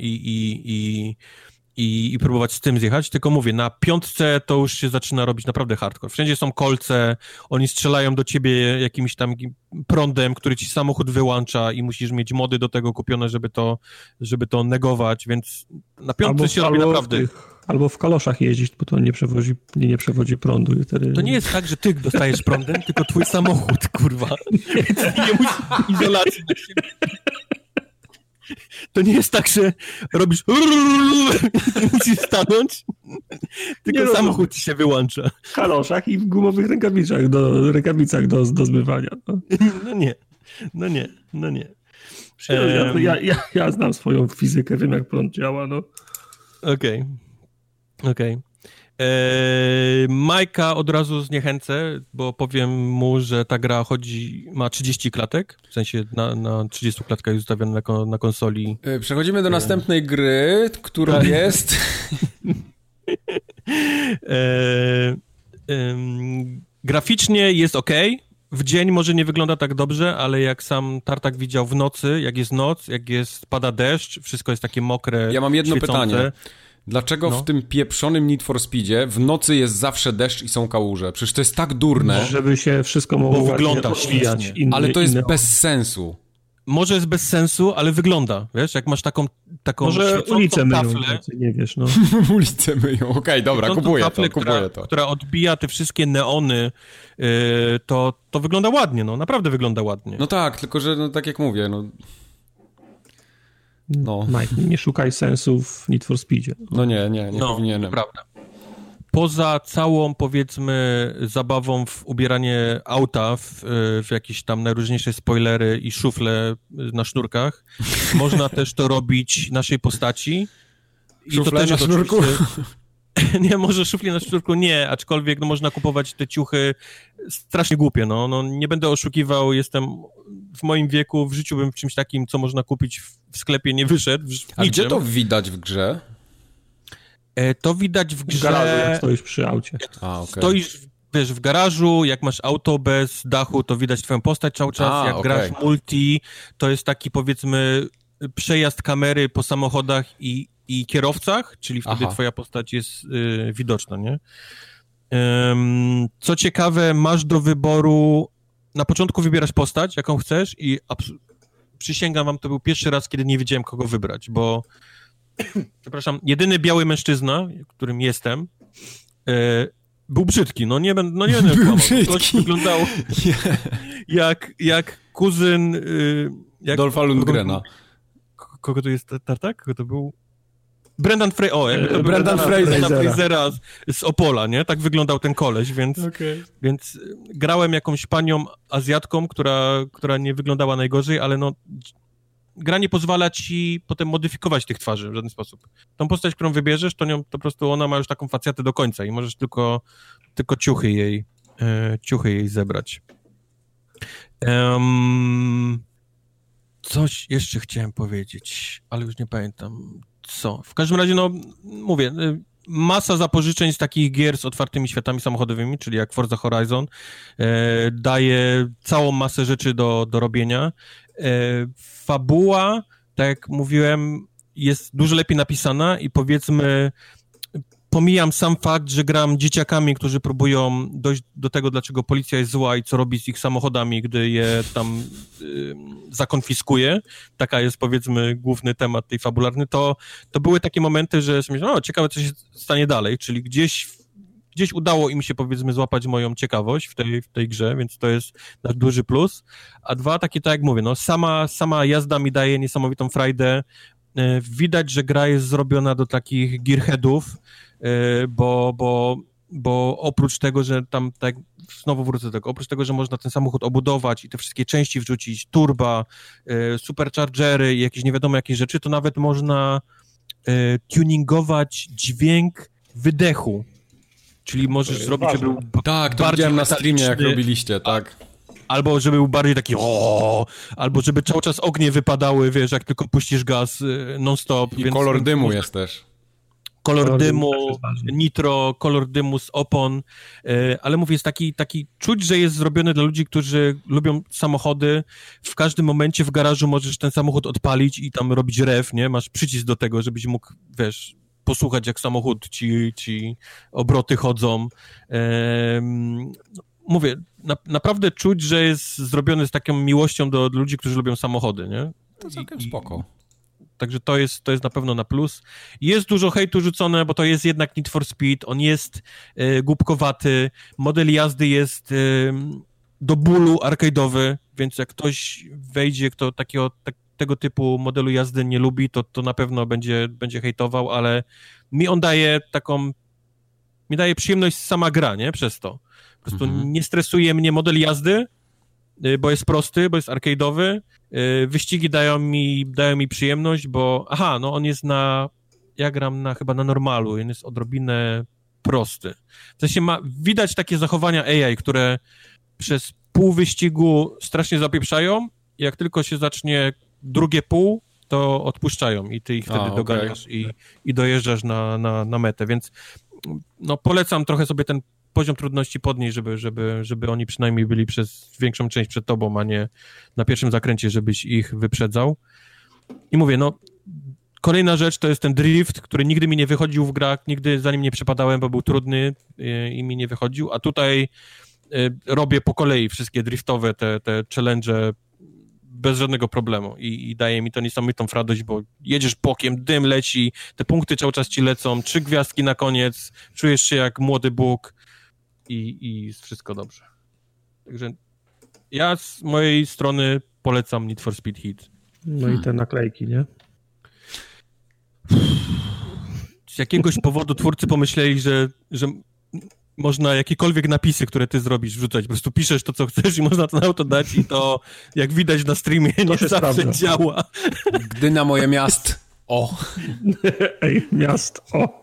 I próbować z tym zjechać, tylko mówię, na 5 to już się zaczyna robić naprawdę hardcore. Wszędzie są kolce, oni strzelają do ciebie jakimś tam prądem, który ci samochód wyłącza i musisz mieć mody do tego kupione, żeby to negować, więc na 5 się robi naprawdę... Albo w kaloszach jeździć, bo to nie przewodzi prądu. I wtedy... To nie jest tak, że ty dostajesz prądem, tylko twój samochód, kurwa. Więc nie musisz izolacji na siebie. To nie jest tak, że robisz musisz stanąć, tylko samochód ci się wyłącza. W kaloszach i w gumowych rękawicach do zmywania. No nie. Ja znam swoją fizykę, wiem jak prąd działa, no. Okej. Majka od razu zniechęcę, bo powiem mu, że ta gra ma 30 klatek, w sensie na 30 klatkach jest ustawione na konsoli. Przechodzimy do następnej gry, którą jest... Graficznie jest okej. W dzień może nie wygląda tak dobrze, ale jak sam Tartak widział w nocy, jak jest noc, pada deszcz, wszystko jest takie mokre, Ja mam jedno świecące. pytanie. Dlaczego w tym pieprzonym Need for Speedzie w nocy jest zawsze deszcz i są kałuże? Przecież to jest tak durne. Żeby się wszystko mogło wygląda ślicznie. Ale to jest bez sensu. Może jest bez sensu, ale wygląda, wiesz, jak masz taką może ulicę myją, nie wiesz, no. Ulicę myją, okej, dobra, kupuję to. Która odbija te wszystkie neony, to wygląda ładnie, no, naprawdę wygląda ładnie. No tak, tylko że, no, tak jak mówię, Mike, nie szukaj sensu w Need for Speedzie. No nie powinienem. Prawda. Poza całą, powiedzmy, zabawą w ubieranie auta w jakieś tam najróżniejsze spoilery i szufle na sznurkach, można też to robić naszej postaci. Szufle na sznurku? Nie, może szufli na sznurku nie, aczkolwiek można kupować te ciuchy strasznie głupie, no nie będę oszukiwał, jestem w moim wieku, w życiu bym w czymś takim, co można kupić w sklepie, nie wyszedł. A gdzie to widać w grze? To widać w grze... W garażu, jak stoisz przy aucie. Stoisz, wiesz, w garażu, jak masz auto bez dachu, to widać twoją postać cały czas, jak grasz multi, to jest taki, powiedzmy, przejazd kamery po samochodach i kierowcach, czyli wtedy twoja postać jest widoczna, nie? Co ciekawe, masz do wyboru, na początku wybierasz postać, jaką chcesz i przysięgam wam, to był pierwszy raz, kiedy nie wiedziałem, kogo wybrać, bo przepraszam, jedyny biały mężczyzna, którym jestem, był brzydki, nie będę kłamał. Ktoś wyglądał jak kuzyn... Dolpha Lundgrena. Kogo to jest Tartak? Kogo to był? Brendan Fraser. Brendan Frasera z Opola, nie? Tak wyglądał ten koleś, więc grałem jakąś panią Azjatką, która nie wyglądała najgorzej, ale gra nie pozwala ci potem modyfikować tych twarzy w żaden sposób. Tą postać, którą wybierzesz, to po prostu ona ma już taką facjatę do końca i możesz tylko ciuchy jej zebrać. Coś jeszcze chciałem powiedzieć, ale już nie pamiętam co. W każdym razie, mówię, masa zapożyczeń z takich gier z otwartymi światami samochodowymi, czyli jak Forza Horizon, daje całą masę rzeczy do robienia. Fabuła, tak jak mówiłem, jest dużo lepiej napisana i powiedzmy, pomijam sam fakt, że gram dzieciakami, którzy próbują dojść do tego, dlaczego policja jest zła i co robi z ich samochodami, gdy je tam zakonfiskuje. Taka jest, powiedzmy, główny temat tej fabularny. To były takie momenty, że sobie myślałem, ciekawe, co się stanie dalej, czyli gdzieś udało im się, powiedzmy, złapać moją ciekawość w tej grze, więc to jest nasz duży plus. A dwa, takie tak jak mówię, sama jazda mi daje niesamowitą frajdę. Widać, że gra jest zrobiona do takich gearheadów, bo oprócz tego, że tam, tak znowu wrócę do tego, oprócz tego, że można ten samochód obudować i te wszystkie części wrzucić, turba, superchargery i jakieś nie wiadomo jakie rzeczy, to nawet można tuningować dźwięk wydechu Czyli możesz zrobić, żeby był tak, to widziałem na streamie, jak robiliście, tak. Albo żeby był bardziej taki albo żeby cały czas ognie wypadały, wiesz, jak tylko puścisz gaz non-stop. I więc kolor dymu jest też. Kolor dymu, nitro, kolor dymu z opon, ale mówię, jest taki czuć, że jest zrobiony dla ludzi, którzy lubią samochody. W każdym momencie w garażu możesz ten samochód odpalić i tam robić rew, nie? Masz przycisk do tego, żebyś mógł, wiesz, posłuchać, jak samochód ci obroty chodzą. Mówię, naprawdę czuć, że jest zrobiony z taką miłością do ludzi, którzy lubią samochody, nie? To całkiem spoko. Także to jest na pewno na plus. Jest dużo hejtu rzucone, bo to jest jednak Need for Speed, on jest głupkowaty, model jazdy jest do bólu arcade'owy, więc jak ktoś wejdzie, kto tego typu modelu jazdy nie lubi, to na pewno będzie hejtował, ale mi daje przyjemność sama gra, nie? Przez to. Po prostu nie stresuje mnie model jazdy, bo jest prosty, bo jest arcade'owy. Wyścigi dają mi przyjemność, bo on jest ja gram chyba na normalu, on jest odrobinę prosty. W sensie widać takie zachowania AI, które przez pół wyścigu strasznie zapieprzają i jak tylko się zacznie drugie pół, to odpuszczają i ty ich wtedy doganiasz i dojeżdżasz na metę, więc polecam trochę sobie ten poziom trudności podnieść, żeby oni przynajmniej byli przez większą część przed tobą, a nie na pierwszym zakręcie, żebyś ich wyprzedzał. I mówię, kolejna rzecz to jest ten drift, który nigdy mi nie wychodził w grach, nigdy za nim nie przepadałem, bo był trudny i mi nie wychodził, a tutaj robię po kolei wszystkie driftowe te challenge bez żadnego problemu i daje mi to niesamowitą radość, bo jedziesz bokiem, dym leci, te punkty cały czas ci lecą, 3 gwiazdki na koniec, czujesz się jak młody Bóg i jest wszystko dobrze. Także ja z mojej strony polecam Need for Speed Heat. No i te naklejki, nie? Z jakiegoś powodu twórcy pomyśleli, że można jakiekolwiek napisy, które ty zrobisz, wrzucać. Po prostu piszesz to, co chcesz i można to na auto dać i to, jak widać na streamie, nie zawsze działa. Gdy moje miast. Ej, miast.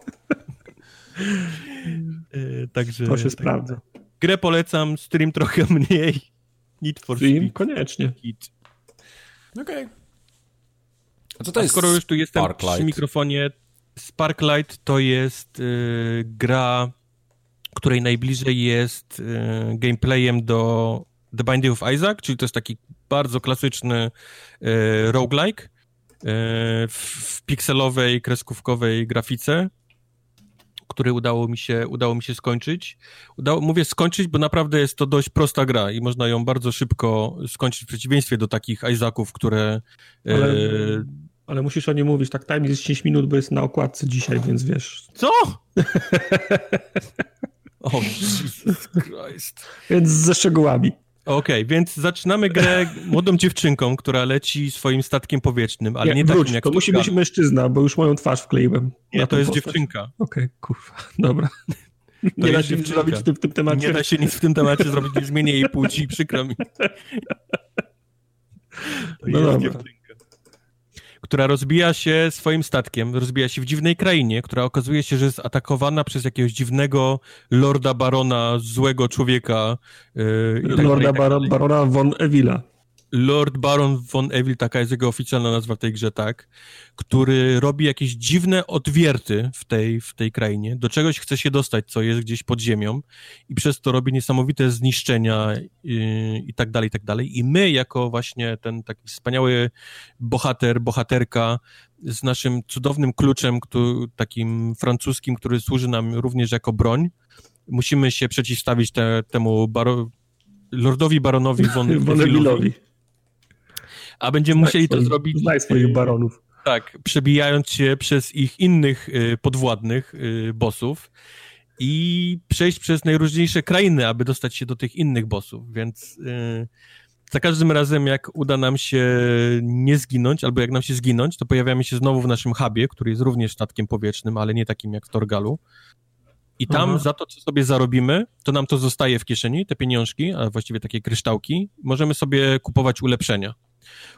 Także to się sprawdza. Grę polecam, stream trochę mniej. Need for Speed. Koniecznie. Okej. A co to jest? Skoro już tu jestem Sparklight? Przy mikrofonie, Sparklight to jest gra, której najbliżej jest gameplayem do The Binding of Isaac, czyli to jest taki bardzo klasyczny roguelike w pikselowej, kreskówkowej grafice, który udało mi się skończyć. Mówię skończyć, bo naprawdę jest to dość prosta gra i można ją bardzo szybko skończyć w przeciwieństwie do takich Isaaców, które... Ale musisz o nie mówić, tak time jest 10 minut, bo jest na okładce dzisiaj, więc wiesz... Co? O, Jesus Christ. Więc ze szczegółami. Okej, więc zaczynamy grę młodą dziewczynką, która leci swoim statkiem powietrznym, ale nie takim jak to musi być mężczyzna, bo już moją twarz wkleiłem. Nie, to jest dziewczynka. Okej, kurwa, dobra. Nie da się nic zrobić w tym temacie. Nie da się nic w tym temacie zrobić, nie zmienię jej płci, przykro mi. To jest dziewczynka, która rozbija się swoim statkiem, rozbija się w dziwnej krainie, która okazuje się, że jest atakowana przez jakiegoś dziwnego lorda barona, złego człowieka. Lorda barona von Evila. Lord Baron von Evil, taka jest jego oficjalna nazwa w tej grze, tak, który robi jakieś dziwne odwierty w tej krainie, do czegoś chce się dostać, co jest gdzieś pod ziemią i przez to robi niesamowite zniszczenia i tak dalej, i tak dalej. I my jako właśnie ten taki wspaniały bohaterka z naszym cudownym kluczem, takim francuskim, który służy nam również jako broń, musimy się przeciwstawić temu Lordowi Baronowi von Evilowi. A będziemy musieli to zrobić... Znaj swoich baronów. Tak, przebijając się przez ich innych podwładnych bossów i przejść przez najróżniejsze krainy, aby dostać się do tych innych bossów, więc za każdym razem, jak uda nam się nie zginąć, albo jak nam się zginąć, to pojawiamy się znowu w naszym hubie, który jest również statkiem powietrznym, ale nie takim jak w Torgalu. I tam za to, co sobie zarobimy, to nam to zostaje w kieszeni, te pieniążki, a właściwie takie kryształki, możemy sobie kupować ulepszenia.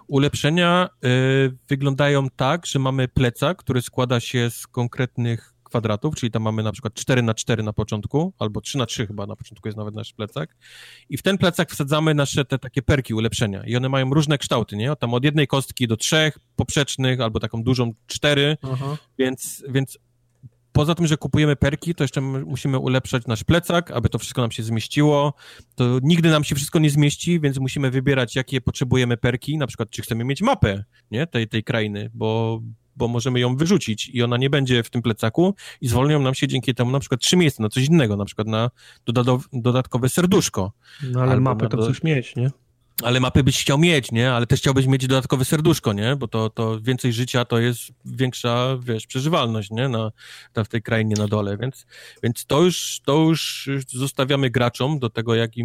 Ulepszenia wyglądają tak, że mamy plecak, który składa się z konkretnych kwadratów, czyli tam mamy na przykład 4x4 na początku, albo 3x3 chyba na początku jest nawet nasz plecak i w ten plecak wsadzamy nasze te takie perki, ulepszenia i one mają różne kształty, nie? Tam od 1 kostki do 3 poprzecznych, albo taką dużą 4, więc poza tym, że kupujemy perki, to jeszcze musimy ulepszać nasz plecak, aby to wszystko nam się zmieściło. To nigdy nam się wszystko nie zmieści, więc musimy wybierać, jakie potrzebujemy perki, na przykład czy chcemy mieć mapę, nie? Tej krainy, bo możemy ją wyrzucić i ona nie będzie w tym plecaku i zwolnią nam się dzięki temu na przykład 3 miejsca na coś innego, na przykład na dodatkowe serduszko. No ale mapę to chcesz mieć, nie? Ale mapy byś chciał mieć, nie? Ale też chciałbyś mieć dodatkowe serduszko, nie? Bo to więcej życia to jest większa, wiesz, przeżywalność, nie? W tej krainie na dole, więc to już zostawiamy graczom do tego, jak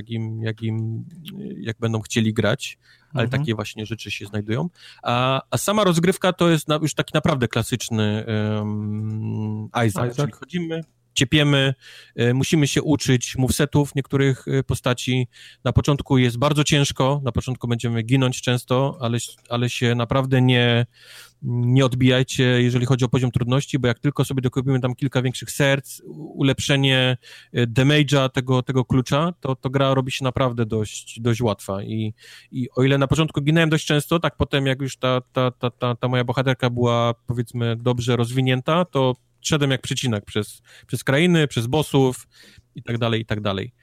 będą chcieli grać, ale takie właśnie rzeczy się znajdują. A sama rozgrywka to jest już taki naprawdę klasyczny Isaac, czyli chodzimy, ciepiemy, musimy się uczyć movesetów niektórych postaci. Na początku jest bardzo ciężko, na początku będziemy ginąć często, ale się naprawdę nie odbijajcie, jeżeli chodzi o poziom trudności, bo jak tylko sobie dokupimy tam kilka większych serc, ulepszenie damage'a tego klucza, to gra robi się naprawdę dość łatwa i o ile na początku ginąłem dość często, tak potem jak już ta moja bohaterka była, powiedzmy, dobrze rozwinięta, to szedłem jak przycinak przez krainy, przez bossów i tak dalej, i tak dalej.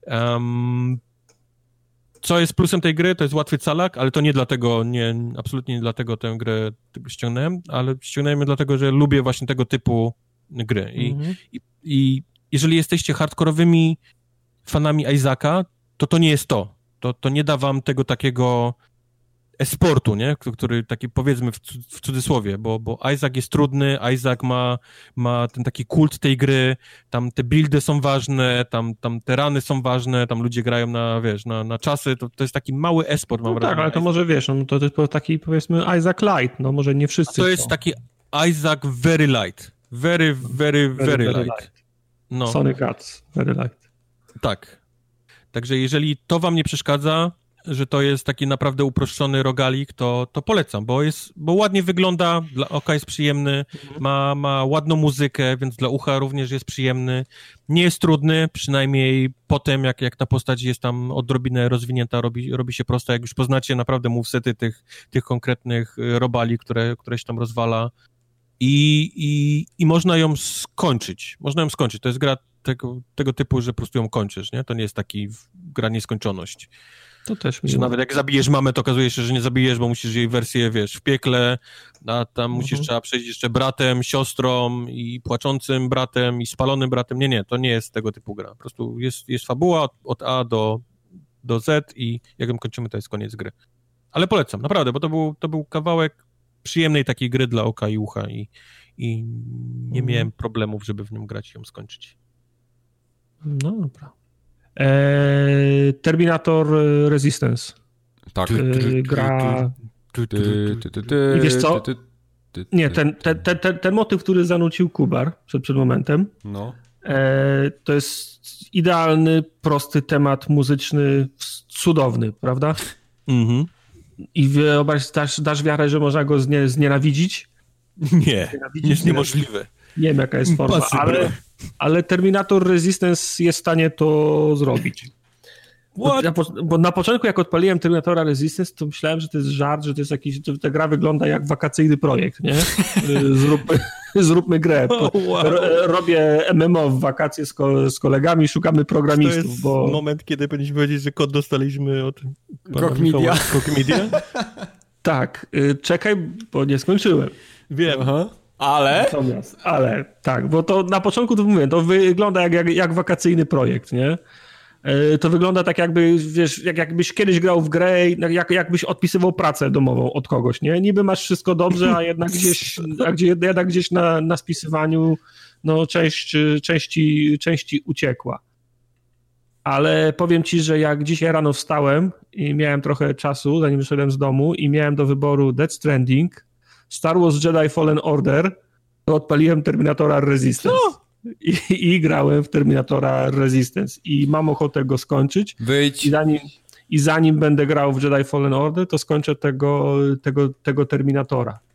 Co jest plusem tej gry, to jest łatwy calak, ale to nie dlatego, absolutnie nie dlatego tę grę ściągnąłem, ale ściągnąłem ją dlatego, że lubię właśnie tego typu gry. I jeżeli jesteście hardkorowymi fanami Isaaca, to nie jest to. To nie da wam tego takiego e-sportu, nie? Który taki, powiedzmy w cudzysłowie, bo Isaac jest trudny, Isaac ma ten taki kult tej gry, tam te buildy są ważne, tam te rany są ważne, tam ludzie grają na czasy, to jest taki mały e-sport, mam wrażenie. Tak, ale to może wiesz, to jest taki, powiedzmy, Isaac Light, no może nie wszyscy. A to jest taki Isaac very light. Very light. No. Sonic Guts, very light. Tak. Także jeżeli to wam nie przeszkadza, że to jest taki naprawdę uproszczony rogalik, to polecam, bo ładnie wygląda, dla oka jest przyjemny, ma ładną muzykę, więc dla ucha również jest przyjemny. Nie jest trudny, przynajmniej potem, jak ta postać jest tam odrobinę rozwinięta, robi się prosto, jak już poznacie naprawdę movesety tych konkretnych robali, które się tam rozwala i można ją skończyć. To jest gra tego typu, że po prostu ją kończysz, nie? To nie jest taki gra nieskończoność. To też że nawet jak zabijesz mamę, to okazuje się, że nie zabijesz, bo musisz jej wersję, wiesz, w piekle, a tam trzeba przejść jeszcze bratem, siostrą i płaczącym bratem i spalonym bratem. Nie, to nie jest tego typu gra. Po prostu jest fabuła od A do Z i jak ją kończymy, to jest koniec gry. Ale polecam, naprawdę, bo to był kawałek przyjemnej takiej gry dla oka i ucha i nie miałem problemów, żeby w nią grać i ją skończyć. No dobra. Terminator Resistance. Tak. Gra... I wiesz co? Nie, ten motyw, który zanucił Kubar przed momentem, no. To jest idealny, prosty temat muzyczny, cudowny, prawda? Mhm. I wyobraź, dasz wiarę, że można go znienawidzić? Nie, jest niemożliwe. Nie wiem, jaka jest forma, ale Terminator Resistance jest w stanie to zrobić. Bo na początku, jak odpaliłem Terminatora Resistance, to myślałem, że to jest żart, że to jest jakiś, że ta gra wygląda jak wakacyjny projekt, nie? Zróbmy grę. Robię MMO w wakacje z kolegami, szukamy programistów. To jest moment, kiedy powinniśmy powiedzieć, że kod dostaliśmy od Cockmedia. Tak, czekaj, bo nie skończyłem. Wiem. Ale tak, bo to na początku to mówię, to wygląda jak wakacyjny projekt, nie? To wygląda tak jakby, wiesz, jakbyś kiedyś grał w grę, jakbyś odpisywał pracę domową od kogoś, nie? Niby masz wszystko dobrze, a jednak gdzieś na spisywaniu no części uciekła. Ale powiem ci, że jak dzisiaj rano wstałem i miałem trochę czasu, zanim wyszedłem z domu i miałem do wyboru Death Stranding, Star Wars Jedi Fallen Order, to odpaliłem Terminatora Resistance. I grałem w Terminatora Resistance i mam ochotę go skończyć. Wyjdź. I zanim będę grał w Jedi Fallen Order, to skończę tego Terminatora.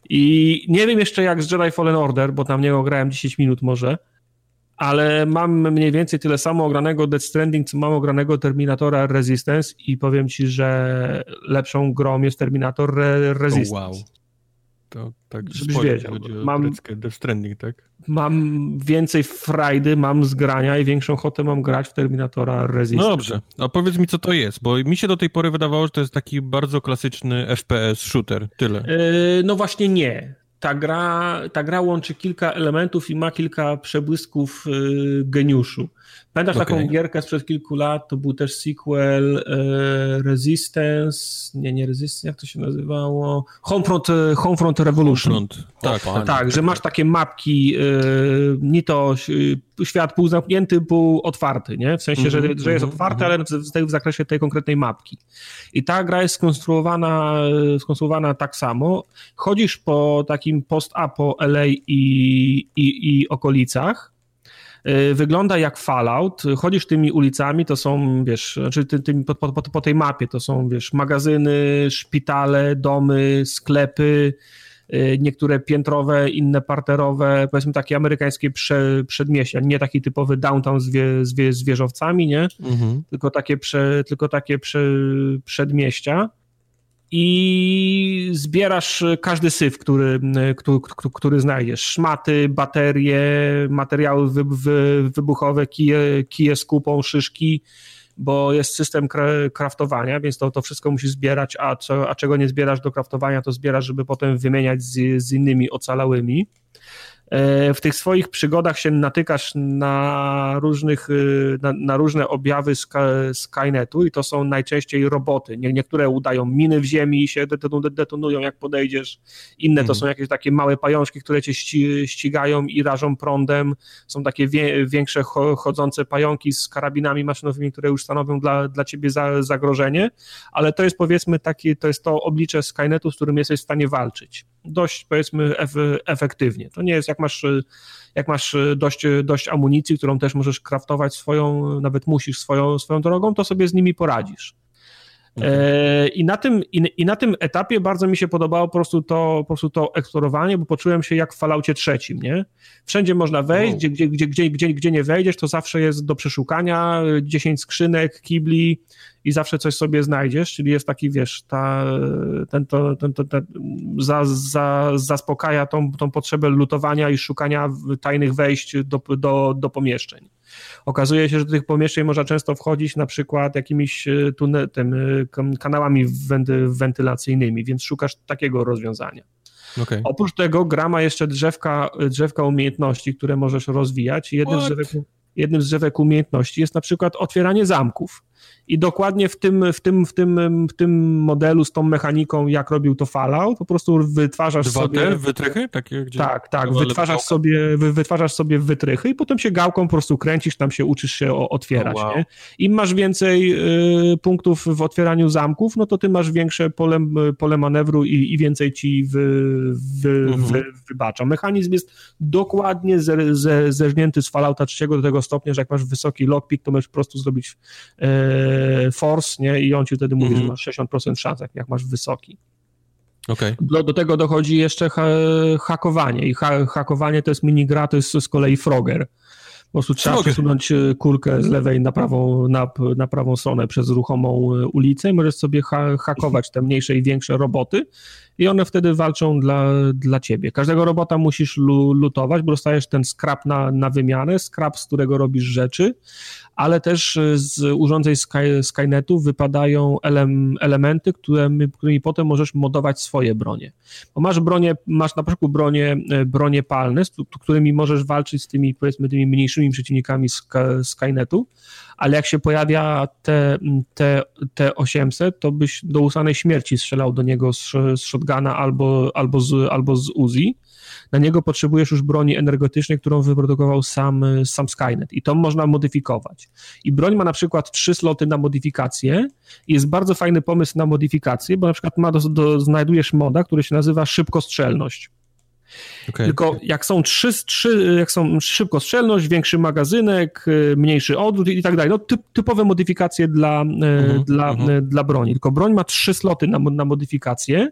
I nie wiem jeszcze jak z Jedi Fallen Order, bo tam niego grałem 10 minut może, ale mam mniej więcej tyle samo ogranego Death Stranding, co mam ogranego Terminatora Resistance i powiem ci, że lepszą grą jest Terminator Resistance. Wow. To tak, żebyś wiedział. Mam Death Stranding, tak? Mam więcej frajdy, mam zgrania i większą ochotę mam grać w Terminatora Resistance. No dobrze, a powiedz mi co to jest, bo mi się do tej pory wydawało, że to jest taki bardzo klasyczny FPS shooter, tyle. No właśnie nie. Ta gra łączy kilka elementów i ma kilka przebłysków geniuszu. Pamiętasz taką gierkę sprzed kilku lat, to był też sequel Resistance, nie Resistance, jak to się nazywało? Homefront Revolution. Tak, że masz takie mapki, nie to świat półzamknięty, półotwarty, nie? W sensie, że jest otwarty, ale w zakresie tej konkretnej mapki. I ta gra jest skonstruowana tak samo. Chodzisz po takim post-apo LA i okolicach. Wygląda jak Fallout, chodzisz tymi ulicami, to są, wiesz, znaczy po tej mapie to są, wiesz, magazyny, szpitale, domy, sklepy, niektóre piętrowe, inne parterowe, powiedzmy takie amerykańskie przedmieścia, nie taki typowy downtown z wieżowcami, nie? Tylko takie przedmieścia. I zbierasz każdy syf, który znajdziesz. Szmaty, baterie, materiały wybuchowe, kije z kupą, szyszki, bo jest system craftowania, więc to wszystko musisz zbierać, a czego nie zbierasz do craftowania, to zbierasz, żeby potem wymieniać z innymi ocalałymi. W tych swoich przygodach się natykasz na różne objawy Skynetu i to są najczęściej roboty. Niektóre udają miny w ziemi i się detonują jak podejdziesz, inne to są jakieś takie małe pajączki, które cię ścigają i rażą prądem, są takie większe chodzące pająki z karabinami maszynowymi, które już stanowią dla ciebie zagrożenie, ale to jest powiedzmy to jest to oblicze Skynetu, z którym jesteś w stanie walczyć. Dość powiedzmy efektywnie. To nie jest jak masz dość amunicji, którą też możesz craftować nawet musisz swoją drogą, to sobie z nimi poradzisz. I na tym etapie bardzo mi się podobało po prostu to eksplorowanie, bo poczułem się jak w Falloutie 3, nie? Wszędzie można wejść, gdzie nie wejdziesz, to zawsze jest do przeszukania, 10 skrzynek, kibli i zawsze coś sobie znajdziesz, czyli jest taki, wiesz, zaspokaja tą potrzebę lutowania i szukania tajnych wejść do pomieszczeń. Okazuje się, że do tych pomieszczeń można często wchodzić na przykład jakimiś kanałami wentylacyjnymi, więc szukasz takiego rozwiązania. Okay. Oprócz tego gra ma jeszcze drzewka umiejętności, które możesz rozwijać. Jednym z drzewek umiejętności jest na przykład otwieranie zamków. I dokładnie w tym modelu z tą mechaniką, jak robił to Fallout, po prostu wytwarzasz sobie... wytrychy? Takie, gdzie... Tak, wytwarzasz sobie wytrychy i potem się gałką po prostu kręcisz, tam się uczysz się otwierać. Wow. Nie? Im masz więcej punktów w otwieraniu zamków, no to ty masz większe pole manewru i więcej ci wybacza. Mechanizm jest dokładnie zerżnięty z Fallouta 3 do tego stopnia, że jak masz wysoki lockpick, to możesz po prostu zrobić force, nie? I on ci wtedy mówi, że masz 60% szans, jak masz wysoki. Okay. Do tego dochodzi jeszcze hakowanie i hakowanie to jest minigra, to jest z kolei Frogger. Po prostu trzeba przesunąć kulkę z lewej na prawą stronę przez ruchomą ulicę i możesz sobie hakować te mniejsze i większe roboty i one wtedy walczą dla ciebie. Każdego robota musisz lutować, bo dostajesz ten scrap na wymianę, scrap, z którego robisz rzeczy, ale też z urządzeń Skynetu wypadają elementy, którymi potem możesz modować swoje bronie. Bo masz na przykład bronie palne, z którymi możesz walczyć z tymi, powiedzmy, tymi mniejszymi przeciwnikami Skynetu, ale jak się pojawia T-800, to byś do usanej śmierci strzelał do niego z shotguna albo z Uzi. Na niego potrzebujesz już broni energetycznej, którą wyprodukował sam Skynet i to można modyfikować. I broń ma na przykład 3 sloty na modyfikację i jest bardzo fajny pomysł na modyfikację, bo na przykład znajdujesz moda, który się nazywa szybkostrzelność. Okay. Tylko jak są szybkostrzelność, większy magazynek, mniejszy odwrót i tak dalej, no typowe modyfikacje dla broni. Tylko broń ma 3 sloty na modyfikację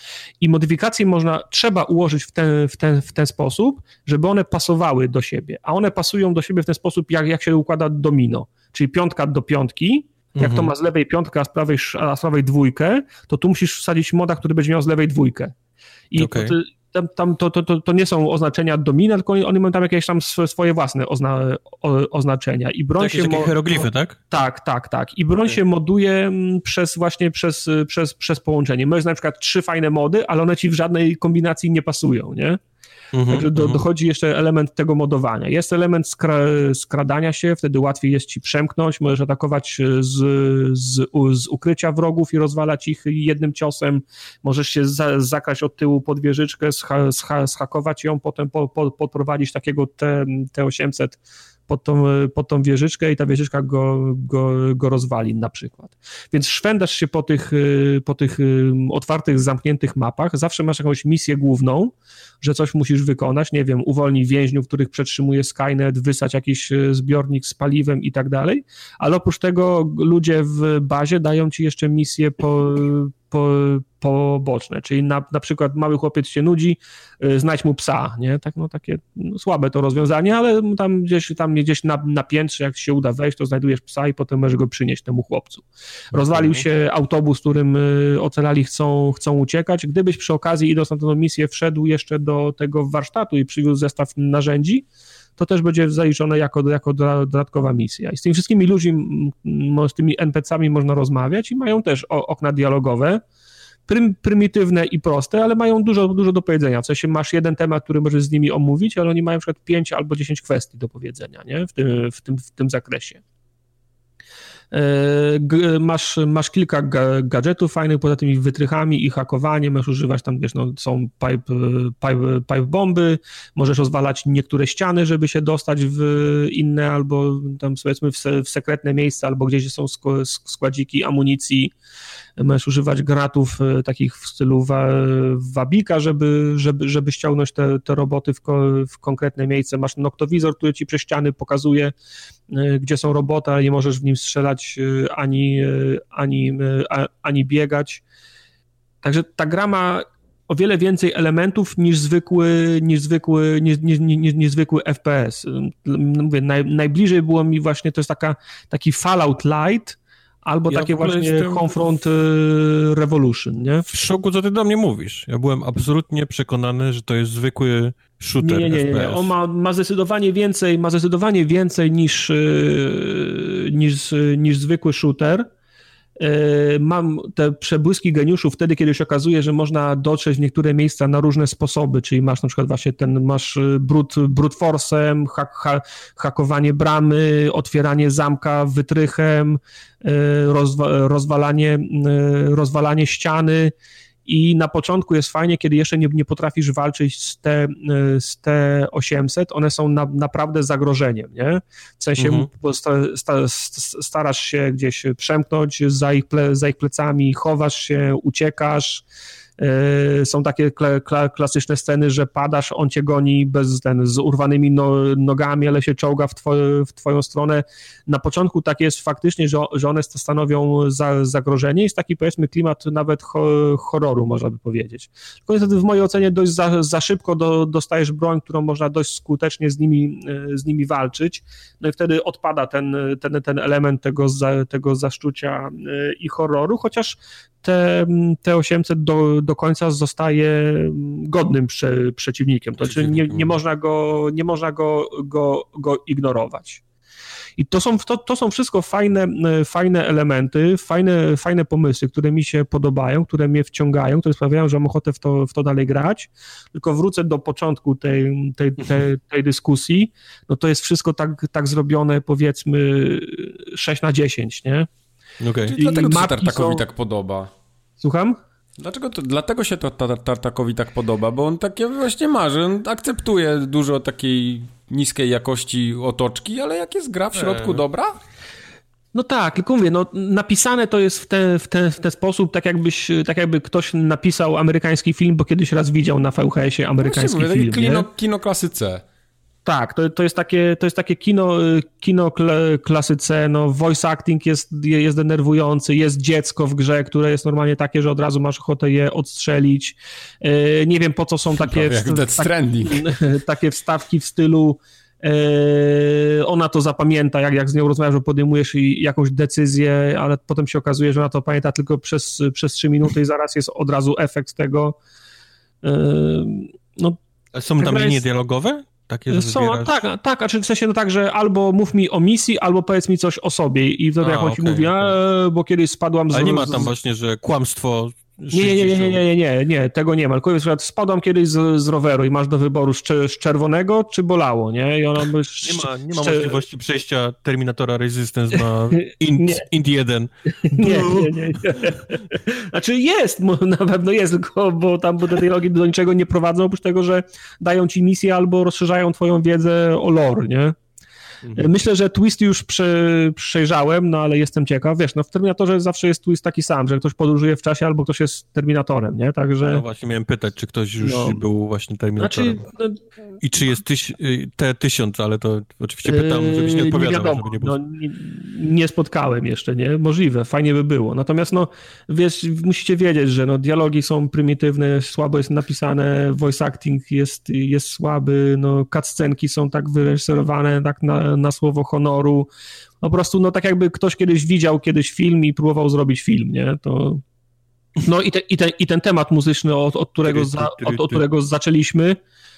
I modyfikacje trzeba ułożyć w ten sposób, żeby one pasowały do siebie, a one pasują do siebie w ten sposób, jak się układa domino, czyli 5 do 5, jak to ma z lewej 5, a z prawej 2, to tu musisz wsadzić moda, który będzie miał z lewej 2. I to nie są oznaczenia domina, tylko oni mają tam jakieś tam swoje własne oznaczenia. I broń takie hieroglify, tak? Tak. I broń się moduje przez połączenie. Możesz na przykład 3 fajne mody, ale one ci w żadnej kombinacji nie pasują, nie? Także dochodzi jeszcze element tego modowania. Jest element skradania się, wtedy łatwiej jest ci przemknąć, możesz atakować z ukrycia wrogów i rozwalać ich jednym ciosem, możesz się zakraść od tyłu pod wieżyczkę, zhakować ją, potem podprowadzić takiego T-800 pod tą wieżyczkę i ta wieżyczka go rozwali na przykład. Więc szwędasz się po tych otwartych, zamkniętych mapach, zawsze masz jakąś misję główną, że coś musisz wykonać, nie wiem, uwolnij więźniów, których przetrzymuje Skynet, wysać jakiś zbiornik z paliwem i tak dalej, ale oprócz tego ludzie w bazie dają ci jeszcze misje poboczne, czyli na przykład mały chłopiec się nudzi, znajdź mu psa, nie? Tak, no takie słabe to rozwiązanie, ale tam gdzieś na piętrze, jak się uda wejść, to znajdujesz psa i potem możesz go przynieść temu chłopcu. Rozwalił się autobus, którym ocalali chcą uciekać. Gdybyś przy okazji, idąc na tę misję, wszedł jeszcze do tego warsztatu i przywiózł zestaw narzędzi, to też będzie zaliczone jako dodatkowa misja. I z tymi wszystkimi ludźmi, z tymi NPC-ami można rozmawiać i mają też okna dialogowe, prymitywne i proste, ale mają dużo do powiedzenia. W sensie masz jeden temat, który możesz z nimi omówić, ale oni mają na przykład 5 albo 10 kwestii do powiedzenia, nie? W tym zakresie. Masz kilka gadżetów fajnych, poza tymi wytrychami i hakowaniem, możesz używać tam, wiesz, no, są pipe bomby, możesz rozwalać niektóre ściany, żeby się dostać w inne albo tam powiedzmy w sekretne miejsca, albo gdzieś są składziki amunicji, możesz używać granatów takich w stylu wabika, żeby ściągnąć te roboty w konkretne miejsce. Masz noktowizor, który ci przez ściany pokazuje, gdzie są roboty, ale nie możesz w nim strzelać ani biegać. Także ta gra ma o wiele więcej elementów niż zwykły FPS. Mówię, najbliżej było mi właśnie, to jest taki Fallout Light, albo takie właśnie Homefront Revolution, nie? W szoku, co ty do mnie mówisz. Ja byłem absolutnie przekonany, że to jest zwykły shooter FPS. Nie. On ma zdecydowanie więcej niż zwykły shooter. Mam te przebłyski geniuszu wtedy, kiedy się okazuje, że można dotrzeć w niektóre miejsca na różne sposoby, czyli masz na przykład właśnie masz brute force'em, hakowanie bramy, otwieranie zamka wytrychem, rozwalanie ściany. I na początku jest fajnie, kiedy jeszcze nie potrafisz walczyć z T-800, one są naprawdę zagrożeniem, nie? W sensie starasz się gdzieś przemknąć za ich plecami, chowasz się, uciekasz. Są takie klasyczne sceny, że padasz, on cię goni z urwanymi nogami, ale się czołga w twoją stronę. Na początku tak jest faktycznie, że one stanowią zagrożenie. Jest taki, powiedzmy, klimat nawet horroru, można by powiedzieć. Tylko niestety w mojej ocenie dość za szybko dostajesz broń, którą można dość skutecznie z nimi walczyć. No i wtedy odpada ten element tego zaszczucia i horroru, chociaż T-800 do końca zostaje godnym przeciwnikiem. To znaczy nie można go ignorować. I to są wszystko fajne elementy, fajne pomysły, które mi się podobają, które mnie wciągają, które sprawiają, że mam ochotę w to dalej grać. Tylko wrócę do początku tej dyskusji. No to jest wszystko tak zrobione, powiedzmy 6/10, nie? Okay. Dlatego to się Tartakowi tak podoba. Słucham? Dlatego się to Tartakowi tak podoba, bo on takie właśnie marzy, on akceptuje dużo takiej niskiej jakości otoczki, ale jak jest gra w środku dobra? No tak, tylko mówię, no napisane to jest w ten sposób, tak jakby ktoś napisał amerykański film, bo kiedyś raz widział na VHS-ie amerykański film. Kino klasy C. Tak, to jest takie kino klasyce, no voice acting jest denerwujący, jest dziecko w grze, które jest normalnie takie, że od razu masz ochotę je odstrzelić. Nie wiem, po co są takie wstawki w stylu ona to zapamięta, jak z nią rozmawiasz, że podejmujesz jakąś decyzję, ale potem się okazuje, że ona to pamięta tylko przez 3 minuty i zaraz jest od razu efekt tego. No, są tam linie dialogowe? Takie, że są, tak, a czy w sensie no tak, że albo mów mi o misji, albo powiedz mi coś o sobie i wtedy jak on ci mówi, bo kiedyś spadłam z... Ale nie ma tam właśnie, że kłamstwo... Nie, tego nie ma. Tylko na przykład spadłam kiedyś z roweru i masz do wyboru z czerwonego, czy bolało, nie? I ona by... Nie ma możliwości przejścia Terminatora Resistance na Int 1. Nie. Znaczy jest, na pewno jest, tylko bo tam te dialogi do niczego nie prowadzą, oprócz tego, że dają ci misję albo rozszerzają twoją wiedzę o lore, nie? Myślę, że twist już przejrzałem, no ale jestem ciekaw. Wiesz, no w Terminatorze zawsze jest twist taki sam, że ktoś podróżuje w czasie albo ktoś jest Terminatorem, nie? Także... No właśnie miałem pytać, czy ktoś już był właśnie Terminatorem. I czy jest T-1000, ale to oczywiście pytam, żebyś nie odpowiadał. Nie wiadomo, żeby nie spotkałem jeszcze, nie? Możliwe, fajnie by było. Natomiast no, wiesz, musicie wiedzieć, że no, dialogi są prymitywne, słabo jest napisane, voice acting jest słaby, no cutscenki są tak wyreżyserowane, tak na słowo honoru. Po prostu, no tak jakby ktoś kiedyś widział film i próbował zrobić film, nie? To... No i ten temat muzyczny, od którego zaczęliśmy,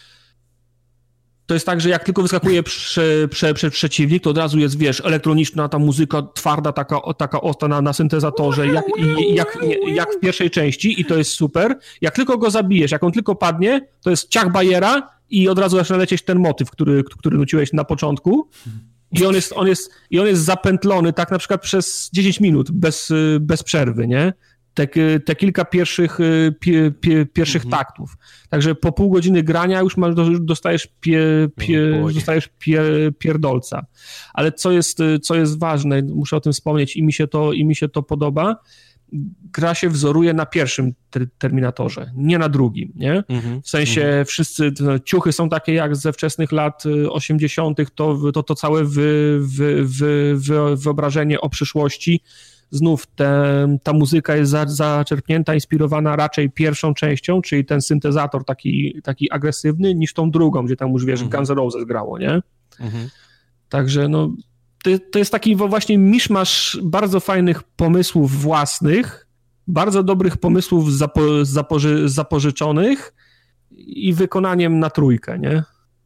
to jest tak, że jak tylko wyskakuje przeciwnik, to od razu jest, wiesz, elektroniczna ta muzyka, twarda, taka ostra na syntezatorze, jak w pierwszej części i to jest super. Jak tylko go zabijesz, jak on tylko padnie, to jest ciach bajera i od razu zaczyna lecieć ten motyw, który nuciłeś na początku. I on jest zapętlony tak na przykład przez 10 minut bez przerwy, nie? Te kilka pierwszych taktów. Także po pół godziny grania już dostajesz pierdolca. Ale co jest ważne, muszę o tym wspomnieć i mi się to podoba, gra się wzoruje na pierwszym Terminatorze, nie na drugim, nie? W sensie wszyscy ciuchy są takie jak ze wczesnych lat 80., to całe wyobrażenie o przyszłości. Znów ta muzyka jest zaczerpnięta, inspirowana raczej pierwszą częścią, czyli ten syntezator taki agresywny, niż tą drugą, gdzie tam już wiesz, Guns N' Roses grało, nie? Także no, to jest taki właśnie miszmasz bardzo fajnych pomysłów własnych, bardzo dobrych pomysłów zapożyczonych i wykonaniem na trójkę, nie?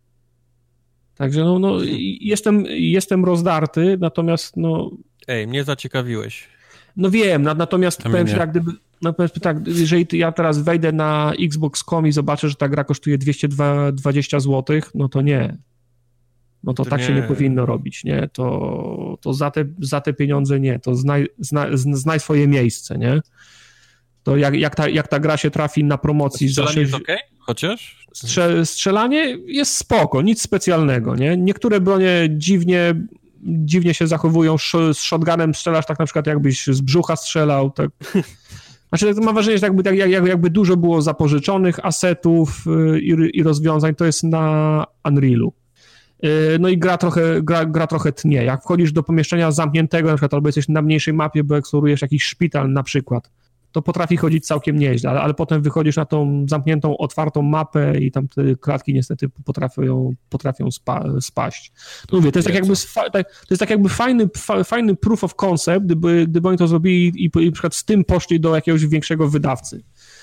Także no jestem rozdarty, natomiast no... Ej, mnie zaciekawiłeś. No wiem, natomiast powiem się, jak gdyby, jeżeli ja teraz wejdę na Xbox.com i zobaczę, że ta gra kosztuje 220 zł, no to nie. No to tak nie. Się nie powinno robić, nie? To za te pieniądze nie. To znaj swoje miejsce, nie? To jak ta gra się trafi na promocji... Strzelanie jest okej? Chociaż? Strzelanie jest spoko, nic specjalnego, nie? Niektóre bronie dziwnie się zachowują, z shotgunem strzelasz tak na przykład jakbyś z brzucha strzelał, tak. Znaczy mam wrażenie, że jakby dużo było zapożyczonych asetów i rozwiązań, to jest na Unrealu. No i gra trochę tnie. Jak wchodzisz do pomieszczenia zamkniętego, na przykład albo jesteś na mniejszej mapie, bo eksplorujesz jakiś szpital na przykład, to potrafi chodzić całkiem nieźle, ale potem wychodzisz na tą zamkniętą, otwartą mapę i tam te klatki niestety potrafią spaść. No mówię, to jest tak jakby fajny proof of concept, gdyby oni to zrobili i na przykład z tym poszli do jakiegoś większego wydawcy.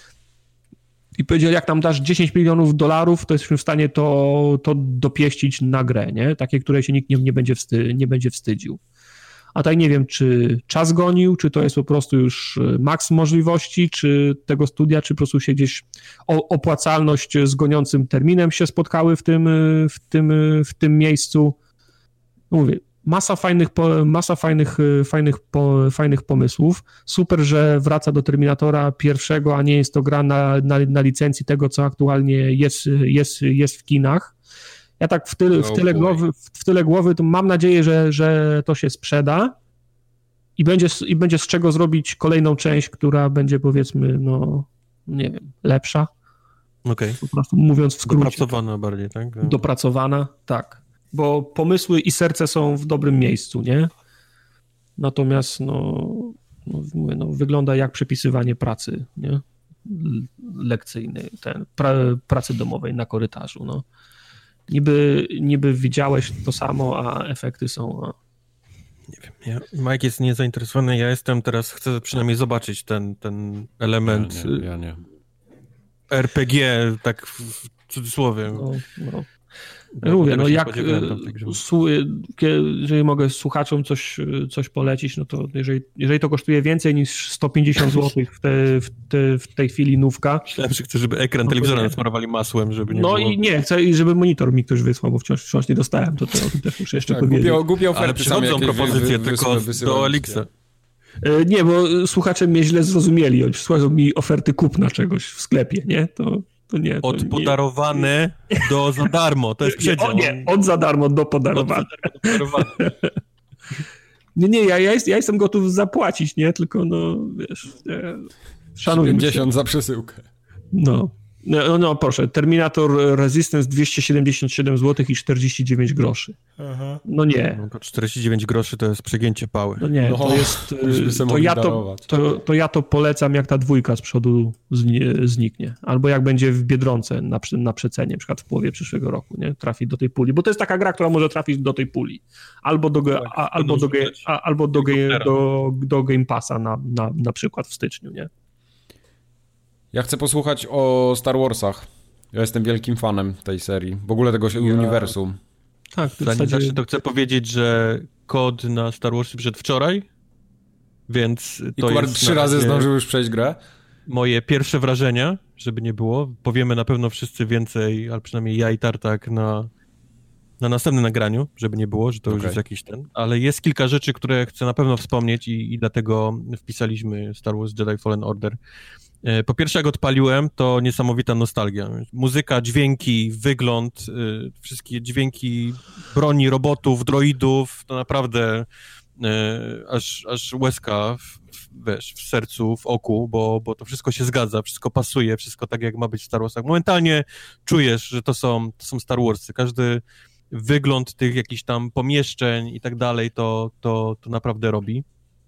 I powiedzieli, jak nam dasz $10 milionów, to jesteśmy w stanie to dopieścić na grę, nie? Takie, której się nikt nie będzie wstydził. A tak nie wiem, czy czas gonił, czy to jest po prostu już maks możliwości, czy tego studia, czy po prostu się gdzieś opłacalność z goniącym terminem się spotkały w tym miejscu. Mówię, masa fajnych pomysłów. Super, że wraca do Terminatora pierwszego, a nie jest to gra na licencji tego, co aktualnie jest w kinach. Ja tak w tyle głowy to mam nadzieję, że to się sprzeda i będzie z czego zrobić kolejną część, która będzie, powiedzmy, no nie wiem, lepsza. Okej. Po prostu mówiąc w skrócie. Dopracowana bardziej, tak? Dopracowana, tak. Bo pomysły i serce są w dobrym miejscu, nie? Natomiast wygląda jak przepisywanie pracy, nie? Lekcyjnej, pracy domowej na korytarzu, no. Niby widziałeś to samo, a efekty są... Nie wiem, Mike jest niezainteresowany, ja jestem teraz, chcę przynajmniej zobaczyć ten element ja nie. RPG, tak w cudzysłowie. No. Mówię, jeżeli mogę słuchaczom coś polecić, no to jeżeli to kosztuje więcej niż 150 zł w tej chwili nówka. Myślałem, że chcę, żeby ekran telewizora nasmarowali masłem, żeby nie było... i nie, chcę, żeby monitor mi ktoś wysłał, bo wciąż nie dostałem, to o tym też muszę jeszcze powiedzieć. Głupie oferty. Ale przychodzą propozycje tylko do Elixa. Nie, bo słuchacze mnie źle zrozumieli, oni przysłają mi oferty kupna czegoś w sklepie, nie? To nie. Od podarowane do za darmo, to jest przedział. Nie, od za darmo do podarowane. Nie, ja jestem gotów zapłacić, nie? Tylko wiesz, szanuję 70 za przesyłkę. No, proszę, Terminator Resistance 277 zł i 49 groszy. Aha. No nie. No to 49 groszy to jest przegięcie pały. No nie, to jest... To ja to polecam, jak ta dwójka z przodu zniknie. Albo jak będzie w Biedronce na przecenie, na przykład w połowie przyszłego roku, nie? Trafi do tej puli. Bo to jest taka gra, która może trafić do tej puli. Albo do Game Passa na przykład w styczniu, nie? Ja chcę posłuchać o Star Warsach. Ja jestem wielkim fanem tej serii. W ogóle tego uniwersum. Tak, zanim zacznę, to chcę powiedzieć, że kod na Star Warsy przyszedł wczoraj, więc to jest... 3 razy zdążył już przejść grę? Moje pierwsze wrażenia, żeby nie było. Powiemy na pewno wszyscy więcej, ale przynajmniej ja i Tartak na następnym nagraniu, żeby nie było, że to już jest jakiś ten. Ale jest kilka rzeczy, które chcę na pewno wspomnieć i dlatego wpisaliśmy Star Wars Jedi Fallen Order. Po pierwsze, jak odpaliłem, to niesamowita nostalgia. Muzyka, dźwięki, wygląd, wszystkie dźwięki broni, robotów, droidów, to naprawdę aż łezka w sercu, w oku, bo to wszystko się zgadza, wszystko pasuje, wszystko tak, jak ma być w Star Warsach. Momentalnie czujesz, że to są Star Warsy. Każdy wygląd tych jakichś tam pomieszczeń i tak dalej, to naprawdę robi.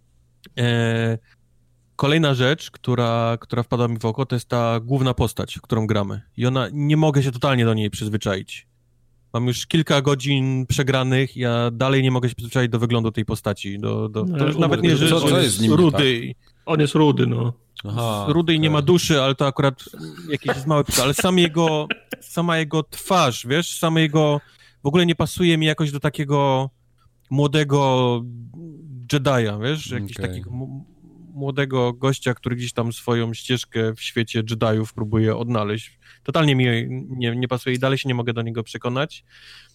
Kolejna rzecz, która wpadła mi w oko, to jest ta główna postać, którą gramy. I nie mogę się totalnie do niej przyzwyczaić. Mam już kilka godzin przegranych, ja dalej nie mogę się przyzwyczaić do wyglądu tej postaci. To już nawet nie, że co jest z nim rudy. Tak? On jest rudy, no. Aha, rudy i nie ma duszy, ale to akurat jakiś jest mały pytanie. Ale sama jego twarz, wiesz, w ogóle nie pasuje mi jakoś do takiego młodego Jedi'a, wiesz, jakiś takiego młodego gościa, który gdzieś tam swoją ścieżkę w świecie Jediów próbuje odnaleźć. Totalnie mi nie pasuje i dalej się nie mogę do niego przekonać.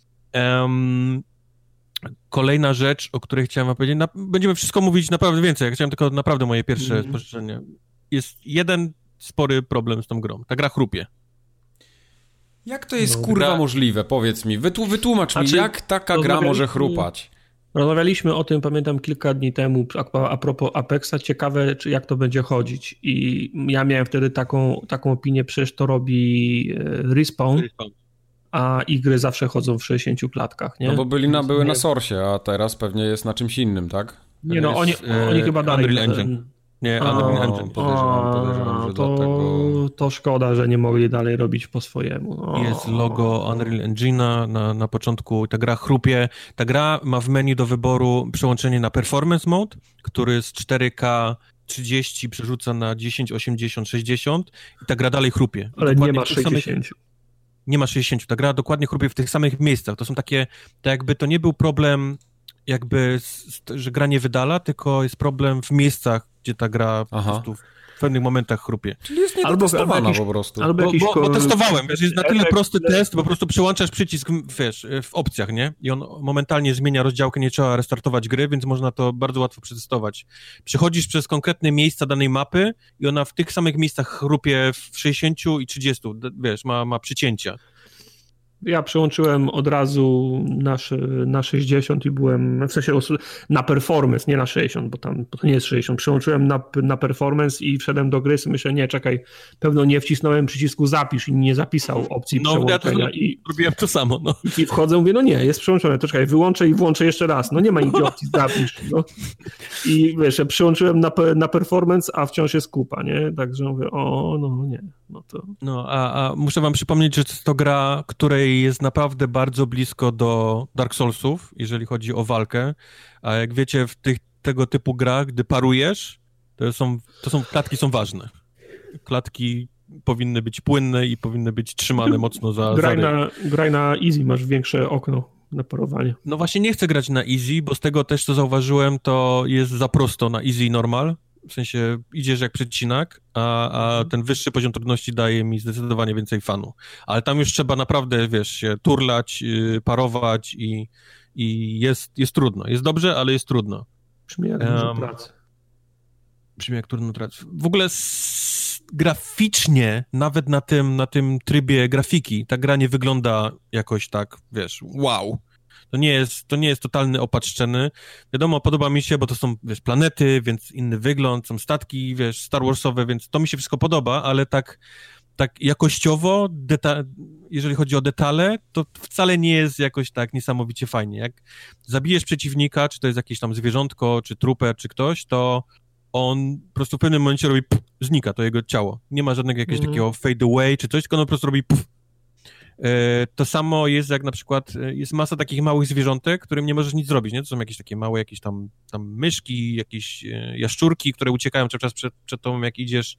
Kolejna rzecz, o której chciałem wam powiedzieć, będziemy wszystko mówić naprawdę więcej, ja chciałem tylko naprawdę moje pierwsze spostrzeżenie. Jest jeden spory problem z tą grą. Ta gra chrupie. Jak to jest możliwe? Powiedz mi, wytłumacz mi, jak taka gra może chrupać? Rozmawialiśmy o tym, pamiętam, kilka dni temu a propos Apexa. Ciekawe, jak to będzie chodzić. I ja miałem wtedy taką opinię, przecież to robi Respawn, a ich gry zawsze chodzą w 60 klatkach, nie? No bo były na Source, a teraz pewnie jest na czymś innym, tak? Nie, no oni chyba dalej... Unreal Engine. Nie, Unreal Engine. Podejrzewam, że dlatego... To szkoda, że nie mogli dalej robić po swojemu. Jest logo Unreal Engine'a na początku, ta gra chrupie. Ta gra ma w menu do wyboru przełączenie na Performance Mode, który z 4K 30 przerzuca na 10, 80, 60 i ta gra dalej chrupie. Ale dokładnie nie ma 60. Nie ma 60. Ta gra dokładnie chrupie w tych samych miejscach. To są takie, tak jakby to nie był problem że gra nie wydala, tylko jest problem w miejscach, gdzie ta gra po prostu w pewnych momentach chrupie. Czyli jest niedotestowana po prostu. Bo testowałem, wiesz, jest na tyle prosty test, po prostu przełączasz przycisk, wiesz, w opcjach, nie? I on momentalnie zmienia rozdziałkę, nie trzeba restartować gry, więc można to bardzo łatwo przetestować. Przechodzisz przez konkretne miejsca danej mapy i ona w tych samych miejscach chrupie w 60 i 30, wiesz, ma przycięcia. Ja przełączyłem od razu na 60 i byłem, w sensie na performance, nie na 60, bo to nie jest 60. Przełączyłem na performance i wszedłem do gry, myślę, nie, czekaj, pewno nie wcisnąłem przycisku zapisz i nie zapisał opcji przełączenia. Ja robiłem to samo. No. I wchodzę, mówię, no nie, jest przełączone, to czekaj, wyłączę i włączę jeszcze raz. No nie ma nigdzie opcji zapisz. No. I wiesz, ja przyłączyłem na performance, a wciąż jest kupa, nie? Także mówię, no nie, no to... No, a muszę wam przypomnieć, że to gra, której jest naprawdę bardzo blisko do Dark Soulsów, jeżeli chodzi o walkę, a jak wiecie, w tego typu grach, gdy parujesz, klatki są ważne. Klatki powinny być płynne i powinny być trzymane mocno za Graj na easy, masz większe okno na parowanie. No właśnie nie chcę grać na easy, bo z tego też, co zauważyłem, to jest za prosto na easy i normal. W sensie idziesz jak przecinak, a ten wyższy poziom trudności daje mi zdecydowanie więcej fanu. Ale tam już trzeba naprawdę, wiesz, się turlać, parować i jest trudno. Jest dobrze, ale jest trudno. Brzmi jak dużo pracy. Brzmi jak trudno pracy. W ogóle graficznie, nawet na tym trybie grafiki, ta gra nie wygląda jakoś tak, wiesz, wow. To nie jest totalny opatrzczeny. Wiadomo, podoba mi się, bo to są, wiesz, planety, więc inny wygląd, są statki, wiesz, Star Warsowe, więc to mi się wszystko podoba, ale tak jakościowo, jeżeli chodzi o detale, to wcale nie jest jakoś tak niesamowicie fajnie. Jak zabijesz przeciwnika, czy to jest jakieś tam zwierzątko, czy trooper, czy ktoś, to on po prostu w pewnym momencie robi znika to jego ciało. Nie ma żadnego jakiegoś takiego fade away, czy coś, tylko on po prostu robi To samo jest jak na przykład, jest masa takich małych zwierzątek, którym nie możesz nic zrobić, nie? To są jakieś takie małe, jakieś tam myszki, jakieś jaszczurki, które uciekają cały czas przed tobą, jak idziesz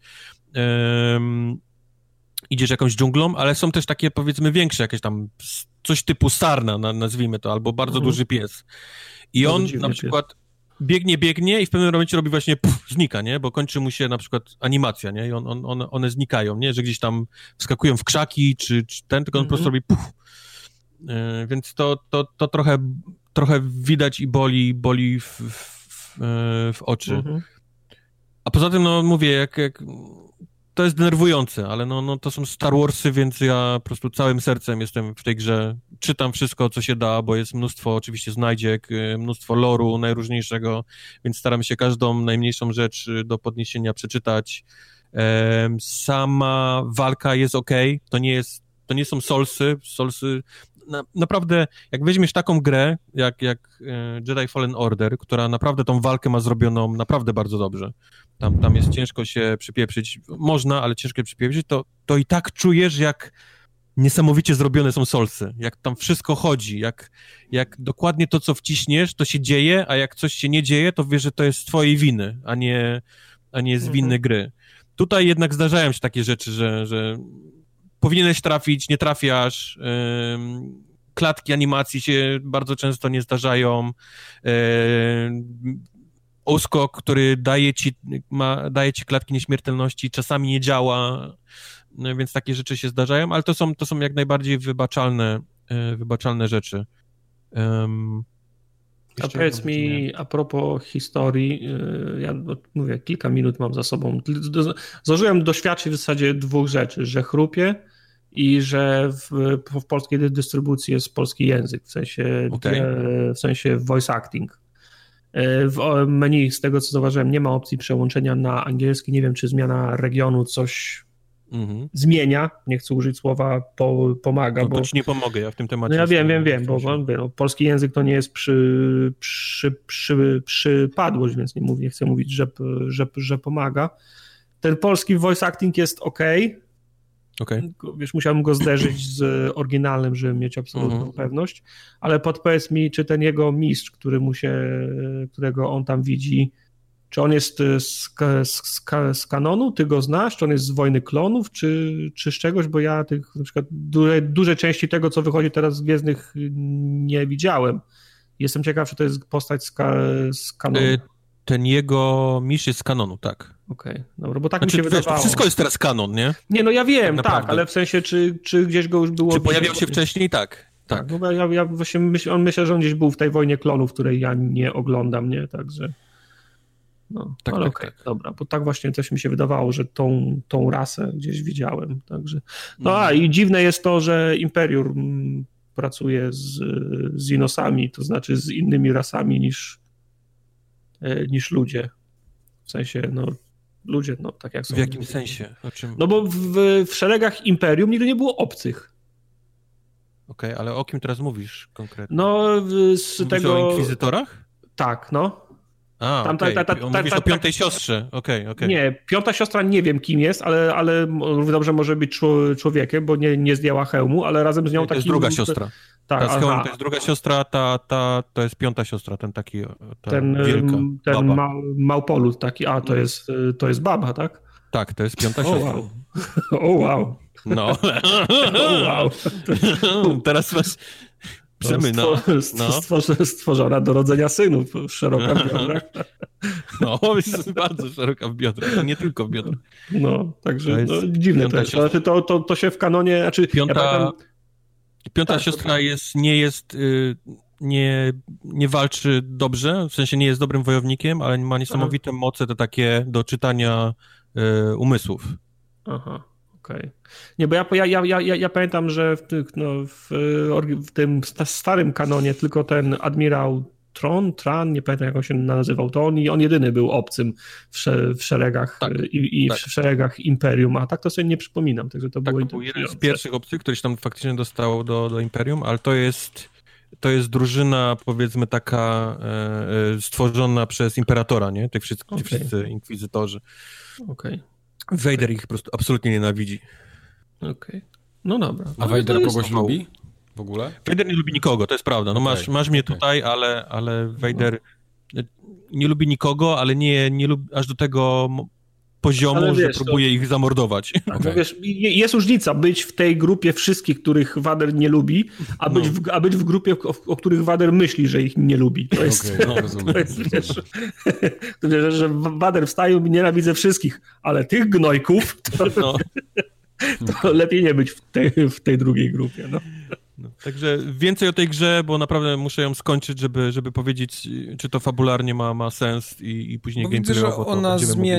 jakąś dżunglą, ale są też takie, powiedzmy, większe, jakieś tam coś typu sarna, nazwijmy to, albo bardzo duży pies. I on na przykład biegnie i w pewnym momencie robi właśnie znika, nie? Bo kończy mu się na przykład animacja, nie? I one znikają, nie? Że gdzieś tam wskakują w krzaki, czy tylko on po prostu robi więc to trochę widać i boli w oczy. A poza tym, no mówię, jak to jest denerwujące, ale no to są Star Warsy, więc ja po prostu całym sercem jestem w tej grze. Czytam wszystko, co się da, bo jest mnóstwo oczywiście znajdziek, mnóstwo loru najróżniejszego, więc staram się każdą najmniejszą rzecz do podniesienia przeczytać. Sama walka jest okej. To nie są Soulsy. Naprawdę, jak weźmiesz taką grę, jak Jedi Fallen Order, która naprawdę tą walkę ma zrobioną naprawdę bardzo dobrze. Tam jest ciężko się przypieprzyć. Można, ale ciężko się przypieprzyć, to i tak czujesz, jak niesamowicie zrobione są Soulsy. Jak tam wszystko chodzi, jak dokładnie to, co wciśniesz, to się dzieje, a jak coś się nie dzieje, to wiesz, że to jest z twojej winy, a nie z winy gry. Tutaj jednak zdarzają się takie rzeczy, że powinieneś trafić, nie trafiasz, klatki animacji się bardzo często nie zdarzają, uskok, który daje ci klatki nieśmiertelności, czasami nie działa, więc takie rzeczy się zdarzają, ale to są jak najbardziej wybaczalne rzeczy. A powiedz mi, a propos historii, ja mówię, kilka minut mam za sobą, zdążyłem doświadczyć w zasadzie dwóch rzeczy, że chrupie i że w polskiej dystrybucji jest polski język, w sensie voice acting. W menu, z tego co zauważyłem, nie ma opcji przełączenia na angielski, nie wiem, czy zmiana regionu coś zmienia, nie chcę użyć słowa pomaga. No to ci nie pomogę, ja w tym temacie. No ja wiem, bo polski język to nie jest przypadłość, więc nie chcę mówić, że pomaga. Ten polski voice acting jest okej. Wiesz, musiałbym go zderzyć z oryginalnym, żeby mieć absolutną pewność, ale podpowiedz mi, czy ten jego mistrz, którego on tam widzi, czy on jest z kanonu, ty go znasz, czy on jest z Wojny Klonów, czy z czegoś, bo ja tych na przykład duże części tego, co wychodzi teraz z Gwiezdnych, nie widziałem. Jestem ciekaw, czy to jest postać z kanonu. Ten jego mistrz jest z kanonu, tak. Okej, dobra, bo tak mi się wydawało. To wszystko jest teraz kanon, nie? Nie, no ja wiem, tak, ale w sensie, czy gdzieś go już było... Czy pojawiał się wcześniej? Tak. No bo ja właśnie myślę, że on gdzieś był w tej Wojnie Klonów, której ja nie oglądam, nie? Także... No, tak, ale okej, dobra, bo tak właśnie też mi się wydawało, że tą rasę gdzieś widziałem, także... No i dziwne jest to, że Imperium pracuje z Inosami, to znaczy z innymi rasami niż ludzie. W sensie, no, ludzie, no, tak jak są. W jakim sensie? O czym? No bo w szeregach Imperium nigdy nie było obcych. Okej, ale o kim teraz mówisz konkretnie? No, mówisz tego... o inkwizytorach? Tak, no. A, mówisz o piątej siostrze, okej. Nie, piąta siostra nie wiem kim jest, ale równie dobrze może być człowiekiem, bo nie zdjęła hełmu, ale razem z nią to jest druga siostra. Tak, ta z hełmem to jest druga siostra, to jest piąta siostra, ten taki, wielka baba. Małpolut taki, to jest baba, tak? Tak, to jest piąta siostra. Wow. O wow. No. Wow. Teraz masz... Stworzona do rodzenia synów, szeroka w biodrach. No, jest bardzo szeroka w biodrach, nie tylko w biodrach. No, także dziwne to jest. Znaczy, to się w kanonie... Znaczy, Piąta siostra nie walczy dobrze, w sensie nie jest dobrym wojownikiem, ale ma niesamowite moce te takie do czytania umysłów. Aha. Okay. Nie, bo ja pamiętam, że w tym starym kanonie tylko ten admirał Tran, nie pamiętam jak on się nazywał, to on jedyny był obcym w szeregach w szeregach Imperium, a tak to sobie nie przypominam, także to było był jeden z pierwszych obcych, który się tam faktycznie dostał do Imperium, ale to jest drużyna, powiedzmy, taka stworzona przez Imperatora, nie? Tych wszyscy inkwizytorzy. Okej. Vader ich po prostu absolutnie nienawidzi. Okej. No dobra. A Vader kogoś lubi w ogóle? Vader nie lubi nikogo, to jest prawda. No masz mnie tutaj, ale Vader nie lubi nikogo, ale nie lubi aż do tego poziomu, że próbuje ich zamordować. Tak, no wiesz, jest różnica być w tej grupie wszystkich, których Vader nie lubi, a być w grupie, o których Vader myśli, że ich nie lubi. To jest, wiesz, że Vader wstaje i nienawidzę wszystkich, ale tych gnojków to lepiej nie być w tej drugiej grupie. No. Także więcej o tej grze, bo naprawdę muszę ją skończyć, żeby powiedzieć, czy to fabularnie ma sens i później gameplayowo. Widzę, że ona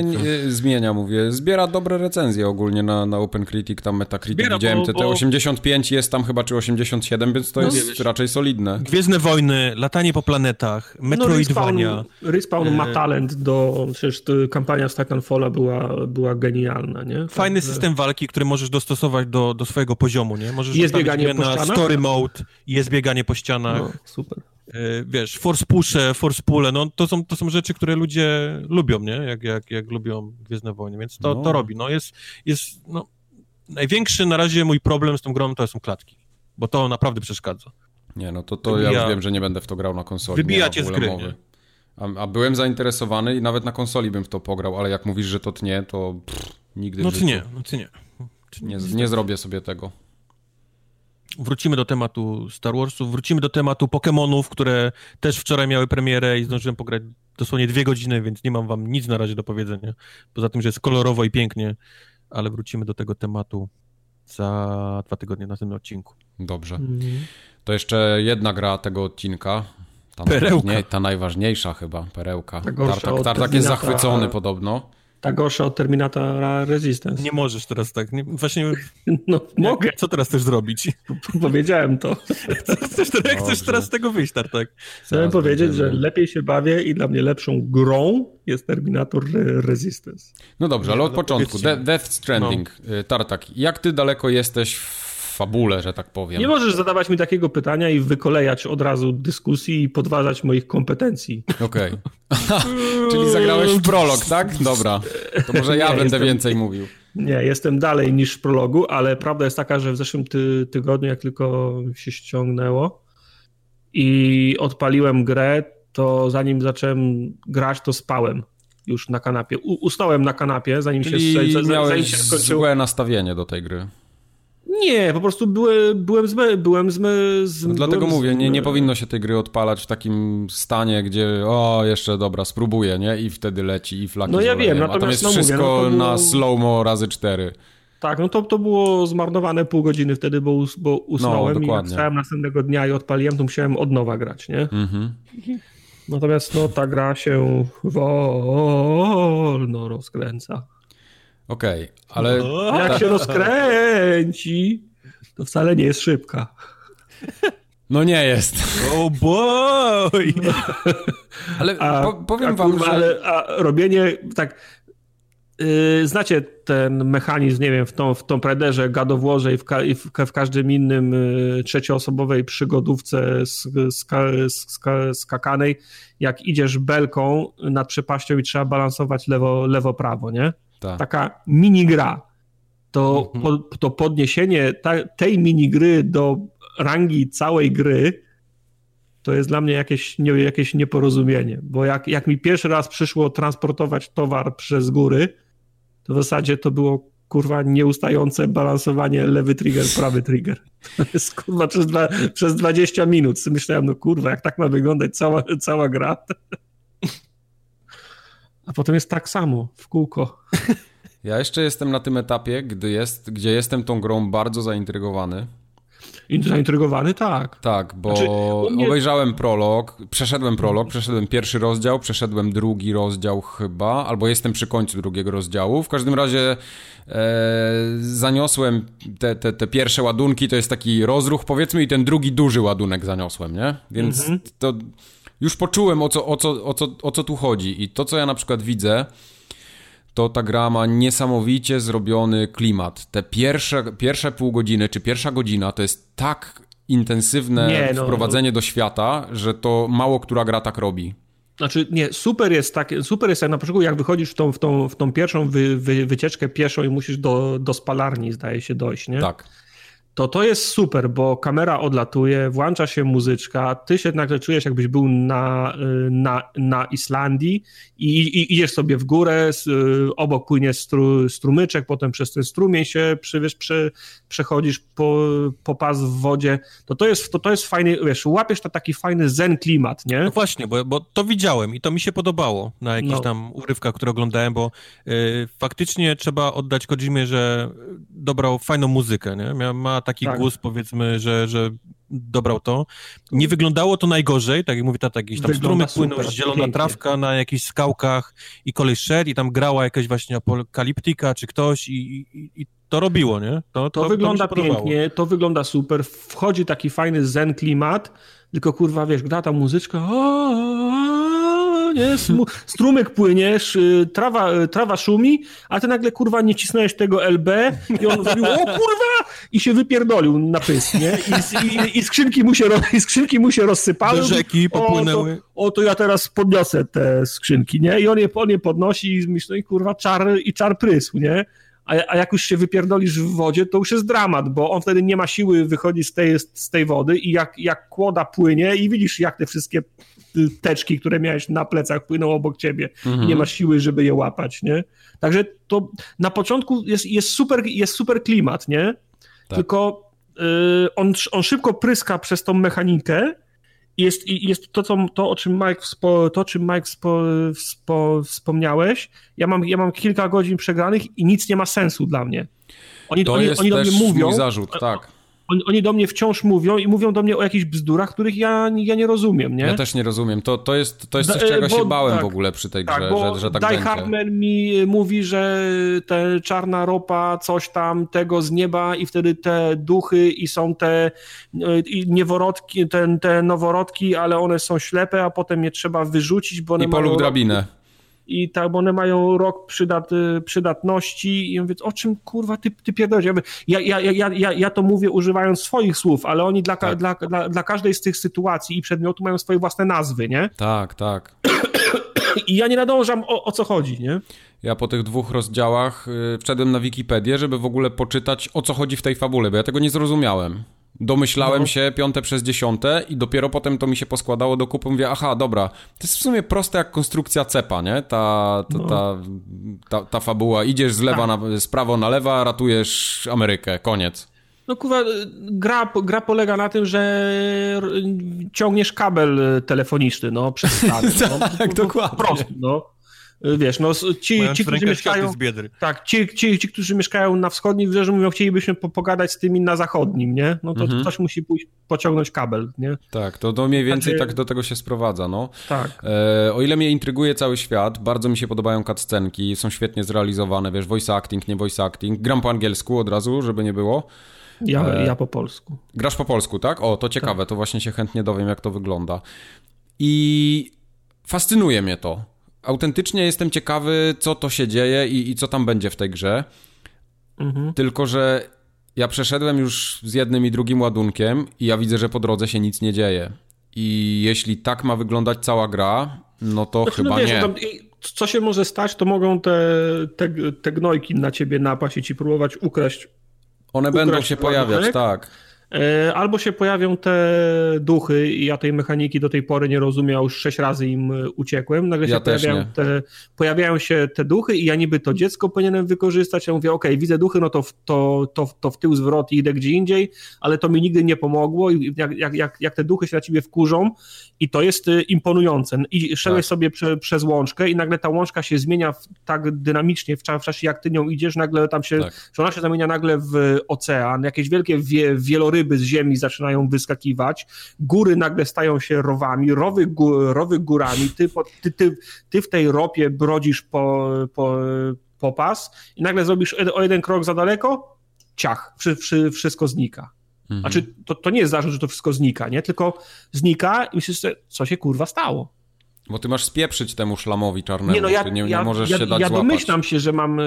zbiera dobre recenzje ogólnie na OpenCritic, tam Metacritic widziałem, te 85 jest tam chyba, czy 87, więc to jest raczej solidne. Gwiezdne Wojny, latanie po planetach, Metroidvania. Respawn ma talent przecież kampania z Titanfalla była genialna, nie? Fajny system walki, który możesz dostosować do swojego poziomu, nie? Możesz jest bieganie po ścianach? Story mode, jest bieganie po ścianach. No, super. Wiesz, force pulle, no to są rzeczy, które ludzie lubią, nie? Jak lubią Gwiezdne Wojny, więc to robi. No jest największy na razie mój problem z tą grą to są klatki, bo to naprawdę przeszkadza. Nie, no to ja już wiem, że nie będę w to grał na konsoli. Wybija cię z gry, nie? A byłem zainteresowany i nawet na konsoli bym w to pograł, ale jak mówisz, że to tnie, to nigdy w życiu. Nie zrobię sobie tego. Wrócimy do tematu Star Warsów, wrócimy do tematu Pokemonów, które też wczoraj miały premierę i zdążyłem pograć dosłownie 2 godziny, więc nie mam wam nic na razie do powiedzenia. Poza tym, że jest kolorowo i pięknie, ale wrócimy do tego tematu za 2 tygodnie na następnym odcinku. Dobrze. To jeszcze jedna gra tego odcinka. Perełka. Ta najważniejsza chyba, perełka. Tartak jest zachwycony podobno. Ta gorsza od Terminatora Resistance. Nie możesz teraz tak. Właśnie. No, mogę. Co teraz chcesz zrobić? Powiedziałem to. Chcesz teraz z tego wyjść, Tartak? Chciałem powiedzieć, że lepiej się bawię i dla mnie lepszą grą jest Terminator Resistance. No dobrze, ale od początku. Death Stranding. Tartak, jak ty daleko jesteś w fabule, że tak powiem? Nie możesz zadawać mi takiego pytania i wykolejać od razu dyskusji i podważać moich kompetencji. Okej. Czyli zagrałeś w prolog, tak? Dobra. To może ja będę więcej mówił. Nie, jestem dalej niż w prologu, ale prawda jest taka, że w zeszłym tygodniu, jak tylko się ściągnęło i odpaliłem grę, to zanim zacząłem grać, to spałem już na kanapie. Usnąłem na kanapie, zanim się skończył. Złe nastawienie do tej gry. Nie, po prostu byłem dlatego mówię, nie powinno się tej gry odpalać w takim stanie, gdzie jeszcze dobra, spróbuję, nie? I wtedy leci i flaki ja wiem, natomiast a tam jest wszystko na slow-mo razy 4. Tak, no to było zmarnowane pół godziny wtedy, bo usnąłem i jak wstałem następnego dnia i odpaliłem, to musiałem od nowa grać, nie? Natomiast no, ta gra się wolno rozkręca. Okej, ale... Jak się rozkręci, to wcale nie jest szybka. No nie jest. Oh boy! Ale powiem wam, że... Ale robienie tak... znacie ten mechanizm, nie wiem, w Tomb Raiderze, God of Warze i w każdym innym trzecioosobowej przygodówce skakanej, jak idziesz belką nad przepaścią i trzeba balansować lewo-prawo, nie? Tak. Taka minigra. To podniesienie tej minigry do rangi całej gry to jest dla mnie jakieś nieporozumienie, bo jak mi pierwszy raz przyszło transportować towar przez góry, to w zasadzie to było, kurwa, nieustające balansowanie lewy trigger, prawy trigger. To jest, kurwa, przez 20 minut. Myślałem, no kurwa, jak tak ma wyglądać cała gra. A potem jest tak samo, w kółko. Ja jeszcze jestem na tym etapie, gdzie jestem tą grą bardzo zaintrygowany. Zaintrygowany, tak. Tak, bo obejrzałem przeszedłem pierwszy rozdział, przeszedłem drugi rozdział chyba, albo jestem przy końcu drugiego rozdziału. W każdym razie zaniosłem te pierwsze ładunki, to jest taki rozruch powiedzmy i ten drugi duży ładunek zaniosłem, nie? Więc to już poczułem o co tu chodzi i to co ja na przykład widzę, to ta gra ma niesamowicie zrobiony klimat. Te pierwsze pół godziny, czy pierwsza godzina, to jest tak intensywne wprowadzenie do świata, że to mało która gra tak robi. Znaczy, nie, super jest tak na przykład jak wychodzisz w tą pierwszą wycieczkę pieszą i musisz do spalarni, zdaje się, dojść, nie? Tak. To jest super, bo kamera odlatuje, włącza się muzyczka, ty się nagle czujesz, jakbyś był na Islandii i idziesz sobie w górę, obok płynie strumyczek, potem przez ten strumień się przechodzisz po pas w wodzie. To jest fajny, wiesz, łapiesz taki fajny zen klimat, nie? No właśnie, bo to widziałem i to mi się podobało na jakichś tam urywkach, które oglądałem, bo faktycznie trzeba oddać Kojimie, że dobrał fajną muzykę, nie? Ma taki głos, powiedzmy, że dobrał to. Nie wyglądało to najgorzej, tak jak mówi tata, jakiś tam strumyk płynął, zielona pięknie. Trawka na jakichś skałkach i kolej szedł i tam grała jakaś właśnie apokaliptyka czy ktoś i to robiło, nie? To wygląda pięknie, to wygląda super, wchodzi taki fajny zen klimat, tylko kurwa, wiesz, gra ta muzyczka, nie, strumyk płyniesz, trawa szumi, a ty nagle, kurwa, nie cisnąłeś tego LB i on zrobił, o kurwa, i się wypierdolił na pysk, nie? I skrzynki mu się rozsypały. Do rzeki popłynęły. To ja teraz podniosę te skrzynki, nie? I on je podnosi i myśli, no i kurwa, czar prysł, nie? A jak już się wypierdolisz w wodzie, to już jest dramat, bo on wtedy nie ma siły wychodzić z tej wody i jak kłoda płynie i widzisz, jak te wszystkie teczki, które miałeś na plecach, płyną obok ciebie i nie masz siły, żeby je łapać, nie? Także to na początku jest super klimat, nie? Tak. Tylko on szybko pryska przez tą mechanikę i jest to, o czym Mike wspomniałeś. Ja mam kilka godzin przegranych i nic nie ma sensu dla mnie. Oni do mnie mówią. Mój zarzut, tak. Oni do mnie wciąż mówią i mówią do mnie o jakichś bzdurach, których ja nie rozumiem, nie? Ja też nie rozumiem. To jest coś, czego się bałem w ogóle przy tej grze, że tak Die będzie. Hardman mi mówi, że ta czarna ropa, coś tam, tego z nieba i wtedy te duchy i są te nieworodki, te noworodki, ale one są ślepe, a potem je trzeba wyrzucić, bo one mają drabinę. I tak, bo one mają rok przydatności i ja mówię, o czym kurwa ty pierdolisz? Ja to mówię używając swoich słów, ale oni dla każdej z tych sytuacji i przedmiotu mają swoje własne nazwy, nie? Tak. I ja nie nadążam o co chodzi, nie? Ja po tych 2 rozdziałach wszedłem na Wikipedię, żeby w ogóle poczytać, o co chodzi w tej fabule, bo ja tego nie zrozumiałem. Domyślałem się 5 przez 10 i dopiero potem to mi się poskładało do kupy. Mówię, aha, dobra, to jest w sumie proste jak konstrukcja cepa, nie? Ta fabuła. Idziesz z prawo na lewo, ratujesz Amerykę, koniec. No kurwa, gra polega na tym, że ciągniesz kabel telefoniczny, no, przez stary. Tak, dokładnie. Po prostu, no. wiesz, no ci którzy mieszkają... Tak, ci, którzy mieszkają na wschodnim wybrzeżu mówią, chcielibyśmy pogadać z tymi na zachodnim, nie? No to ktoś musi pójść pociągnąć kabel, nie? Tak, to mniej więcej tak do tego się sprowadza, no. Tak. O ile mnie intryguje cały świat, bardzo mi się podobają cutscenki, są świetnie zrealizowane, wiesz, voice acting, nie voice acting. Gram po angielsku od razu, żeby nie było. Ja po polsku. Grasz po polsku, tak? O, to ciekawe, tak. To właśnie się chętnie dowiem, jak to wygląda. I fascynuje mnie to. Autentycznie jestem ciekawy, co to się dzieje i co tam będzie w tej grze. Tylko że ja przeszedłem już z jednym i drugim ładunkiem i ja widzę, że po drodze się nic nie dzieje. I jeśli tak ma wyglądać cała gra, no to chyba wiesz, nie. Co się może stać, to mogą te gnojki na ciebie napaść i ci próbować ukraść. One będą się pojawiać, tak. Albo się pojawią te duchy i ja tej mechaniki do tej pory nie rozumiem, już 6 razy im uciekłem. Nagle się pojawiają się te duchy i ja niby to dziecko powinienem wykorzystać. Ja mówię, okej, widzę duchy, no to w tył zwrot i idę gdzie indziej, ale to mi nigdy nie pomogło i jak te duchy się na ciebie wkurzą i to jest imponujące. I szedłeś sobie przez łączkę i nagle ta łączka się zmienia tak dynamicznie w czasie, jak ty nią idziesz, nagle tam się, że ona się zamienia nagle w ocean, jakieś wielkie wieloryby z ziemi zaczynają wyskakiwać, góry nagle stają się rowami, rowy górami, ty w tej ropie brodzisz po pas i nagle zrobisz o jeden krok za daleko, ciach, wszystko znika. Znaczy, to nie jest zarzut, że to wszystko znika, nie? Tylko znika i myślisz sobie, co się kurwa stało? Bo ty masz spieprzyć temu szlamowi czarnemu, nie możesz się dać złapać. Ja domyślam się,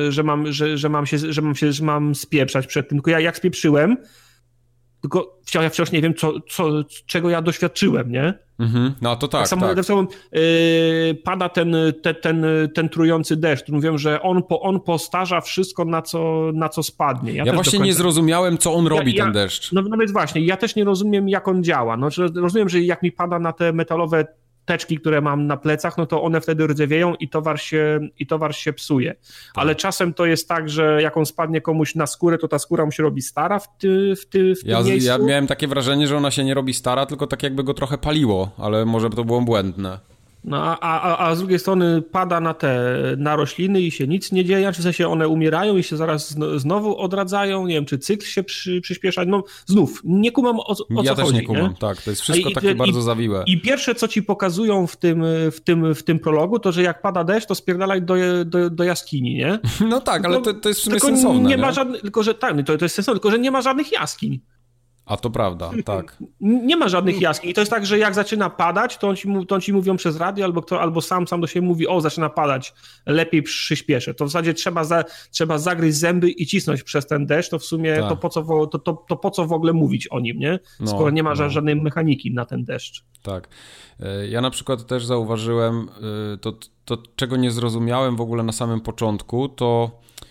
że mam spieprzać przed tym, tylko jak spieprzyłem, tylko ja wciąż nie wiem, czego ja doświadczyłem, nie? No to tak. Tak samo pada ten trujący deszcz. Mówią, że on postarza wszystko, na co spadnie. Ja właśnie nie zrozumiałem, co on robi, ten deszcz. No więc właśnie, ja też nie rozumiem, jak on działa. No, rozumiem, że jak mi pada na te metalowe teczki, które mam na plecach, no to one wtedy rdzewieją i towar się psuje. Tak. Ale czasem to jest tak, że jak on spadnie komuś na skórę, to ta skóra mu się robi stara w tym miejscu. Ja miałem takie wrażenie, że ona się nie robi stara, tylko tak jakby go trochę paliło, ale może to było błędne. No, a z drugiej strony pada na rośliny i się nic nie dzieje, czy w sensie one umierają i się zaraz znowu odradzają, nie wiem, czy cykl się przyspiesza, no znów, nie kumam o co chodzi. Ja też nie kumam, tak, to jest wszystko takie bardzo zawiłe. I pierwsze, co ci pokazują w tym prologu, to, że jak pada deszcz, to spierdalaj do jaskini, nie? No tak, ale to jest w sumie sensowne, nie? Tylko, że tak, to jest sensowne, tylko, że nie ma żadnych jaskiń. A to prawda, tak. Nie ma żadnych jaskiń. I to jest tak, że jak zaczyna padać, to on ci mówią przez radio, albo sam do siebie mówi, zaczyna padać, lepiej przyspieszę. To w zasadzie trzeba zagryźć zęby i cisnąć przez ten deszcz, to w sumie tak. to po co w ogóle mówić o nim, nie? Skoro nie ma żadnej mechaniki na ten deszcz. Tak. Ja na przykład też zauważyłem, to czego nie zrozumiałem w ogóle na samym początku, to...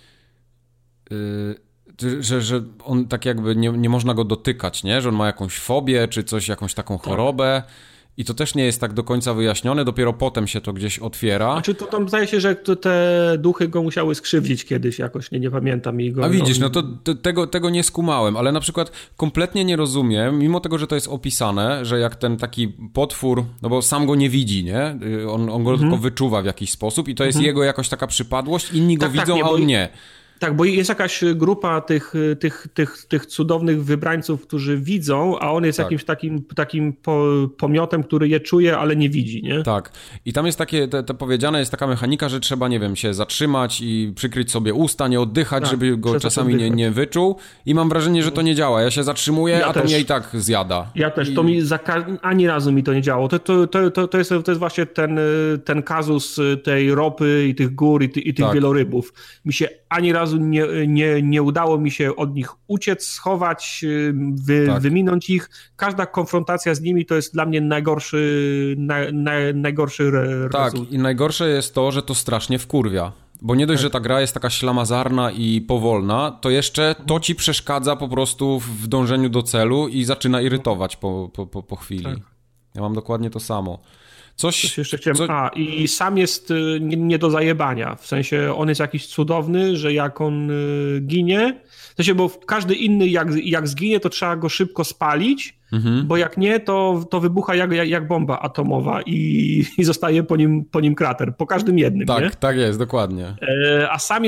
Że on tak jakby nie można go dotykać, nie? Że on ma jakąś fobię, czy coś, jakąś taką chorobę i to też nie jest tak do końca wyjaśnione, dopiero potem się to gdzieś otwiera. Znaczy to tam zdaje się, że te duchy go musiały skrzywdzić kiedyś jakoś, nie pamiętam. A widzisz, no to tego nie skumałem, ale na przykład kompletnie nie rozumiem, mimo tego, że to jest opisane, że jak ten taki potwór, no bo sam go nie widzi, nie? On go tylko wyczuwa w jakiś sposób i to jest jego jakoś taka przypadłość, inni go widzą, a on nie. Tak, bo jest jakaś grupa tych cudownych wybrańców, którzy widzą, a on jest jakimś takim pomiotem, który je czuje, ale nie widzi, nie? Tak. I tam jest to powiedziane jest taka mechanika, że trzeba, nie wiem, się zatrzymać i przykryć sobie usta, nie oddychać, żeby go czasami nie wyczuł. I mam wrażenie, że to nie działa. Ja się zatrzymuję, a to mnie i tak zjada. Ja też. To mi ani razu mi to nie działało. To jest właśnie ten kazus tej ropy i tych gór i tych wielorybów. Mi się ani razu nie udało mi się od nich uciec, schować, wyminąć ich. Każda konfrontacja z nimi to jest dla mnie najgorszy rezultat. Tak, i najgorsze jest to, że to strasznie wkurwia. Bo nie dość, że ta gra jest taka ślamazarna i powolna, to jeszcze to ci przeszkadza po prostu w dążeniu do celu i zaczyna irytować po chwili. Tak. Ja mam dokładnie to samo. Coś jeszcze chciałem. I sam jest nie do zajebania. W sensie on jest jakiś cudowny, że jak on ginie, w sensie, bo każdy inny jak zginie, to trzeba go szybko spalić, bo jak nie, to wybucha jak bomba atomowa i zostaje po nim krater, po każdym jednym, tak, nie? Tak jest, dokładnie. A sam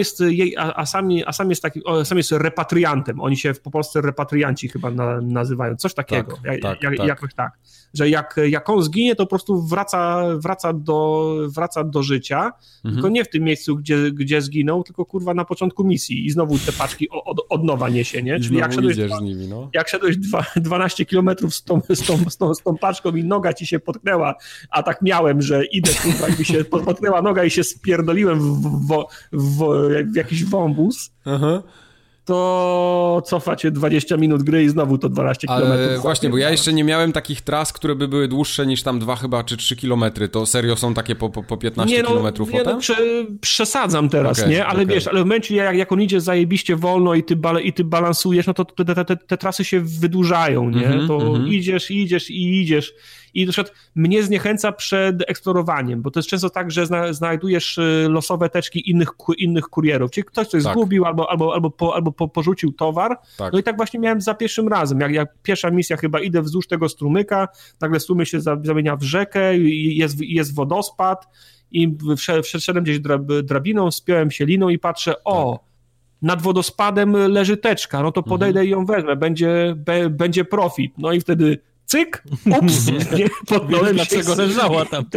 jest repatriantem, oni się po polsce repatrianci chyba nazywają, coś takiego, jakoś tak, że jak on zginie, to po prostu wraca do życia, tylko nie w tym miejscu, gdzie zginął, tylko kurwa na początku misji i znowu te paczki od nowa niesie, nie? Czyli jak szedłeś 12 kilometrów z tą paczką i noga ci się potknęła, a tak miałem, że idę, kurwa, mi się potknęła noga i się spierdoliłem w jakiś wąwóz, to cofacie 20 minut gry i znowu to 12 km. Ale właśnie, bo ja jeszcze nie miałem takich tras, które by były dłuższe niż tam 2 chyba, czy 3 kilometry. To serio są takie po 15 kilometrów potem? Przesadzam teraz, nie? Ale wiesz, ale w momencie jak on idzie zajebiście wolno i ty balansujesz, no to te trasy się wydłużają, nie? Idziesz. I na przykład mnie zniechęca przed eksplorowaniem, bo to jest często tak, że znajdujesz losowe teczki innych kurierów. Czyli ktoś coś zgubił albo porzucił towar. Tak. No i tak właśnie miałem za pierwszym razem. Jak pierwsza misja chyba idę wzdłuż tego strumyka, nagle strumień się zamienia w rzekę, jest wodospad i wszedłem gdzieś drabiną, spiąłem się liną i patrzę, nad wodospadem leży teczka, no to podejdę i ją wezmę, będzie profit. No i wtedy cyk, ups, nie, podnąłem dlaczego leżała tam.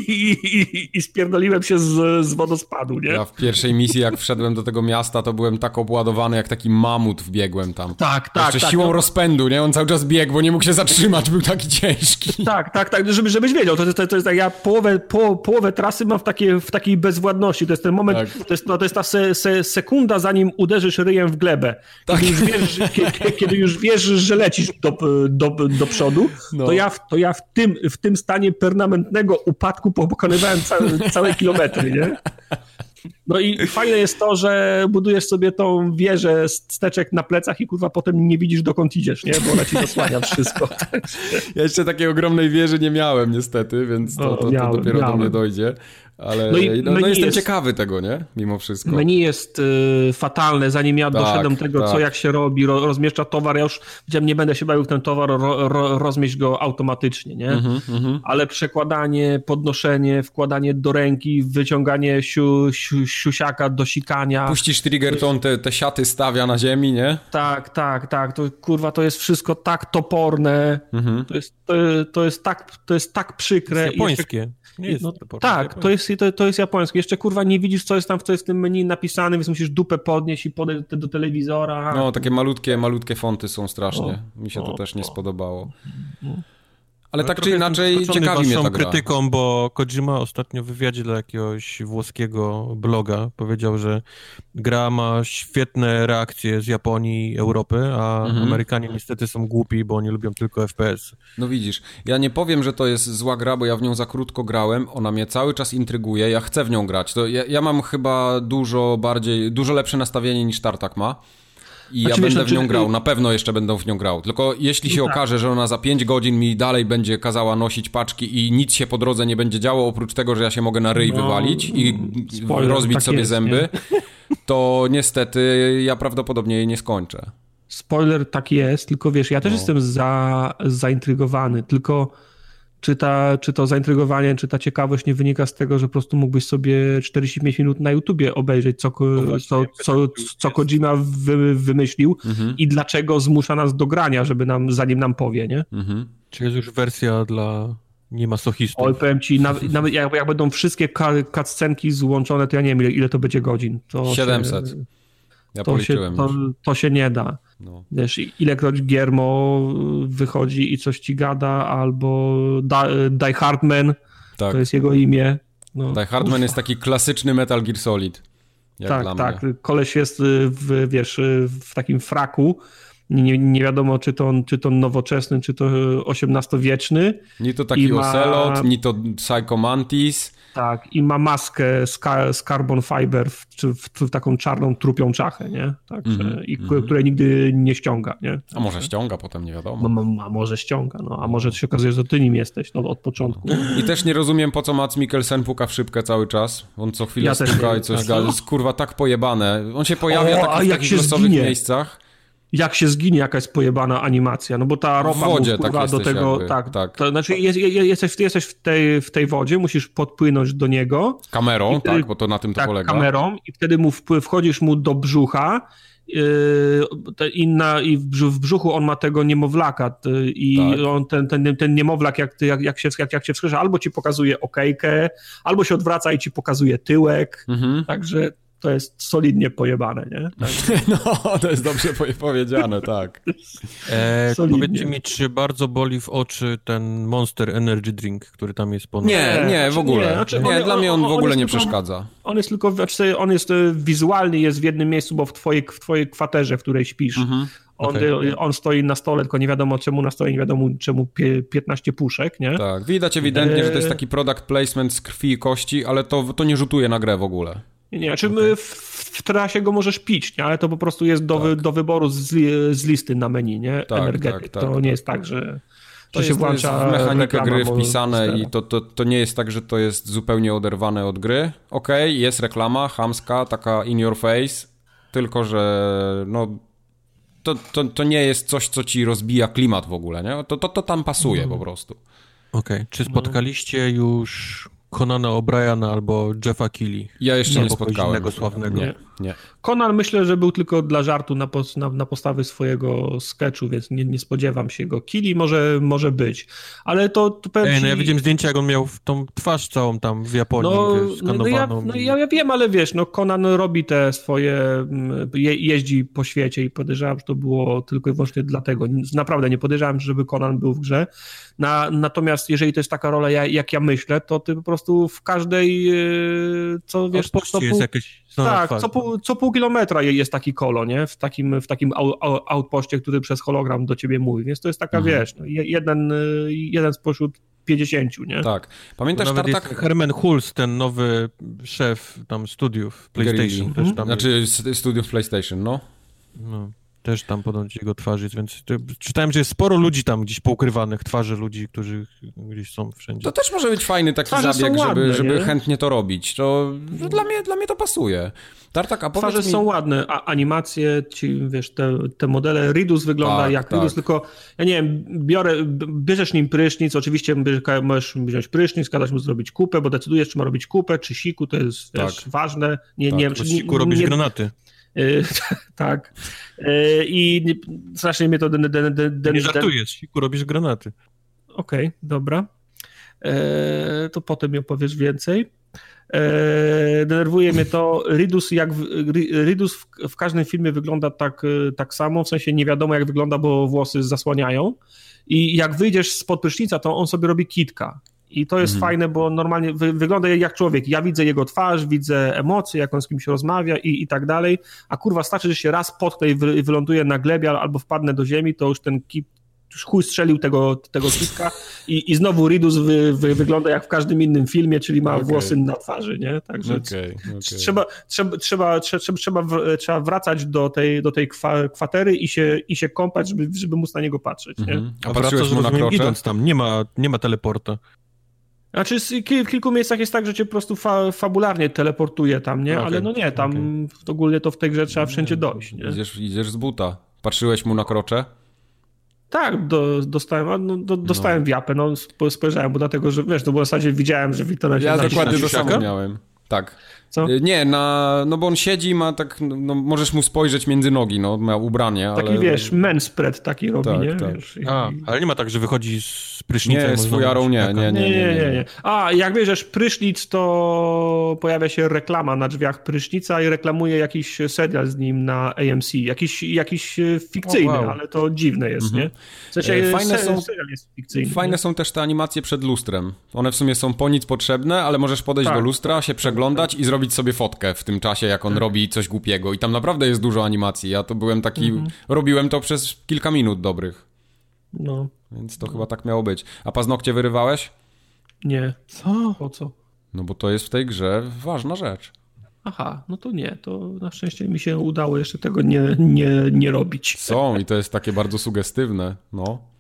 I spierdoliłem się z wodospadu, nie? Ja w pierwszej misji, jak wszedłem do tego miasta, to byłem tak obładowany, jak taki mamut wbiegłem tam. Tak. Jeszcze siłą rozpędu, nie? On cały czas biegł, bo nie mógł się zatrzymać, był taki ciężki. Tak, żebyś wiedział, to jest tak, ja połowę trasy mam w takiej bezwładności, to jest ten moment, to jest ta sekunda, zanim uderzysz ryjem w glebę. Tak. Kiedy już wiesz, że lecisz do przodu, to ja w tym stanie permanentnego upadku pokonywałem całe kilometry, nie? No i fajne jest to, że budujesz sobie tą wieżę z teczek na plecach i kurwa potem nie widzisz dokąd idziesz, nie? Bo ona ci zasłania wszystko. Ja jeszcze takiej ogromnej wieży nie miałem niestety, więc to dopiero do mnie dojdzie. Ale jestem ciekawy tego, nie? Mimo wszystko. Menu jest fatalne, zanim ja doszedłem tego, co jak się robi, rozmieszcza towar, ja już nie będę się bawił w ten towar, rozmieść go automatycznie, nie? Ale przekładanie, podnoszenie, wkładanie do ręki, wyciąganie siusiaka do sikania. Puścisz trigger, to on te siaty stawia na ziemi, nie? Tak. To kurwa, to jest wszystko tak toporne, to jest tak przykre. To jest japońskie. Nie jest tak, to jest japońskie. Jeszcze kurwa nie widzisz, co jest w tym menu napisane, więc musisz dupę podnieść i podejść do telewizora. No, takie malutkie fonty są strasznie. Mi się to też nie spodobało. Ale tak czy inaczej ciekawi mnie ta gra. Krytyką, bo Kojima ostatnio w wywiadzie dla jakiegoś włoskiego bloga powiedział, że gra ma świetne reakcje z Japonii i Europy, a Amerykanie niestety są głupi, bo oni lubią tylko FPS. No widzisz, ja nie powiem, że to jest zła gra, bo ja w nią za krótko grałem, ona mnie cały czas intryguje, ja chcę w nią grać. To ja mam chyba dużo lepsze nastawienie niż Tartak ma. I ja będę w nią grał, na pewno jeszcze będę w nią grał. Tylko jeśli się okaże, że ona za 5 godzin mi dalej będzie kazała nosić paczki i nic się po drodze nie będzie działo, oprócz tego, że ja się mogę na ryj wywalić i rozbić sobie zęby, to niestety ja prawdopodobnie jej nie skończę. Spoiler, tak jest, tylko wiesz, ja też jestem zaintrygowany, tylko czy to zaintrygowanie, czy ta ciekawość nie wynika z tego, że po prostu mógłbyś sobie 45 minut na YouTubie obejrzeć, co Kojima wymyślił i dlaczego zmusza nas do grania, zanim nam powie, nie? Czy jest już wersja dla niemasochistów? Oj, powiem ci, nawet jak będą wszystkie cutscenki złączone, to ja nie wiem, ile to będzie godzin. 700. Ja policzyłem to się nie da. No. Wiesz, ilekroć Giermo wychodzi i coś ci gada, albo Die Hardman, to jest jego imię. No. Die Hardman jest taki klasyczny Metal Gear Solid. Tak. Koleś jest w takim fraku. Nie wiadomo, czy to nowoczesny, czy to XVIII-wieczny. Nie to taki Ocelot, nie to Psycho Mantis. Tak, i ma maskę z carbon fiber w taką czarną, trupią czachę, nie? Także, której nigdy nie ściąga, nie? A może ściąga potem, nie wiadomo. A może ściąga, a może się okazuje, że ty nim jesteś od początku. I też nie rozumiem, po co Mads Mikkelsen puka w szybkę cały czas. On co chwilę stuka i coś gada. Jest kurwa tak pojebane. On się pojawia w takich losowych miejscach. jak się zginie, jaka jest pojebana animacja, no bo ta ropa wodzie, tak do tego, jakby, tak. To znaczy jesteś w tej wodzie, musisz podpłynąć do niego. Kamerą, tak, bo to na tym to polega. Kamerą i wtedy wchodzisz mu do brzucha i w brzuchu on ma tego niemowlaka i on, ten niemowlak jak się wskrzesza, albo ci pokazuje okejkę, albo się odwraca i ci pokazuje tyłek, także to jest solidnie pojebane, nie? Tak. No, to jest dobrze powiedziane, tak. Powiedzcie mi, czy bardzo boli w oczy ten Monster Energy Drink, który tam jest ponad... Nie, w ogóle. Nie, dla mnie on w ogóle nie przeszkadza. On jest tylko, on jest wizualny, jest w jednym miejscu, bo w twojej kwaterze, w której śpisz. On stoi na stole, tylko nie wiadomo czemu na stole, nie wiadomo czemu 15 puszek, nie? Tak, widać ewidentnie, że to jest taki product placement z krwi i kości, ale to nie rzutuje na grę w ogóle. Nie, znaczy w trasie go możesz pić, nie? Ale to po prostu jest do wyboru z listy na menu, nie? Energetyk. To nie jest tak, że to się włącza w mechanikę gry wpisane i to nie jest tak, że to jest zupełnie oderwane od gry. Okej, jest reklama chamska, taka in your face, tylko że no to nie jest coś, co ci rozbija klimat w ogóle, nie? To tam pasuje po prostu. Okej. Czy spotkaliście już Conana O'Briana albo Jeffa Keighley? Ja jeszcze nie spotkałem. Innego sławnego. Nie. Conan myślę, że był tylko dla żartu na podstawie swojego sketchu, więc nie spodziewam się go. Keighley może być, ale to powiem ci... ja widziałem zdjęcia, jak on miał tą twarz całą tam w Japonii skanowaną. Ja wiem, ale wiesz, Conan robi te swoje... jeździ po świecie i podejrzewam, że to było tylko i wyłącznie dlatego. Naprawdę nie podejrzewam, żeby Conan był w grze. Natomiast jeżeli to jest taka rola, jak ja myślę, to ty po prostu w każdej... co wiesz... jest jakieś... Tak, co pół kilometra jest taki kolo, nie? W takim outpoście, który przez hologram do ciebie mówi, więc to jest taka, wiesz, jeden spośród 50, nie? Tak. Pamiętasz Tartak? Herman Hulst, ten nowy szef tam studiów PlayStation. Też tam studiów PlayStation, no. Też tam ponoć jego twarzy jest, więc czytałem, że jest sporo ludzi tam gdzieś poukrywanych, twarzy ludzi, którzy gdzieś są wszędzie. To też może być fajny taki zabieg, żeby chętnie to robić. To dla mnie to pasuje. Tartak, a twarze są ładne, a animacje, wiesz, te modele, Ridus wygląda jak Ridus, tylko ja nie wiem, bierzesz nim prysznic, oczywiście możesz wziąć prysznic, kazać mu zrobić kupę, bo decydujesz, czy ma robić kupę, czy siku, to jest wiesz, ważne. Nie wiem, czy siku robisz granaty. Tak. I strasznie mnie to... Nie żartujesz, siku robisz granaty. Okej, dobra. To potem mi opowiesz więcej. Denerwuje mnie to. Ridus w każdym filmie wygląda tak samo, w sensie nie wiadomo jak wygląda, bo włosy zasłaniają. I jak wyjdziesz spod prysznica, to on sobie robi kitka. I to jest fajne, bo normalnie wygląda jak człowiek. Ja widzę jego twarz, widzę emocje, jak on z kimś rozmawia i tak dalej. A kurwa, starczy, że się raz potknę i wyląduje na glebie albo wpadnę do ziemi, to już ten chuj strzelił tego kitka i znowu Ridus wygląda jak w każdym innym filmie, czyli ma włosy na twarzy, nie? Także trzeba wracać do tej kwatery i się kąpać, żeby móc na niego patrzeć, nie? A patrzyłeś mu na krocze? Idąc tam, nie ma teleporta. Znaczy w kilku miejscach jest tak, że cię po prostu fabularnie teleportuje tam, nie? Ale no nie, tam ogólnie to w tej grze trzeba wszędzie dojść, nie? Idziesz z buta. Patrzyłeś mu na krocze? Tak, dostałem w japę, spojrzałem, bo dlatego, że wiesz, bo w zasadzie widziałem, że Wiktor... Ja dokładnie to samo miałem, tak. Co? Nie, bo on siedzi, ma tak, możesz mu spojrzeć między nogi, ma ubranie, ale... Taki, wiesz, men spread taki robi, tak, nie? Tak. Wiesz, ale nie ma tak, że wychodzi z prysznicem? Nie, z fujarą nie. A, jak bierzesz prysznic, to pojawia się reklama na drzwiach prysznica i reklamuje jakiś serial z nim na AMC. Jakiś fikcyjny, ale to dziwne jest, nie? W sensie serial jest fikcyjny. Fajne są też te animacje przed lustrem. One w sumie są po nic potrzebne, ale możesz podejść do lustra, się przeglądać i zrobić sobie fotkę w tym czasie, jak on robi coś głupiego. I tam naprawdę jest dużo animacji. Ja to byłem taki... Robiłem to przez kilka minut dobrych. No. Więc to chyba tak miało być. A paznokcie wyrywałeś? Nie. Co? Po co? No bo to jest w tej grze ważna rzecz. Aha, no to nie. To na szczęście mi się udało jeszcze tego nie robić. Są i to jest takie bardzo sugestywne. No.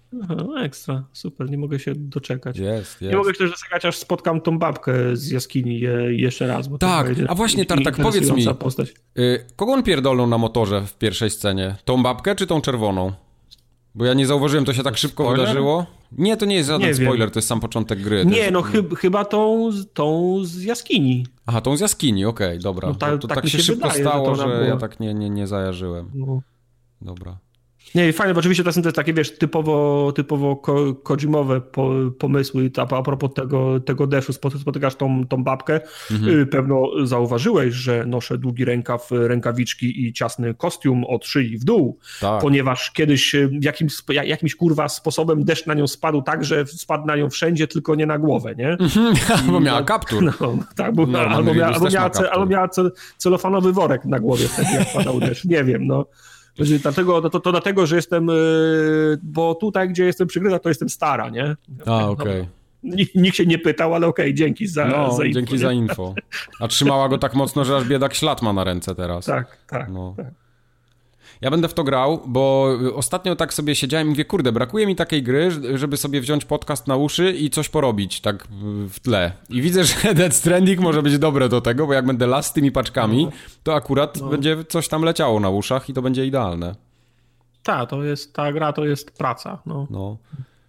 Aha, ekstra, super, nie mogę się doczekać. Jest. Nie mogę się też doczekać, aż spotkam tą babkę z jaskini jeszcze raz. Bo tak, a właśnie Tartak, powiedz mi, kogo on pierdolnął na motorze w pierwszej scenie? Tą babkę czy tą czerwoną? Bo ja nie zauważyłem, to się tak szybko spoiler? Wydarzyło. Nie, to nie jest żaden spoiler, to jest sam początek gry. Nie, no chyba tą z jaskini. Aha, tą z jaskini, okej, dobra. No to tak się szybko wydaje, stało, że ja tak nie zajarzyłem. No. Dobra. Nie, fajne, bo oczywiście to są te takie, wiesz, typowo Kojimowe pomysły. A propos tego deszu, spotykasz tą babkę, pewno zauważyłeś, że noszę długi rękaw, rękawiczki i ciasny kostium od szyi w dół, tak. Ponieważ kiedyś jakimś kurwa sposobem deszcz na nią spadł tak, że spadł na nią wszędzie, tylko nie na głowę, nie? Bo miała kaptur. No, tak, albo miała celofanowy worek na głowie wtedy, jak padał deszcz. Nie wiem, no. Dlatego, że jestem, bo tutaj, gdzie jestem przygryza, to jestem stara, nie? Okej. Nikt się nie pytał, ale dzięki za info. Dzięki za info. A trzymała go tak mocno, że aż biedak ślad ma na ręce teraz. Tak. Ja będę w to grał, bo ostatnio tak sobie siedziałem i mówię, kurde, brakuje mi takiej gry, żeby sobie wziąć podcast na uszy i coś porobić, tak w tle. I widzę, że Death Stranding może być dobre do tego, bo jak będę las z tymi paczkami, to akurat będzie coś tam leciało na uszach i to będzie idealne. Ta gra to jest praca. No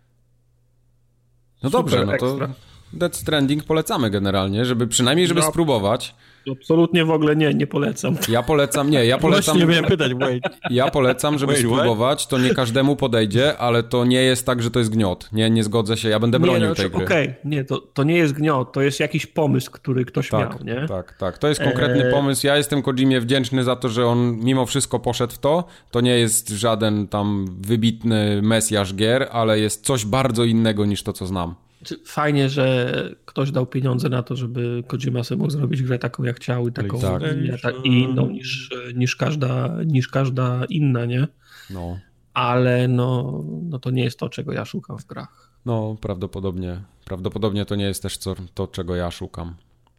dobrze, no to Death Stranding polecamy generalnie, żeby spróbować. Absolutnie w ogóle nie polecam. Ja polecam. Właśnie miałem pytać, Ja polecam, żeby spróbować. To nie każdemu podejdzie, ale to nie jest tak, że to jest gniot. Nie zgodzę się, ja będę bronił tej gry. Okej, to nie jest gniot, to jest jakiś pomysł, który ktoś miał, nie? Tak. To jest konkretny pomysł. Ja jestem Kojimie wdzięczny za to, że on mimo wszystko poszedł w to. To nie jest żaden tam wybitny mesjasz gier, ale jest coś bardzo innego niż to, co znam. Fajnie, że ktoś dał pieniądze na to, żeby Kojima sobie mógł zrobić grę taką jak chciał i taką i inną niż każda inna, nie? No. Ale no to nie jest to, czego ja szukam w grach. No, prawdopodobnie to nie jest też to, czego ja szukam.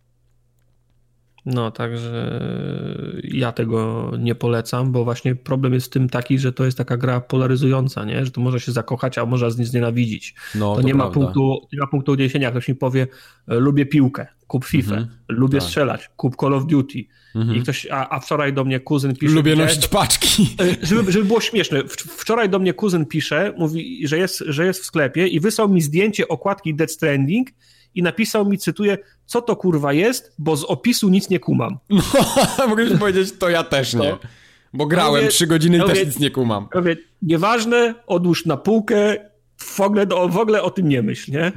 No, także ja tego nie polecam, bo właśnie problem jest w tym taki, że to jest taka gra polaryzująca, nie? Że to może się zakochać, a może znienawidzić. No, to nie ma punktu odniesienia. Ktoś mi powie, lubię piłkę, kup FIFA, lubię strzelać, kup Call of Duty. I ktoś, a wczoraj do mnie kuzyn pisze... Lubię nosić paczki. Żeby było śmieszne. Wczoraj do mnie kuzyn pisze, mówi, że jest w sklepie i wysłał mi zdjęcie okładki Death Stranding i napisał mi, cytuję, co to kurwa jest, bo z opisu nic nie kumam. No, mogę powiedzieć, to ja też nie. Bo grałem 3 godziny i też nic nie kumam. Nieważne, odłóż na półkę, w ogóle o tym nie myśl, nie?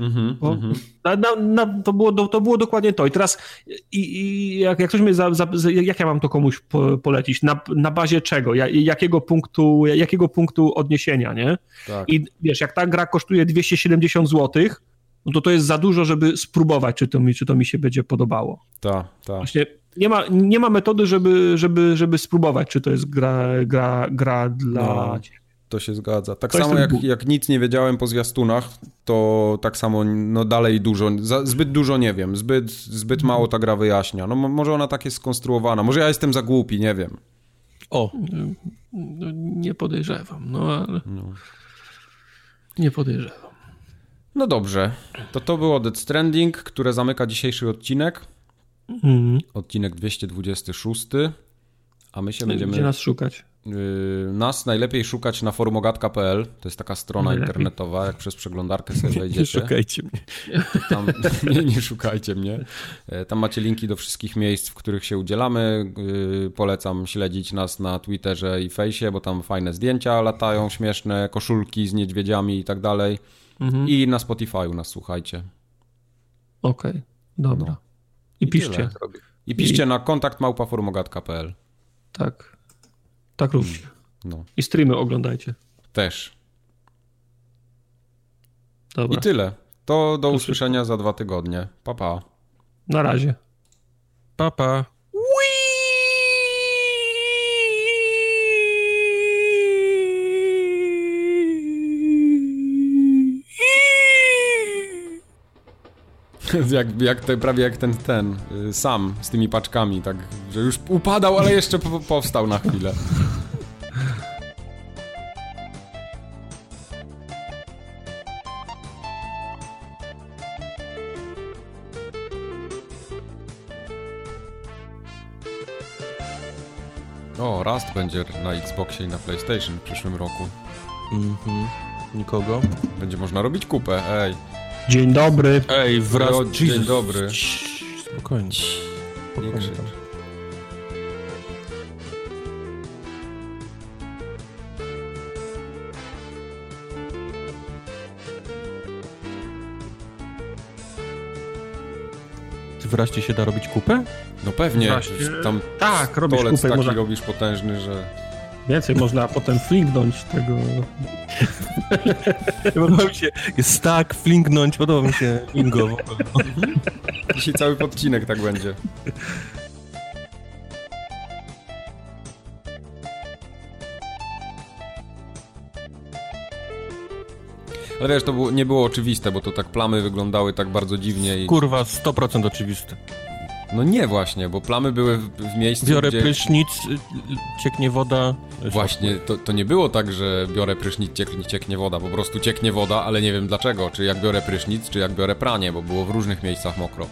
To było dokładnie to. I teraz jak ktoś mnie jak ja mam to komuś polecić? Na bazie czego? Jakiego punktu odniesienia, nie? Tak. I wiesz, jak ta gra kosztuje 270 zł, no to jest za dużo, żeby spróbować, czy to mi się będzie podobało. Tak. Właśnie nie ma metody, żeby spróbować, czy to jest gra dla ciebie. To się zgadza. Tak samo jak nic nie wiedziałem po zwiastunach, to tak samo dalej zbyt dużo nie wiem, zbyt mało ta gra wyjaśnia. No może ona tak jest skonstruowana, może ja jestem za głupi, nie wiem. Nie podejrzewam, ale nie podejrzewam. No dobrze, to było Death Stranding, które zamyka dzisiejszy odcinek. Odcinek 226. A my się będziemy... Gdzie nas szukać? Nas najlepiej szukać na forumogatka.pl. To jest taka strona internetowa, jak przez przeglądarkę sobie wejdziecie. Nie szukajcie mnie. Tam, nie szukajcie mnie. Tam macie linki do wszystkich miejsc, w których się udzielamy. Polecam śledzić nas na Twitterze i Fejsie, bo tam fajne zdjęcia latają, śmieszne koszulki z niedźwiedziami i tak dalej. I na Spotify'u nas słuchajcie. Okej, dobra. No. I piszcie. I piszcie na kontakt@forumogatka.pl. Tak róbcie. No. I streamy oglądajcie. Też. Dobra. I tyle. To do usłyszenia za 2 tygodnie. Pa, pa. Na razie. Pa, pa. Prawie jak ten sam z tymi paczkami, tak, że już upadał, ale jeszcze powstał na chwilę. O, Rust będzie na Xboxie i na PlayStation w przyszłym roku. Nikogo? Będzie można robić kupę, ej. Dzień dobry. Ej, wraz... Dzień dobry. Spokojnie. Nie krzycz. Wreszcie się da robić kupę? No pewnie. Właśnie, tam tak, robisz stolec kupę. taki Można, robisz potężny, że... więcej można potem flingnąć tego. Podoba mi się, jest tak, flinknąć, podoba mi się lingo. Dzisiaj cały podcinek tak będzie. Ale wiesz, to nie było oczywiste, bo to tak plamy wyglądały tak bardzo dziwnie i... Kurwa, 100% oczywiste. No nie właśnie, bo plamy były w miejscu, biorę gdzie... prysznic, cieknie woda. Właśnie, to nie było tak, że biorę prysznic, cieknie woda, po prostu cieknie woda, ale nie wiem dlaczego, czy jak biorę prysznic, czy jak biorę pranie, bo było w różnych miejscach mokro.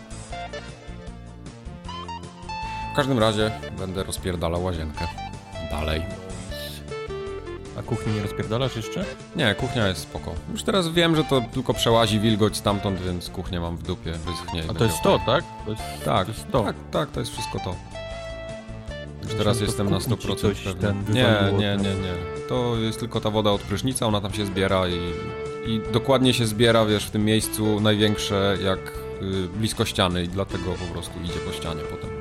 W każdym razie będę rozpierdalał łazienkę. Dalej. A kuchni nie rozpierdalasz jeszcze? Nie, kuchnia jest spoko. Już teraz wiem, że to tylko przełazi wilgoć stamtąd, więc kuchnię mam w dupie, wyschnie. A to jest to, tak? Tak, to jest to. Tak, to jest wszystko to. Już teraz jestem na 100% pewny. Nie. To jest tylko ta woda od prysznica, ona tam się zbiera i dokładnie się zbiera, wiesz, w tym miejscu największe jak blisko ściany i dlatego po prostu idzie po ścianie potem.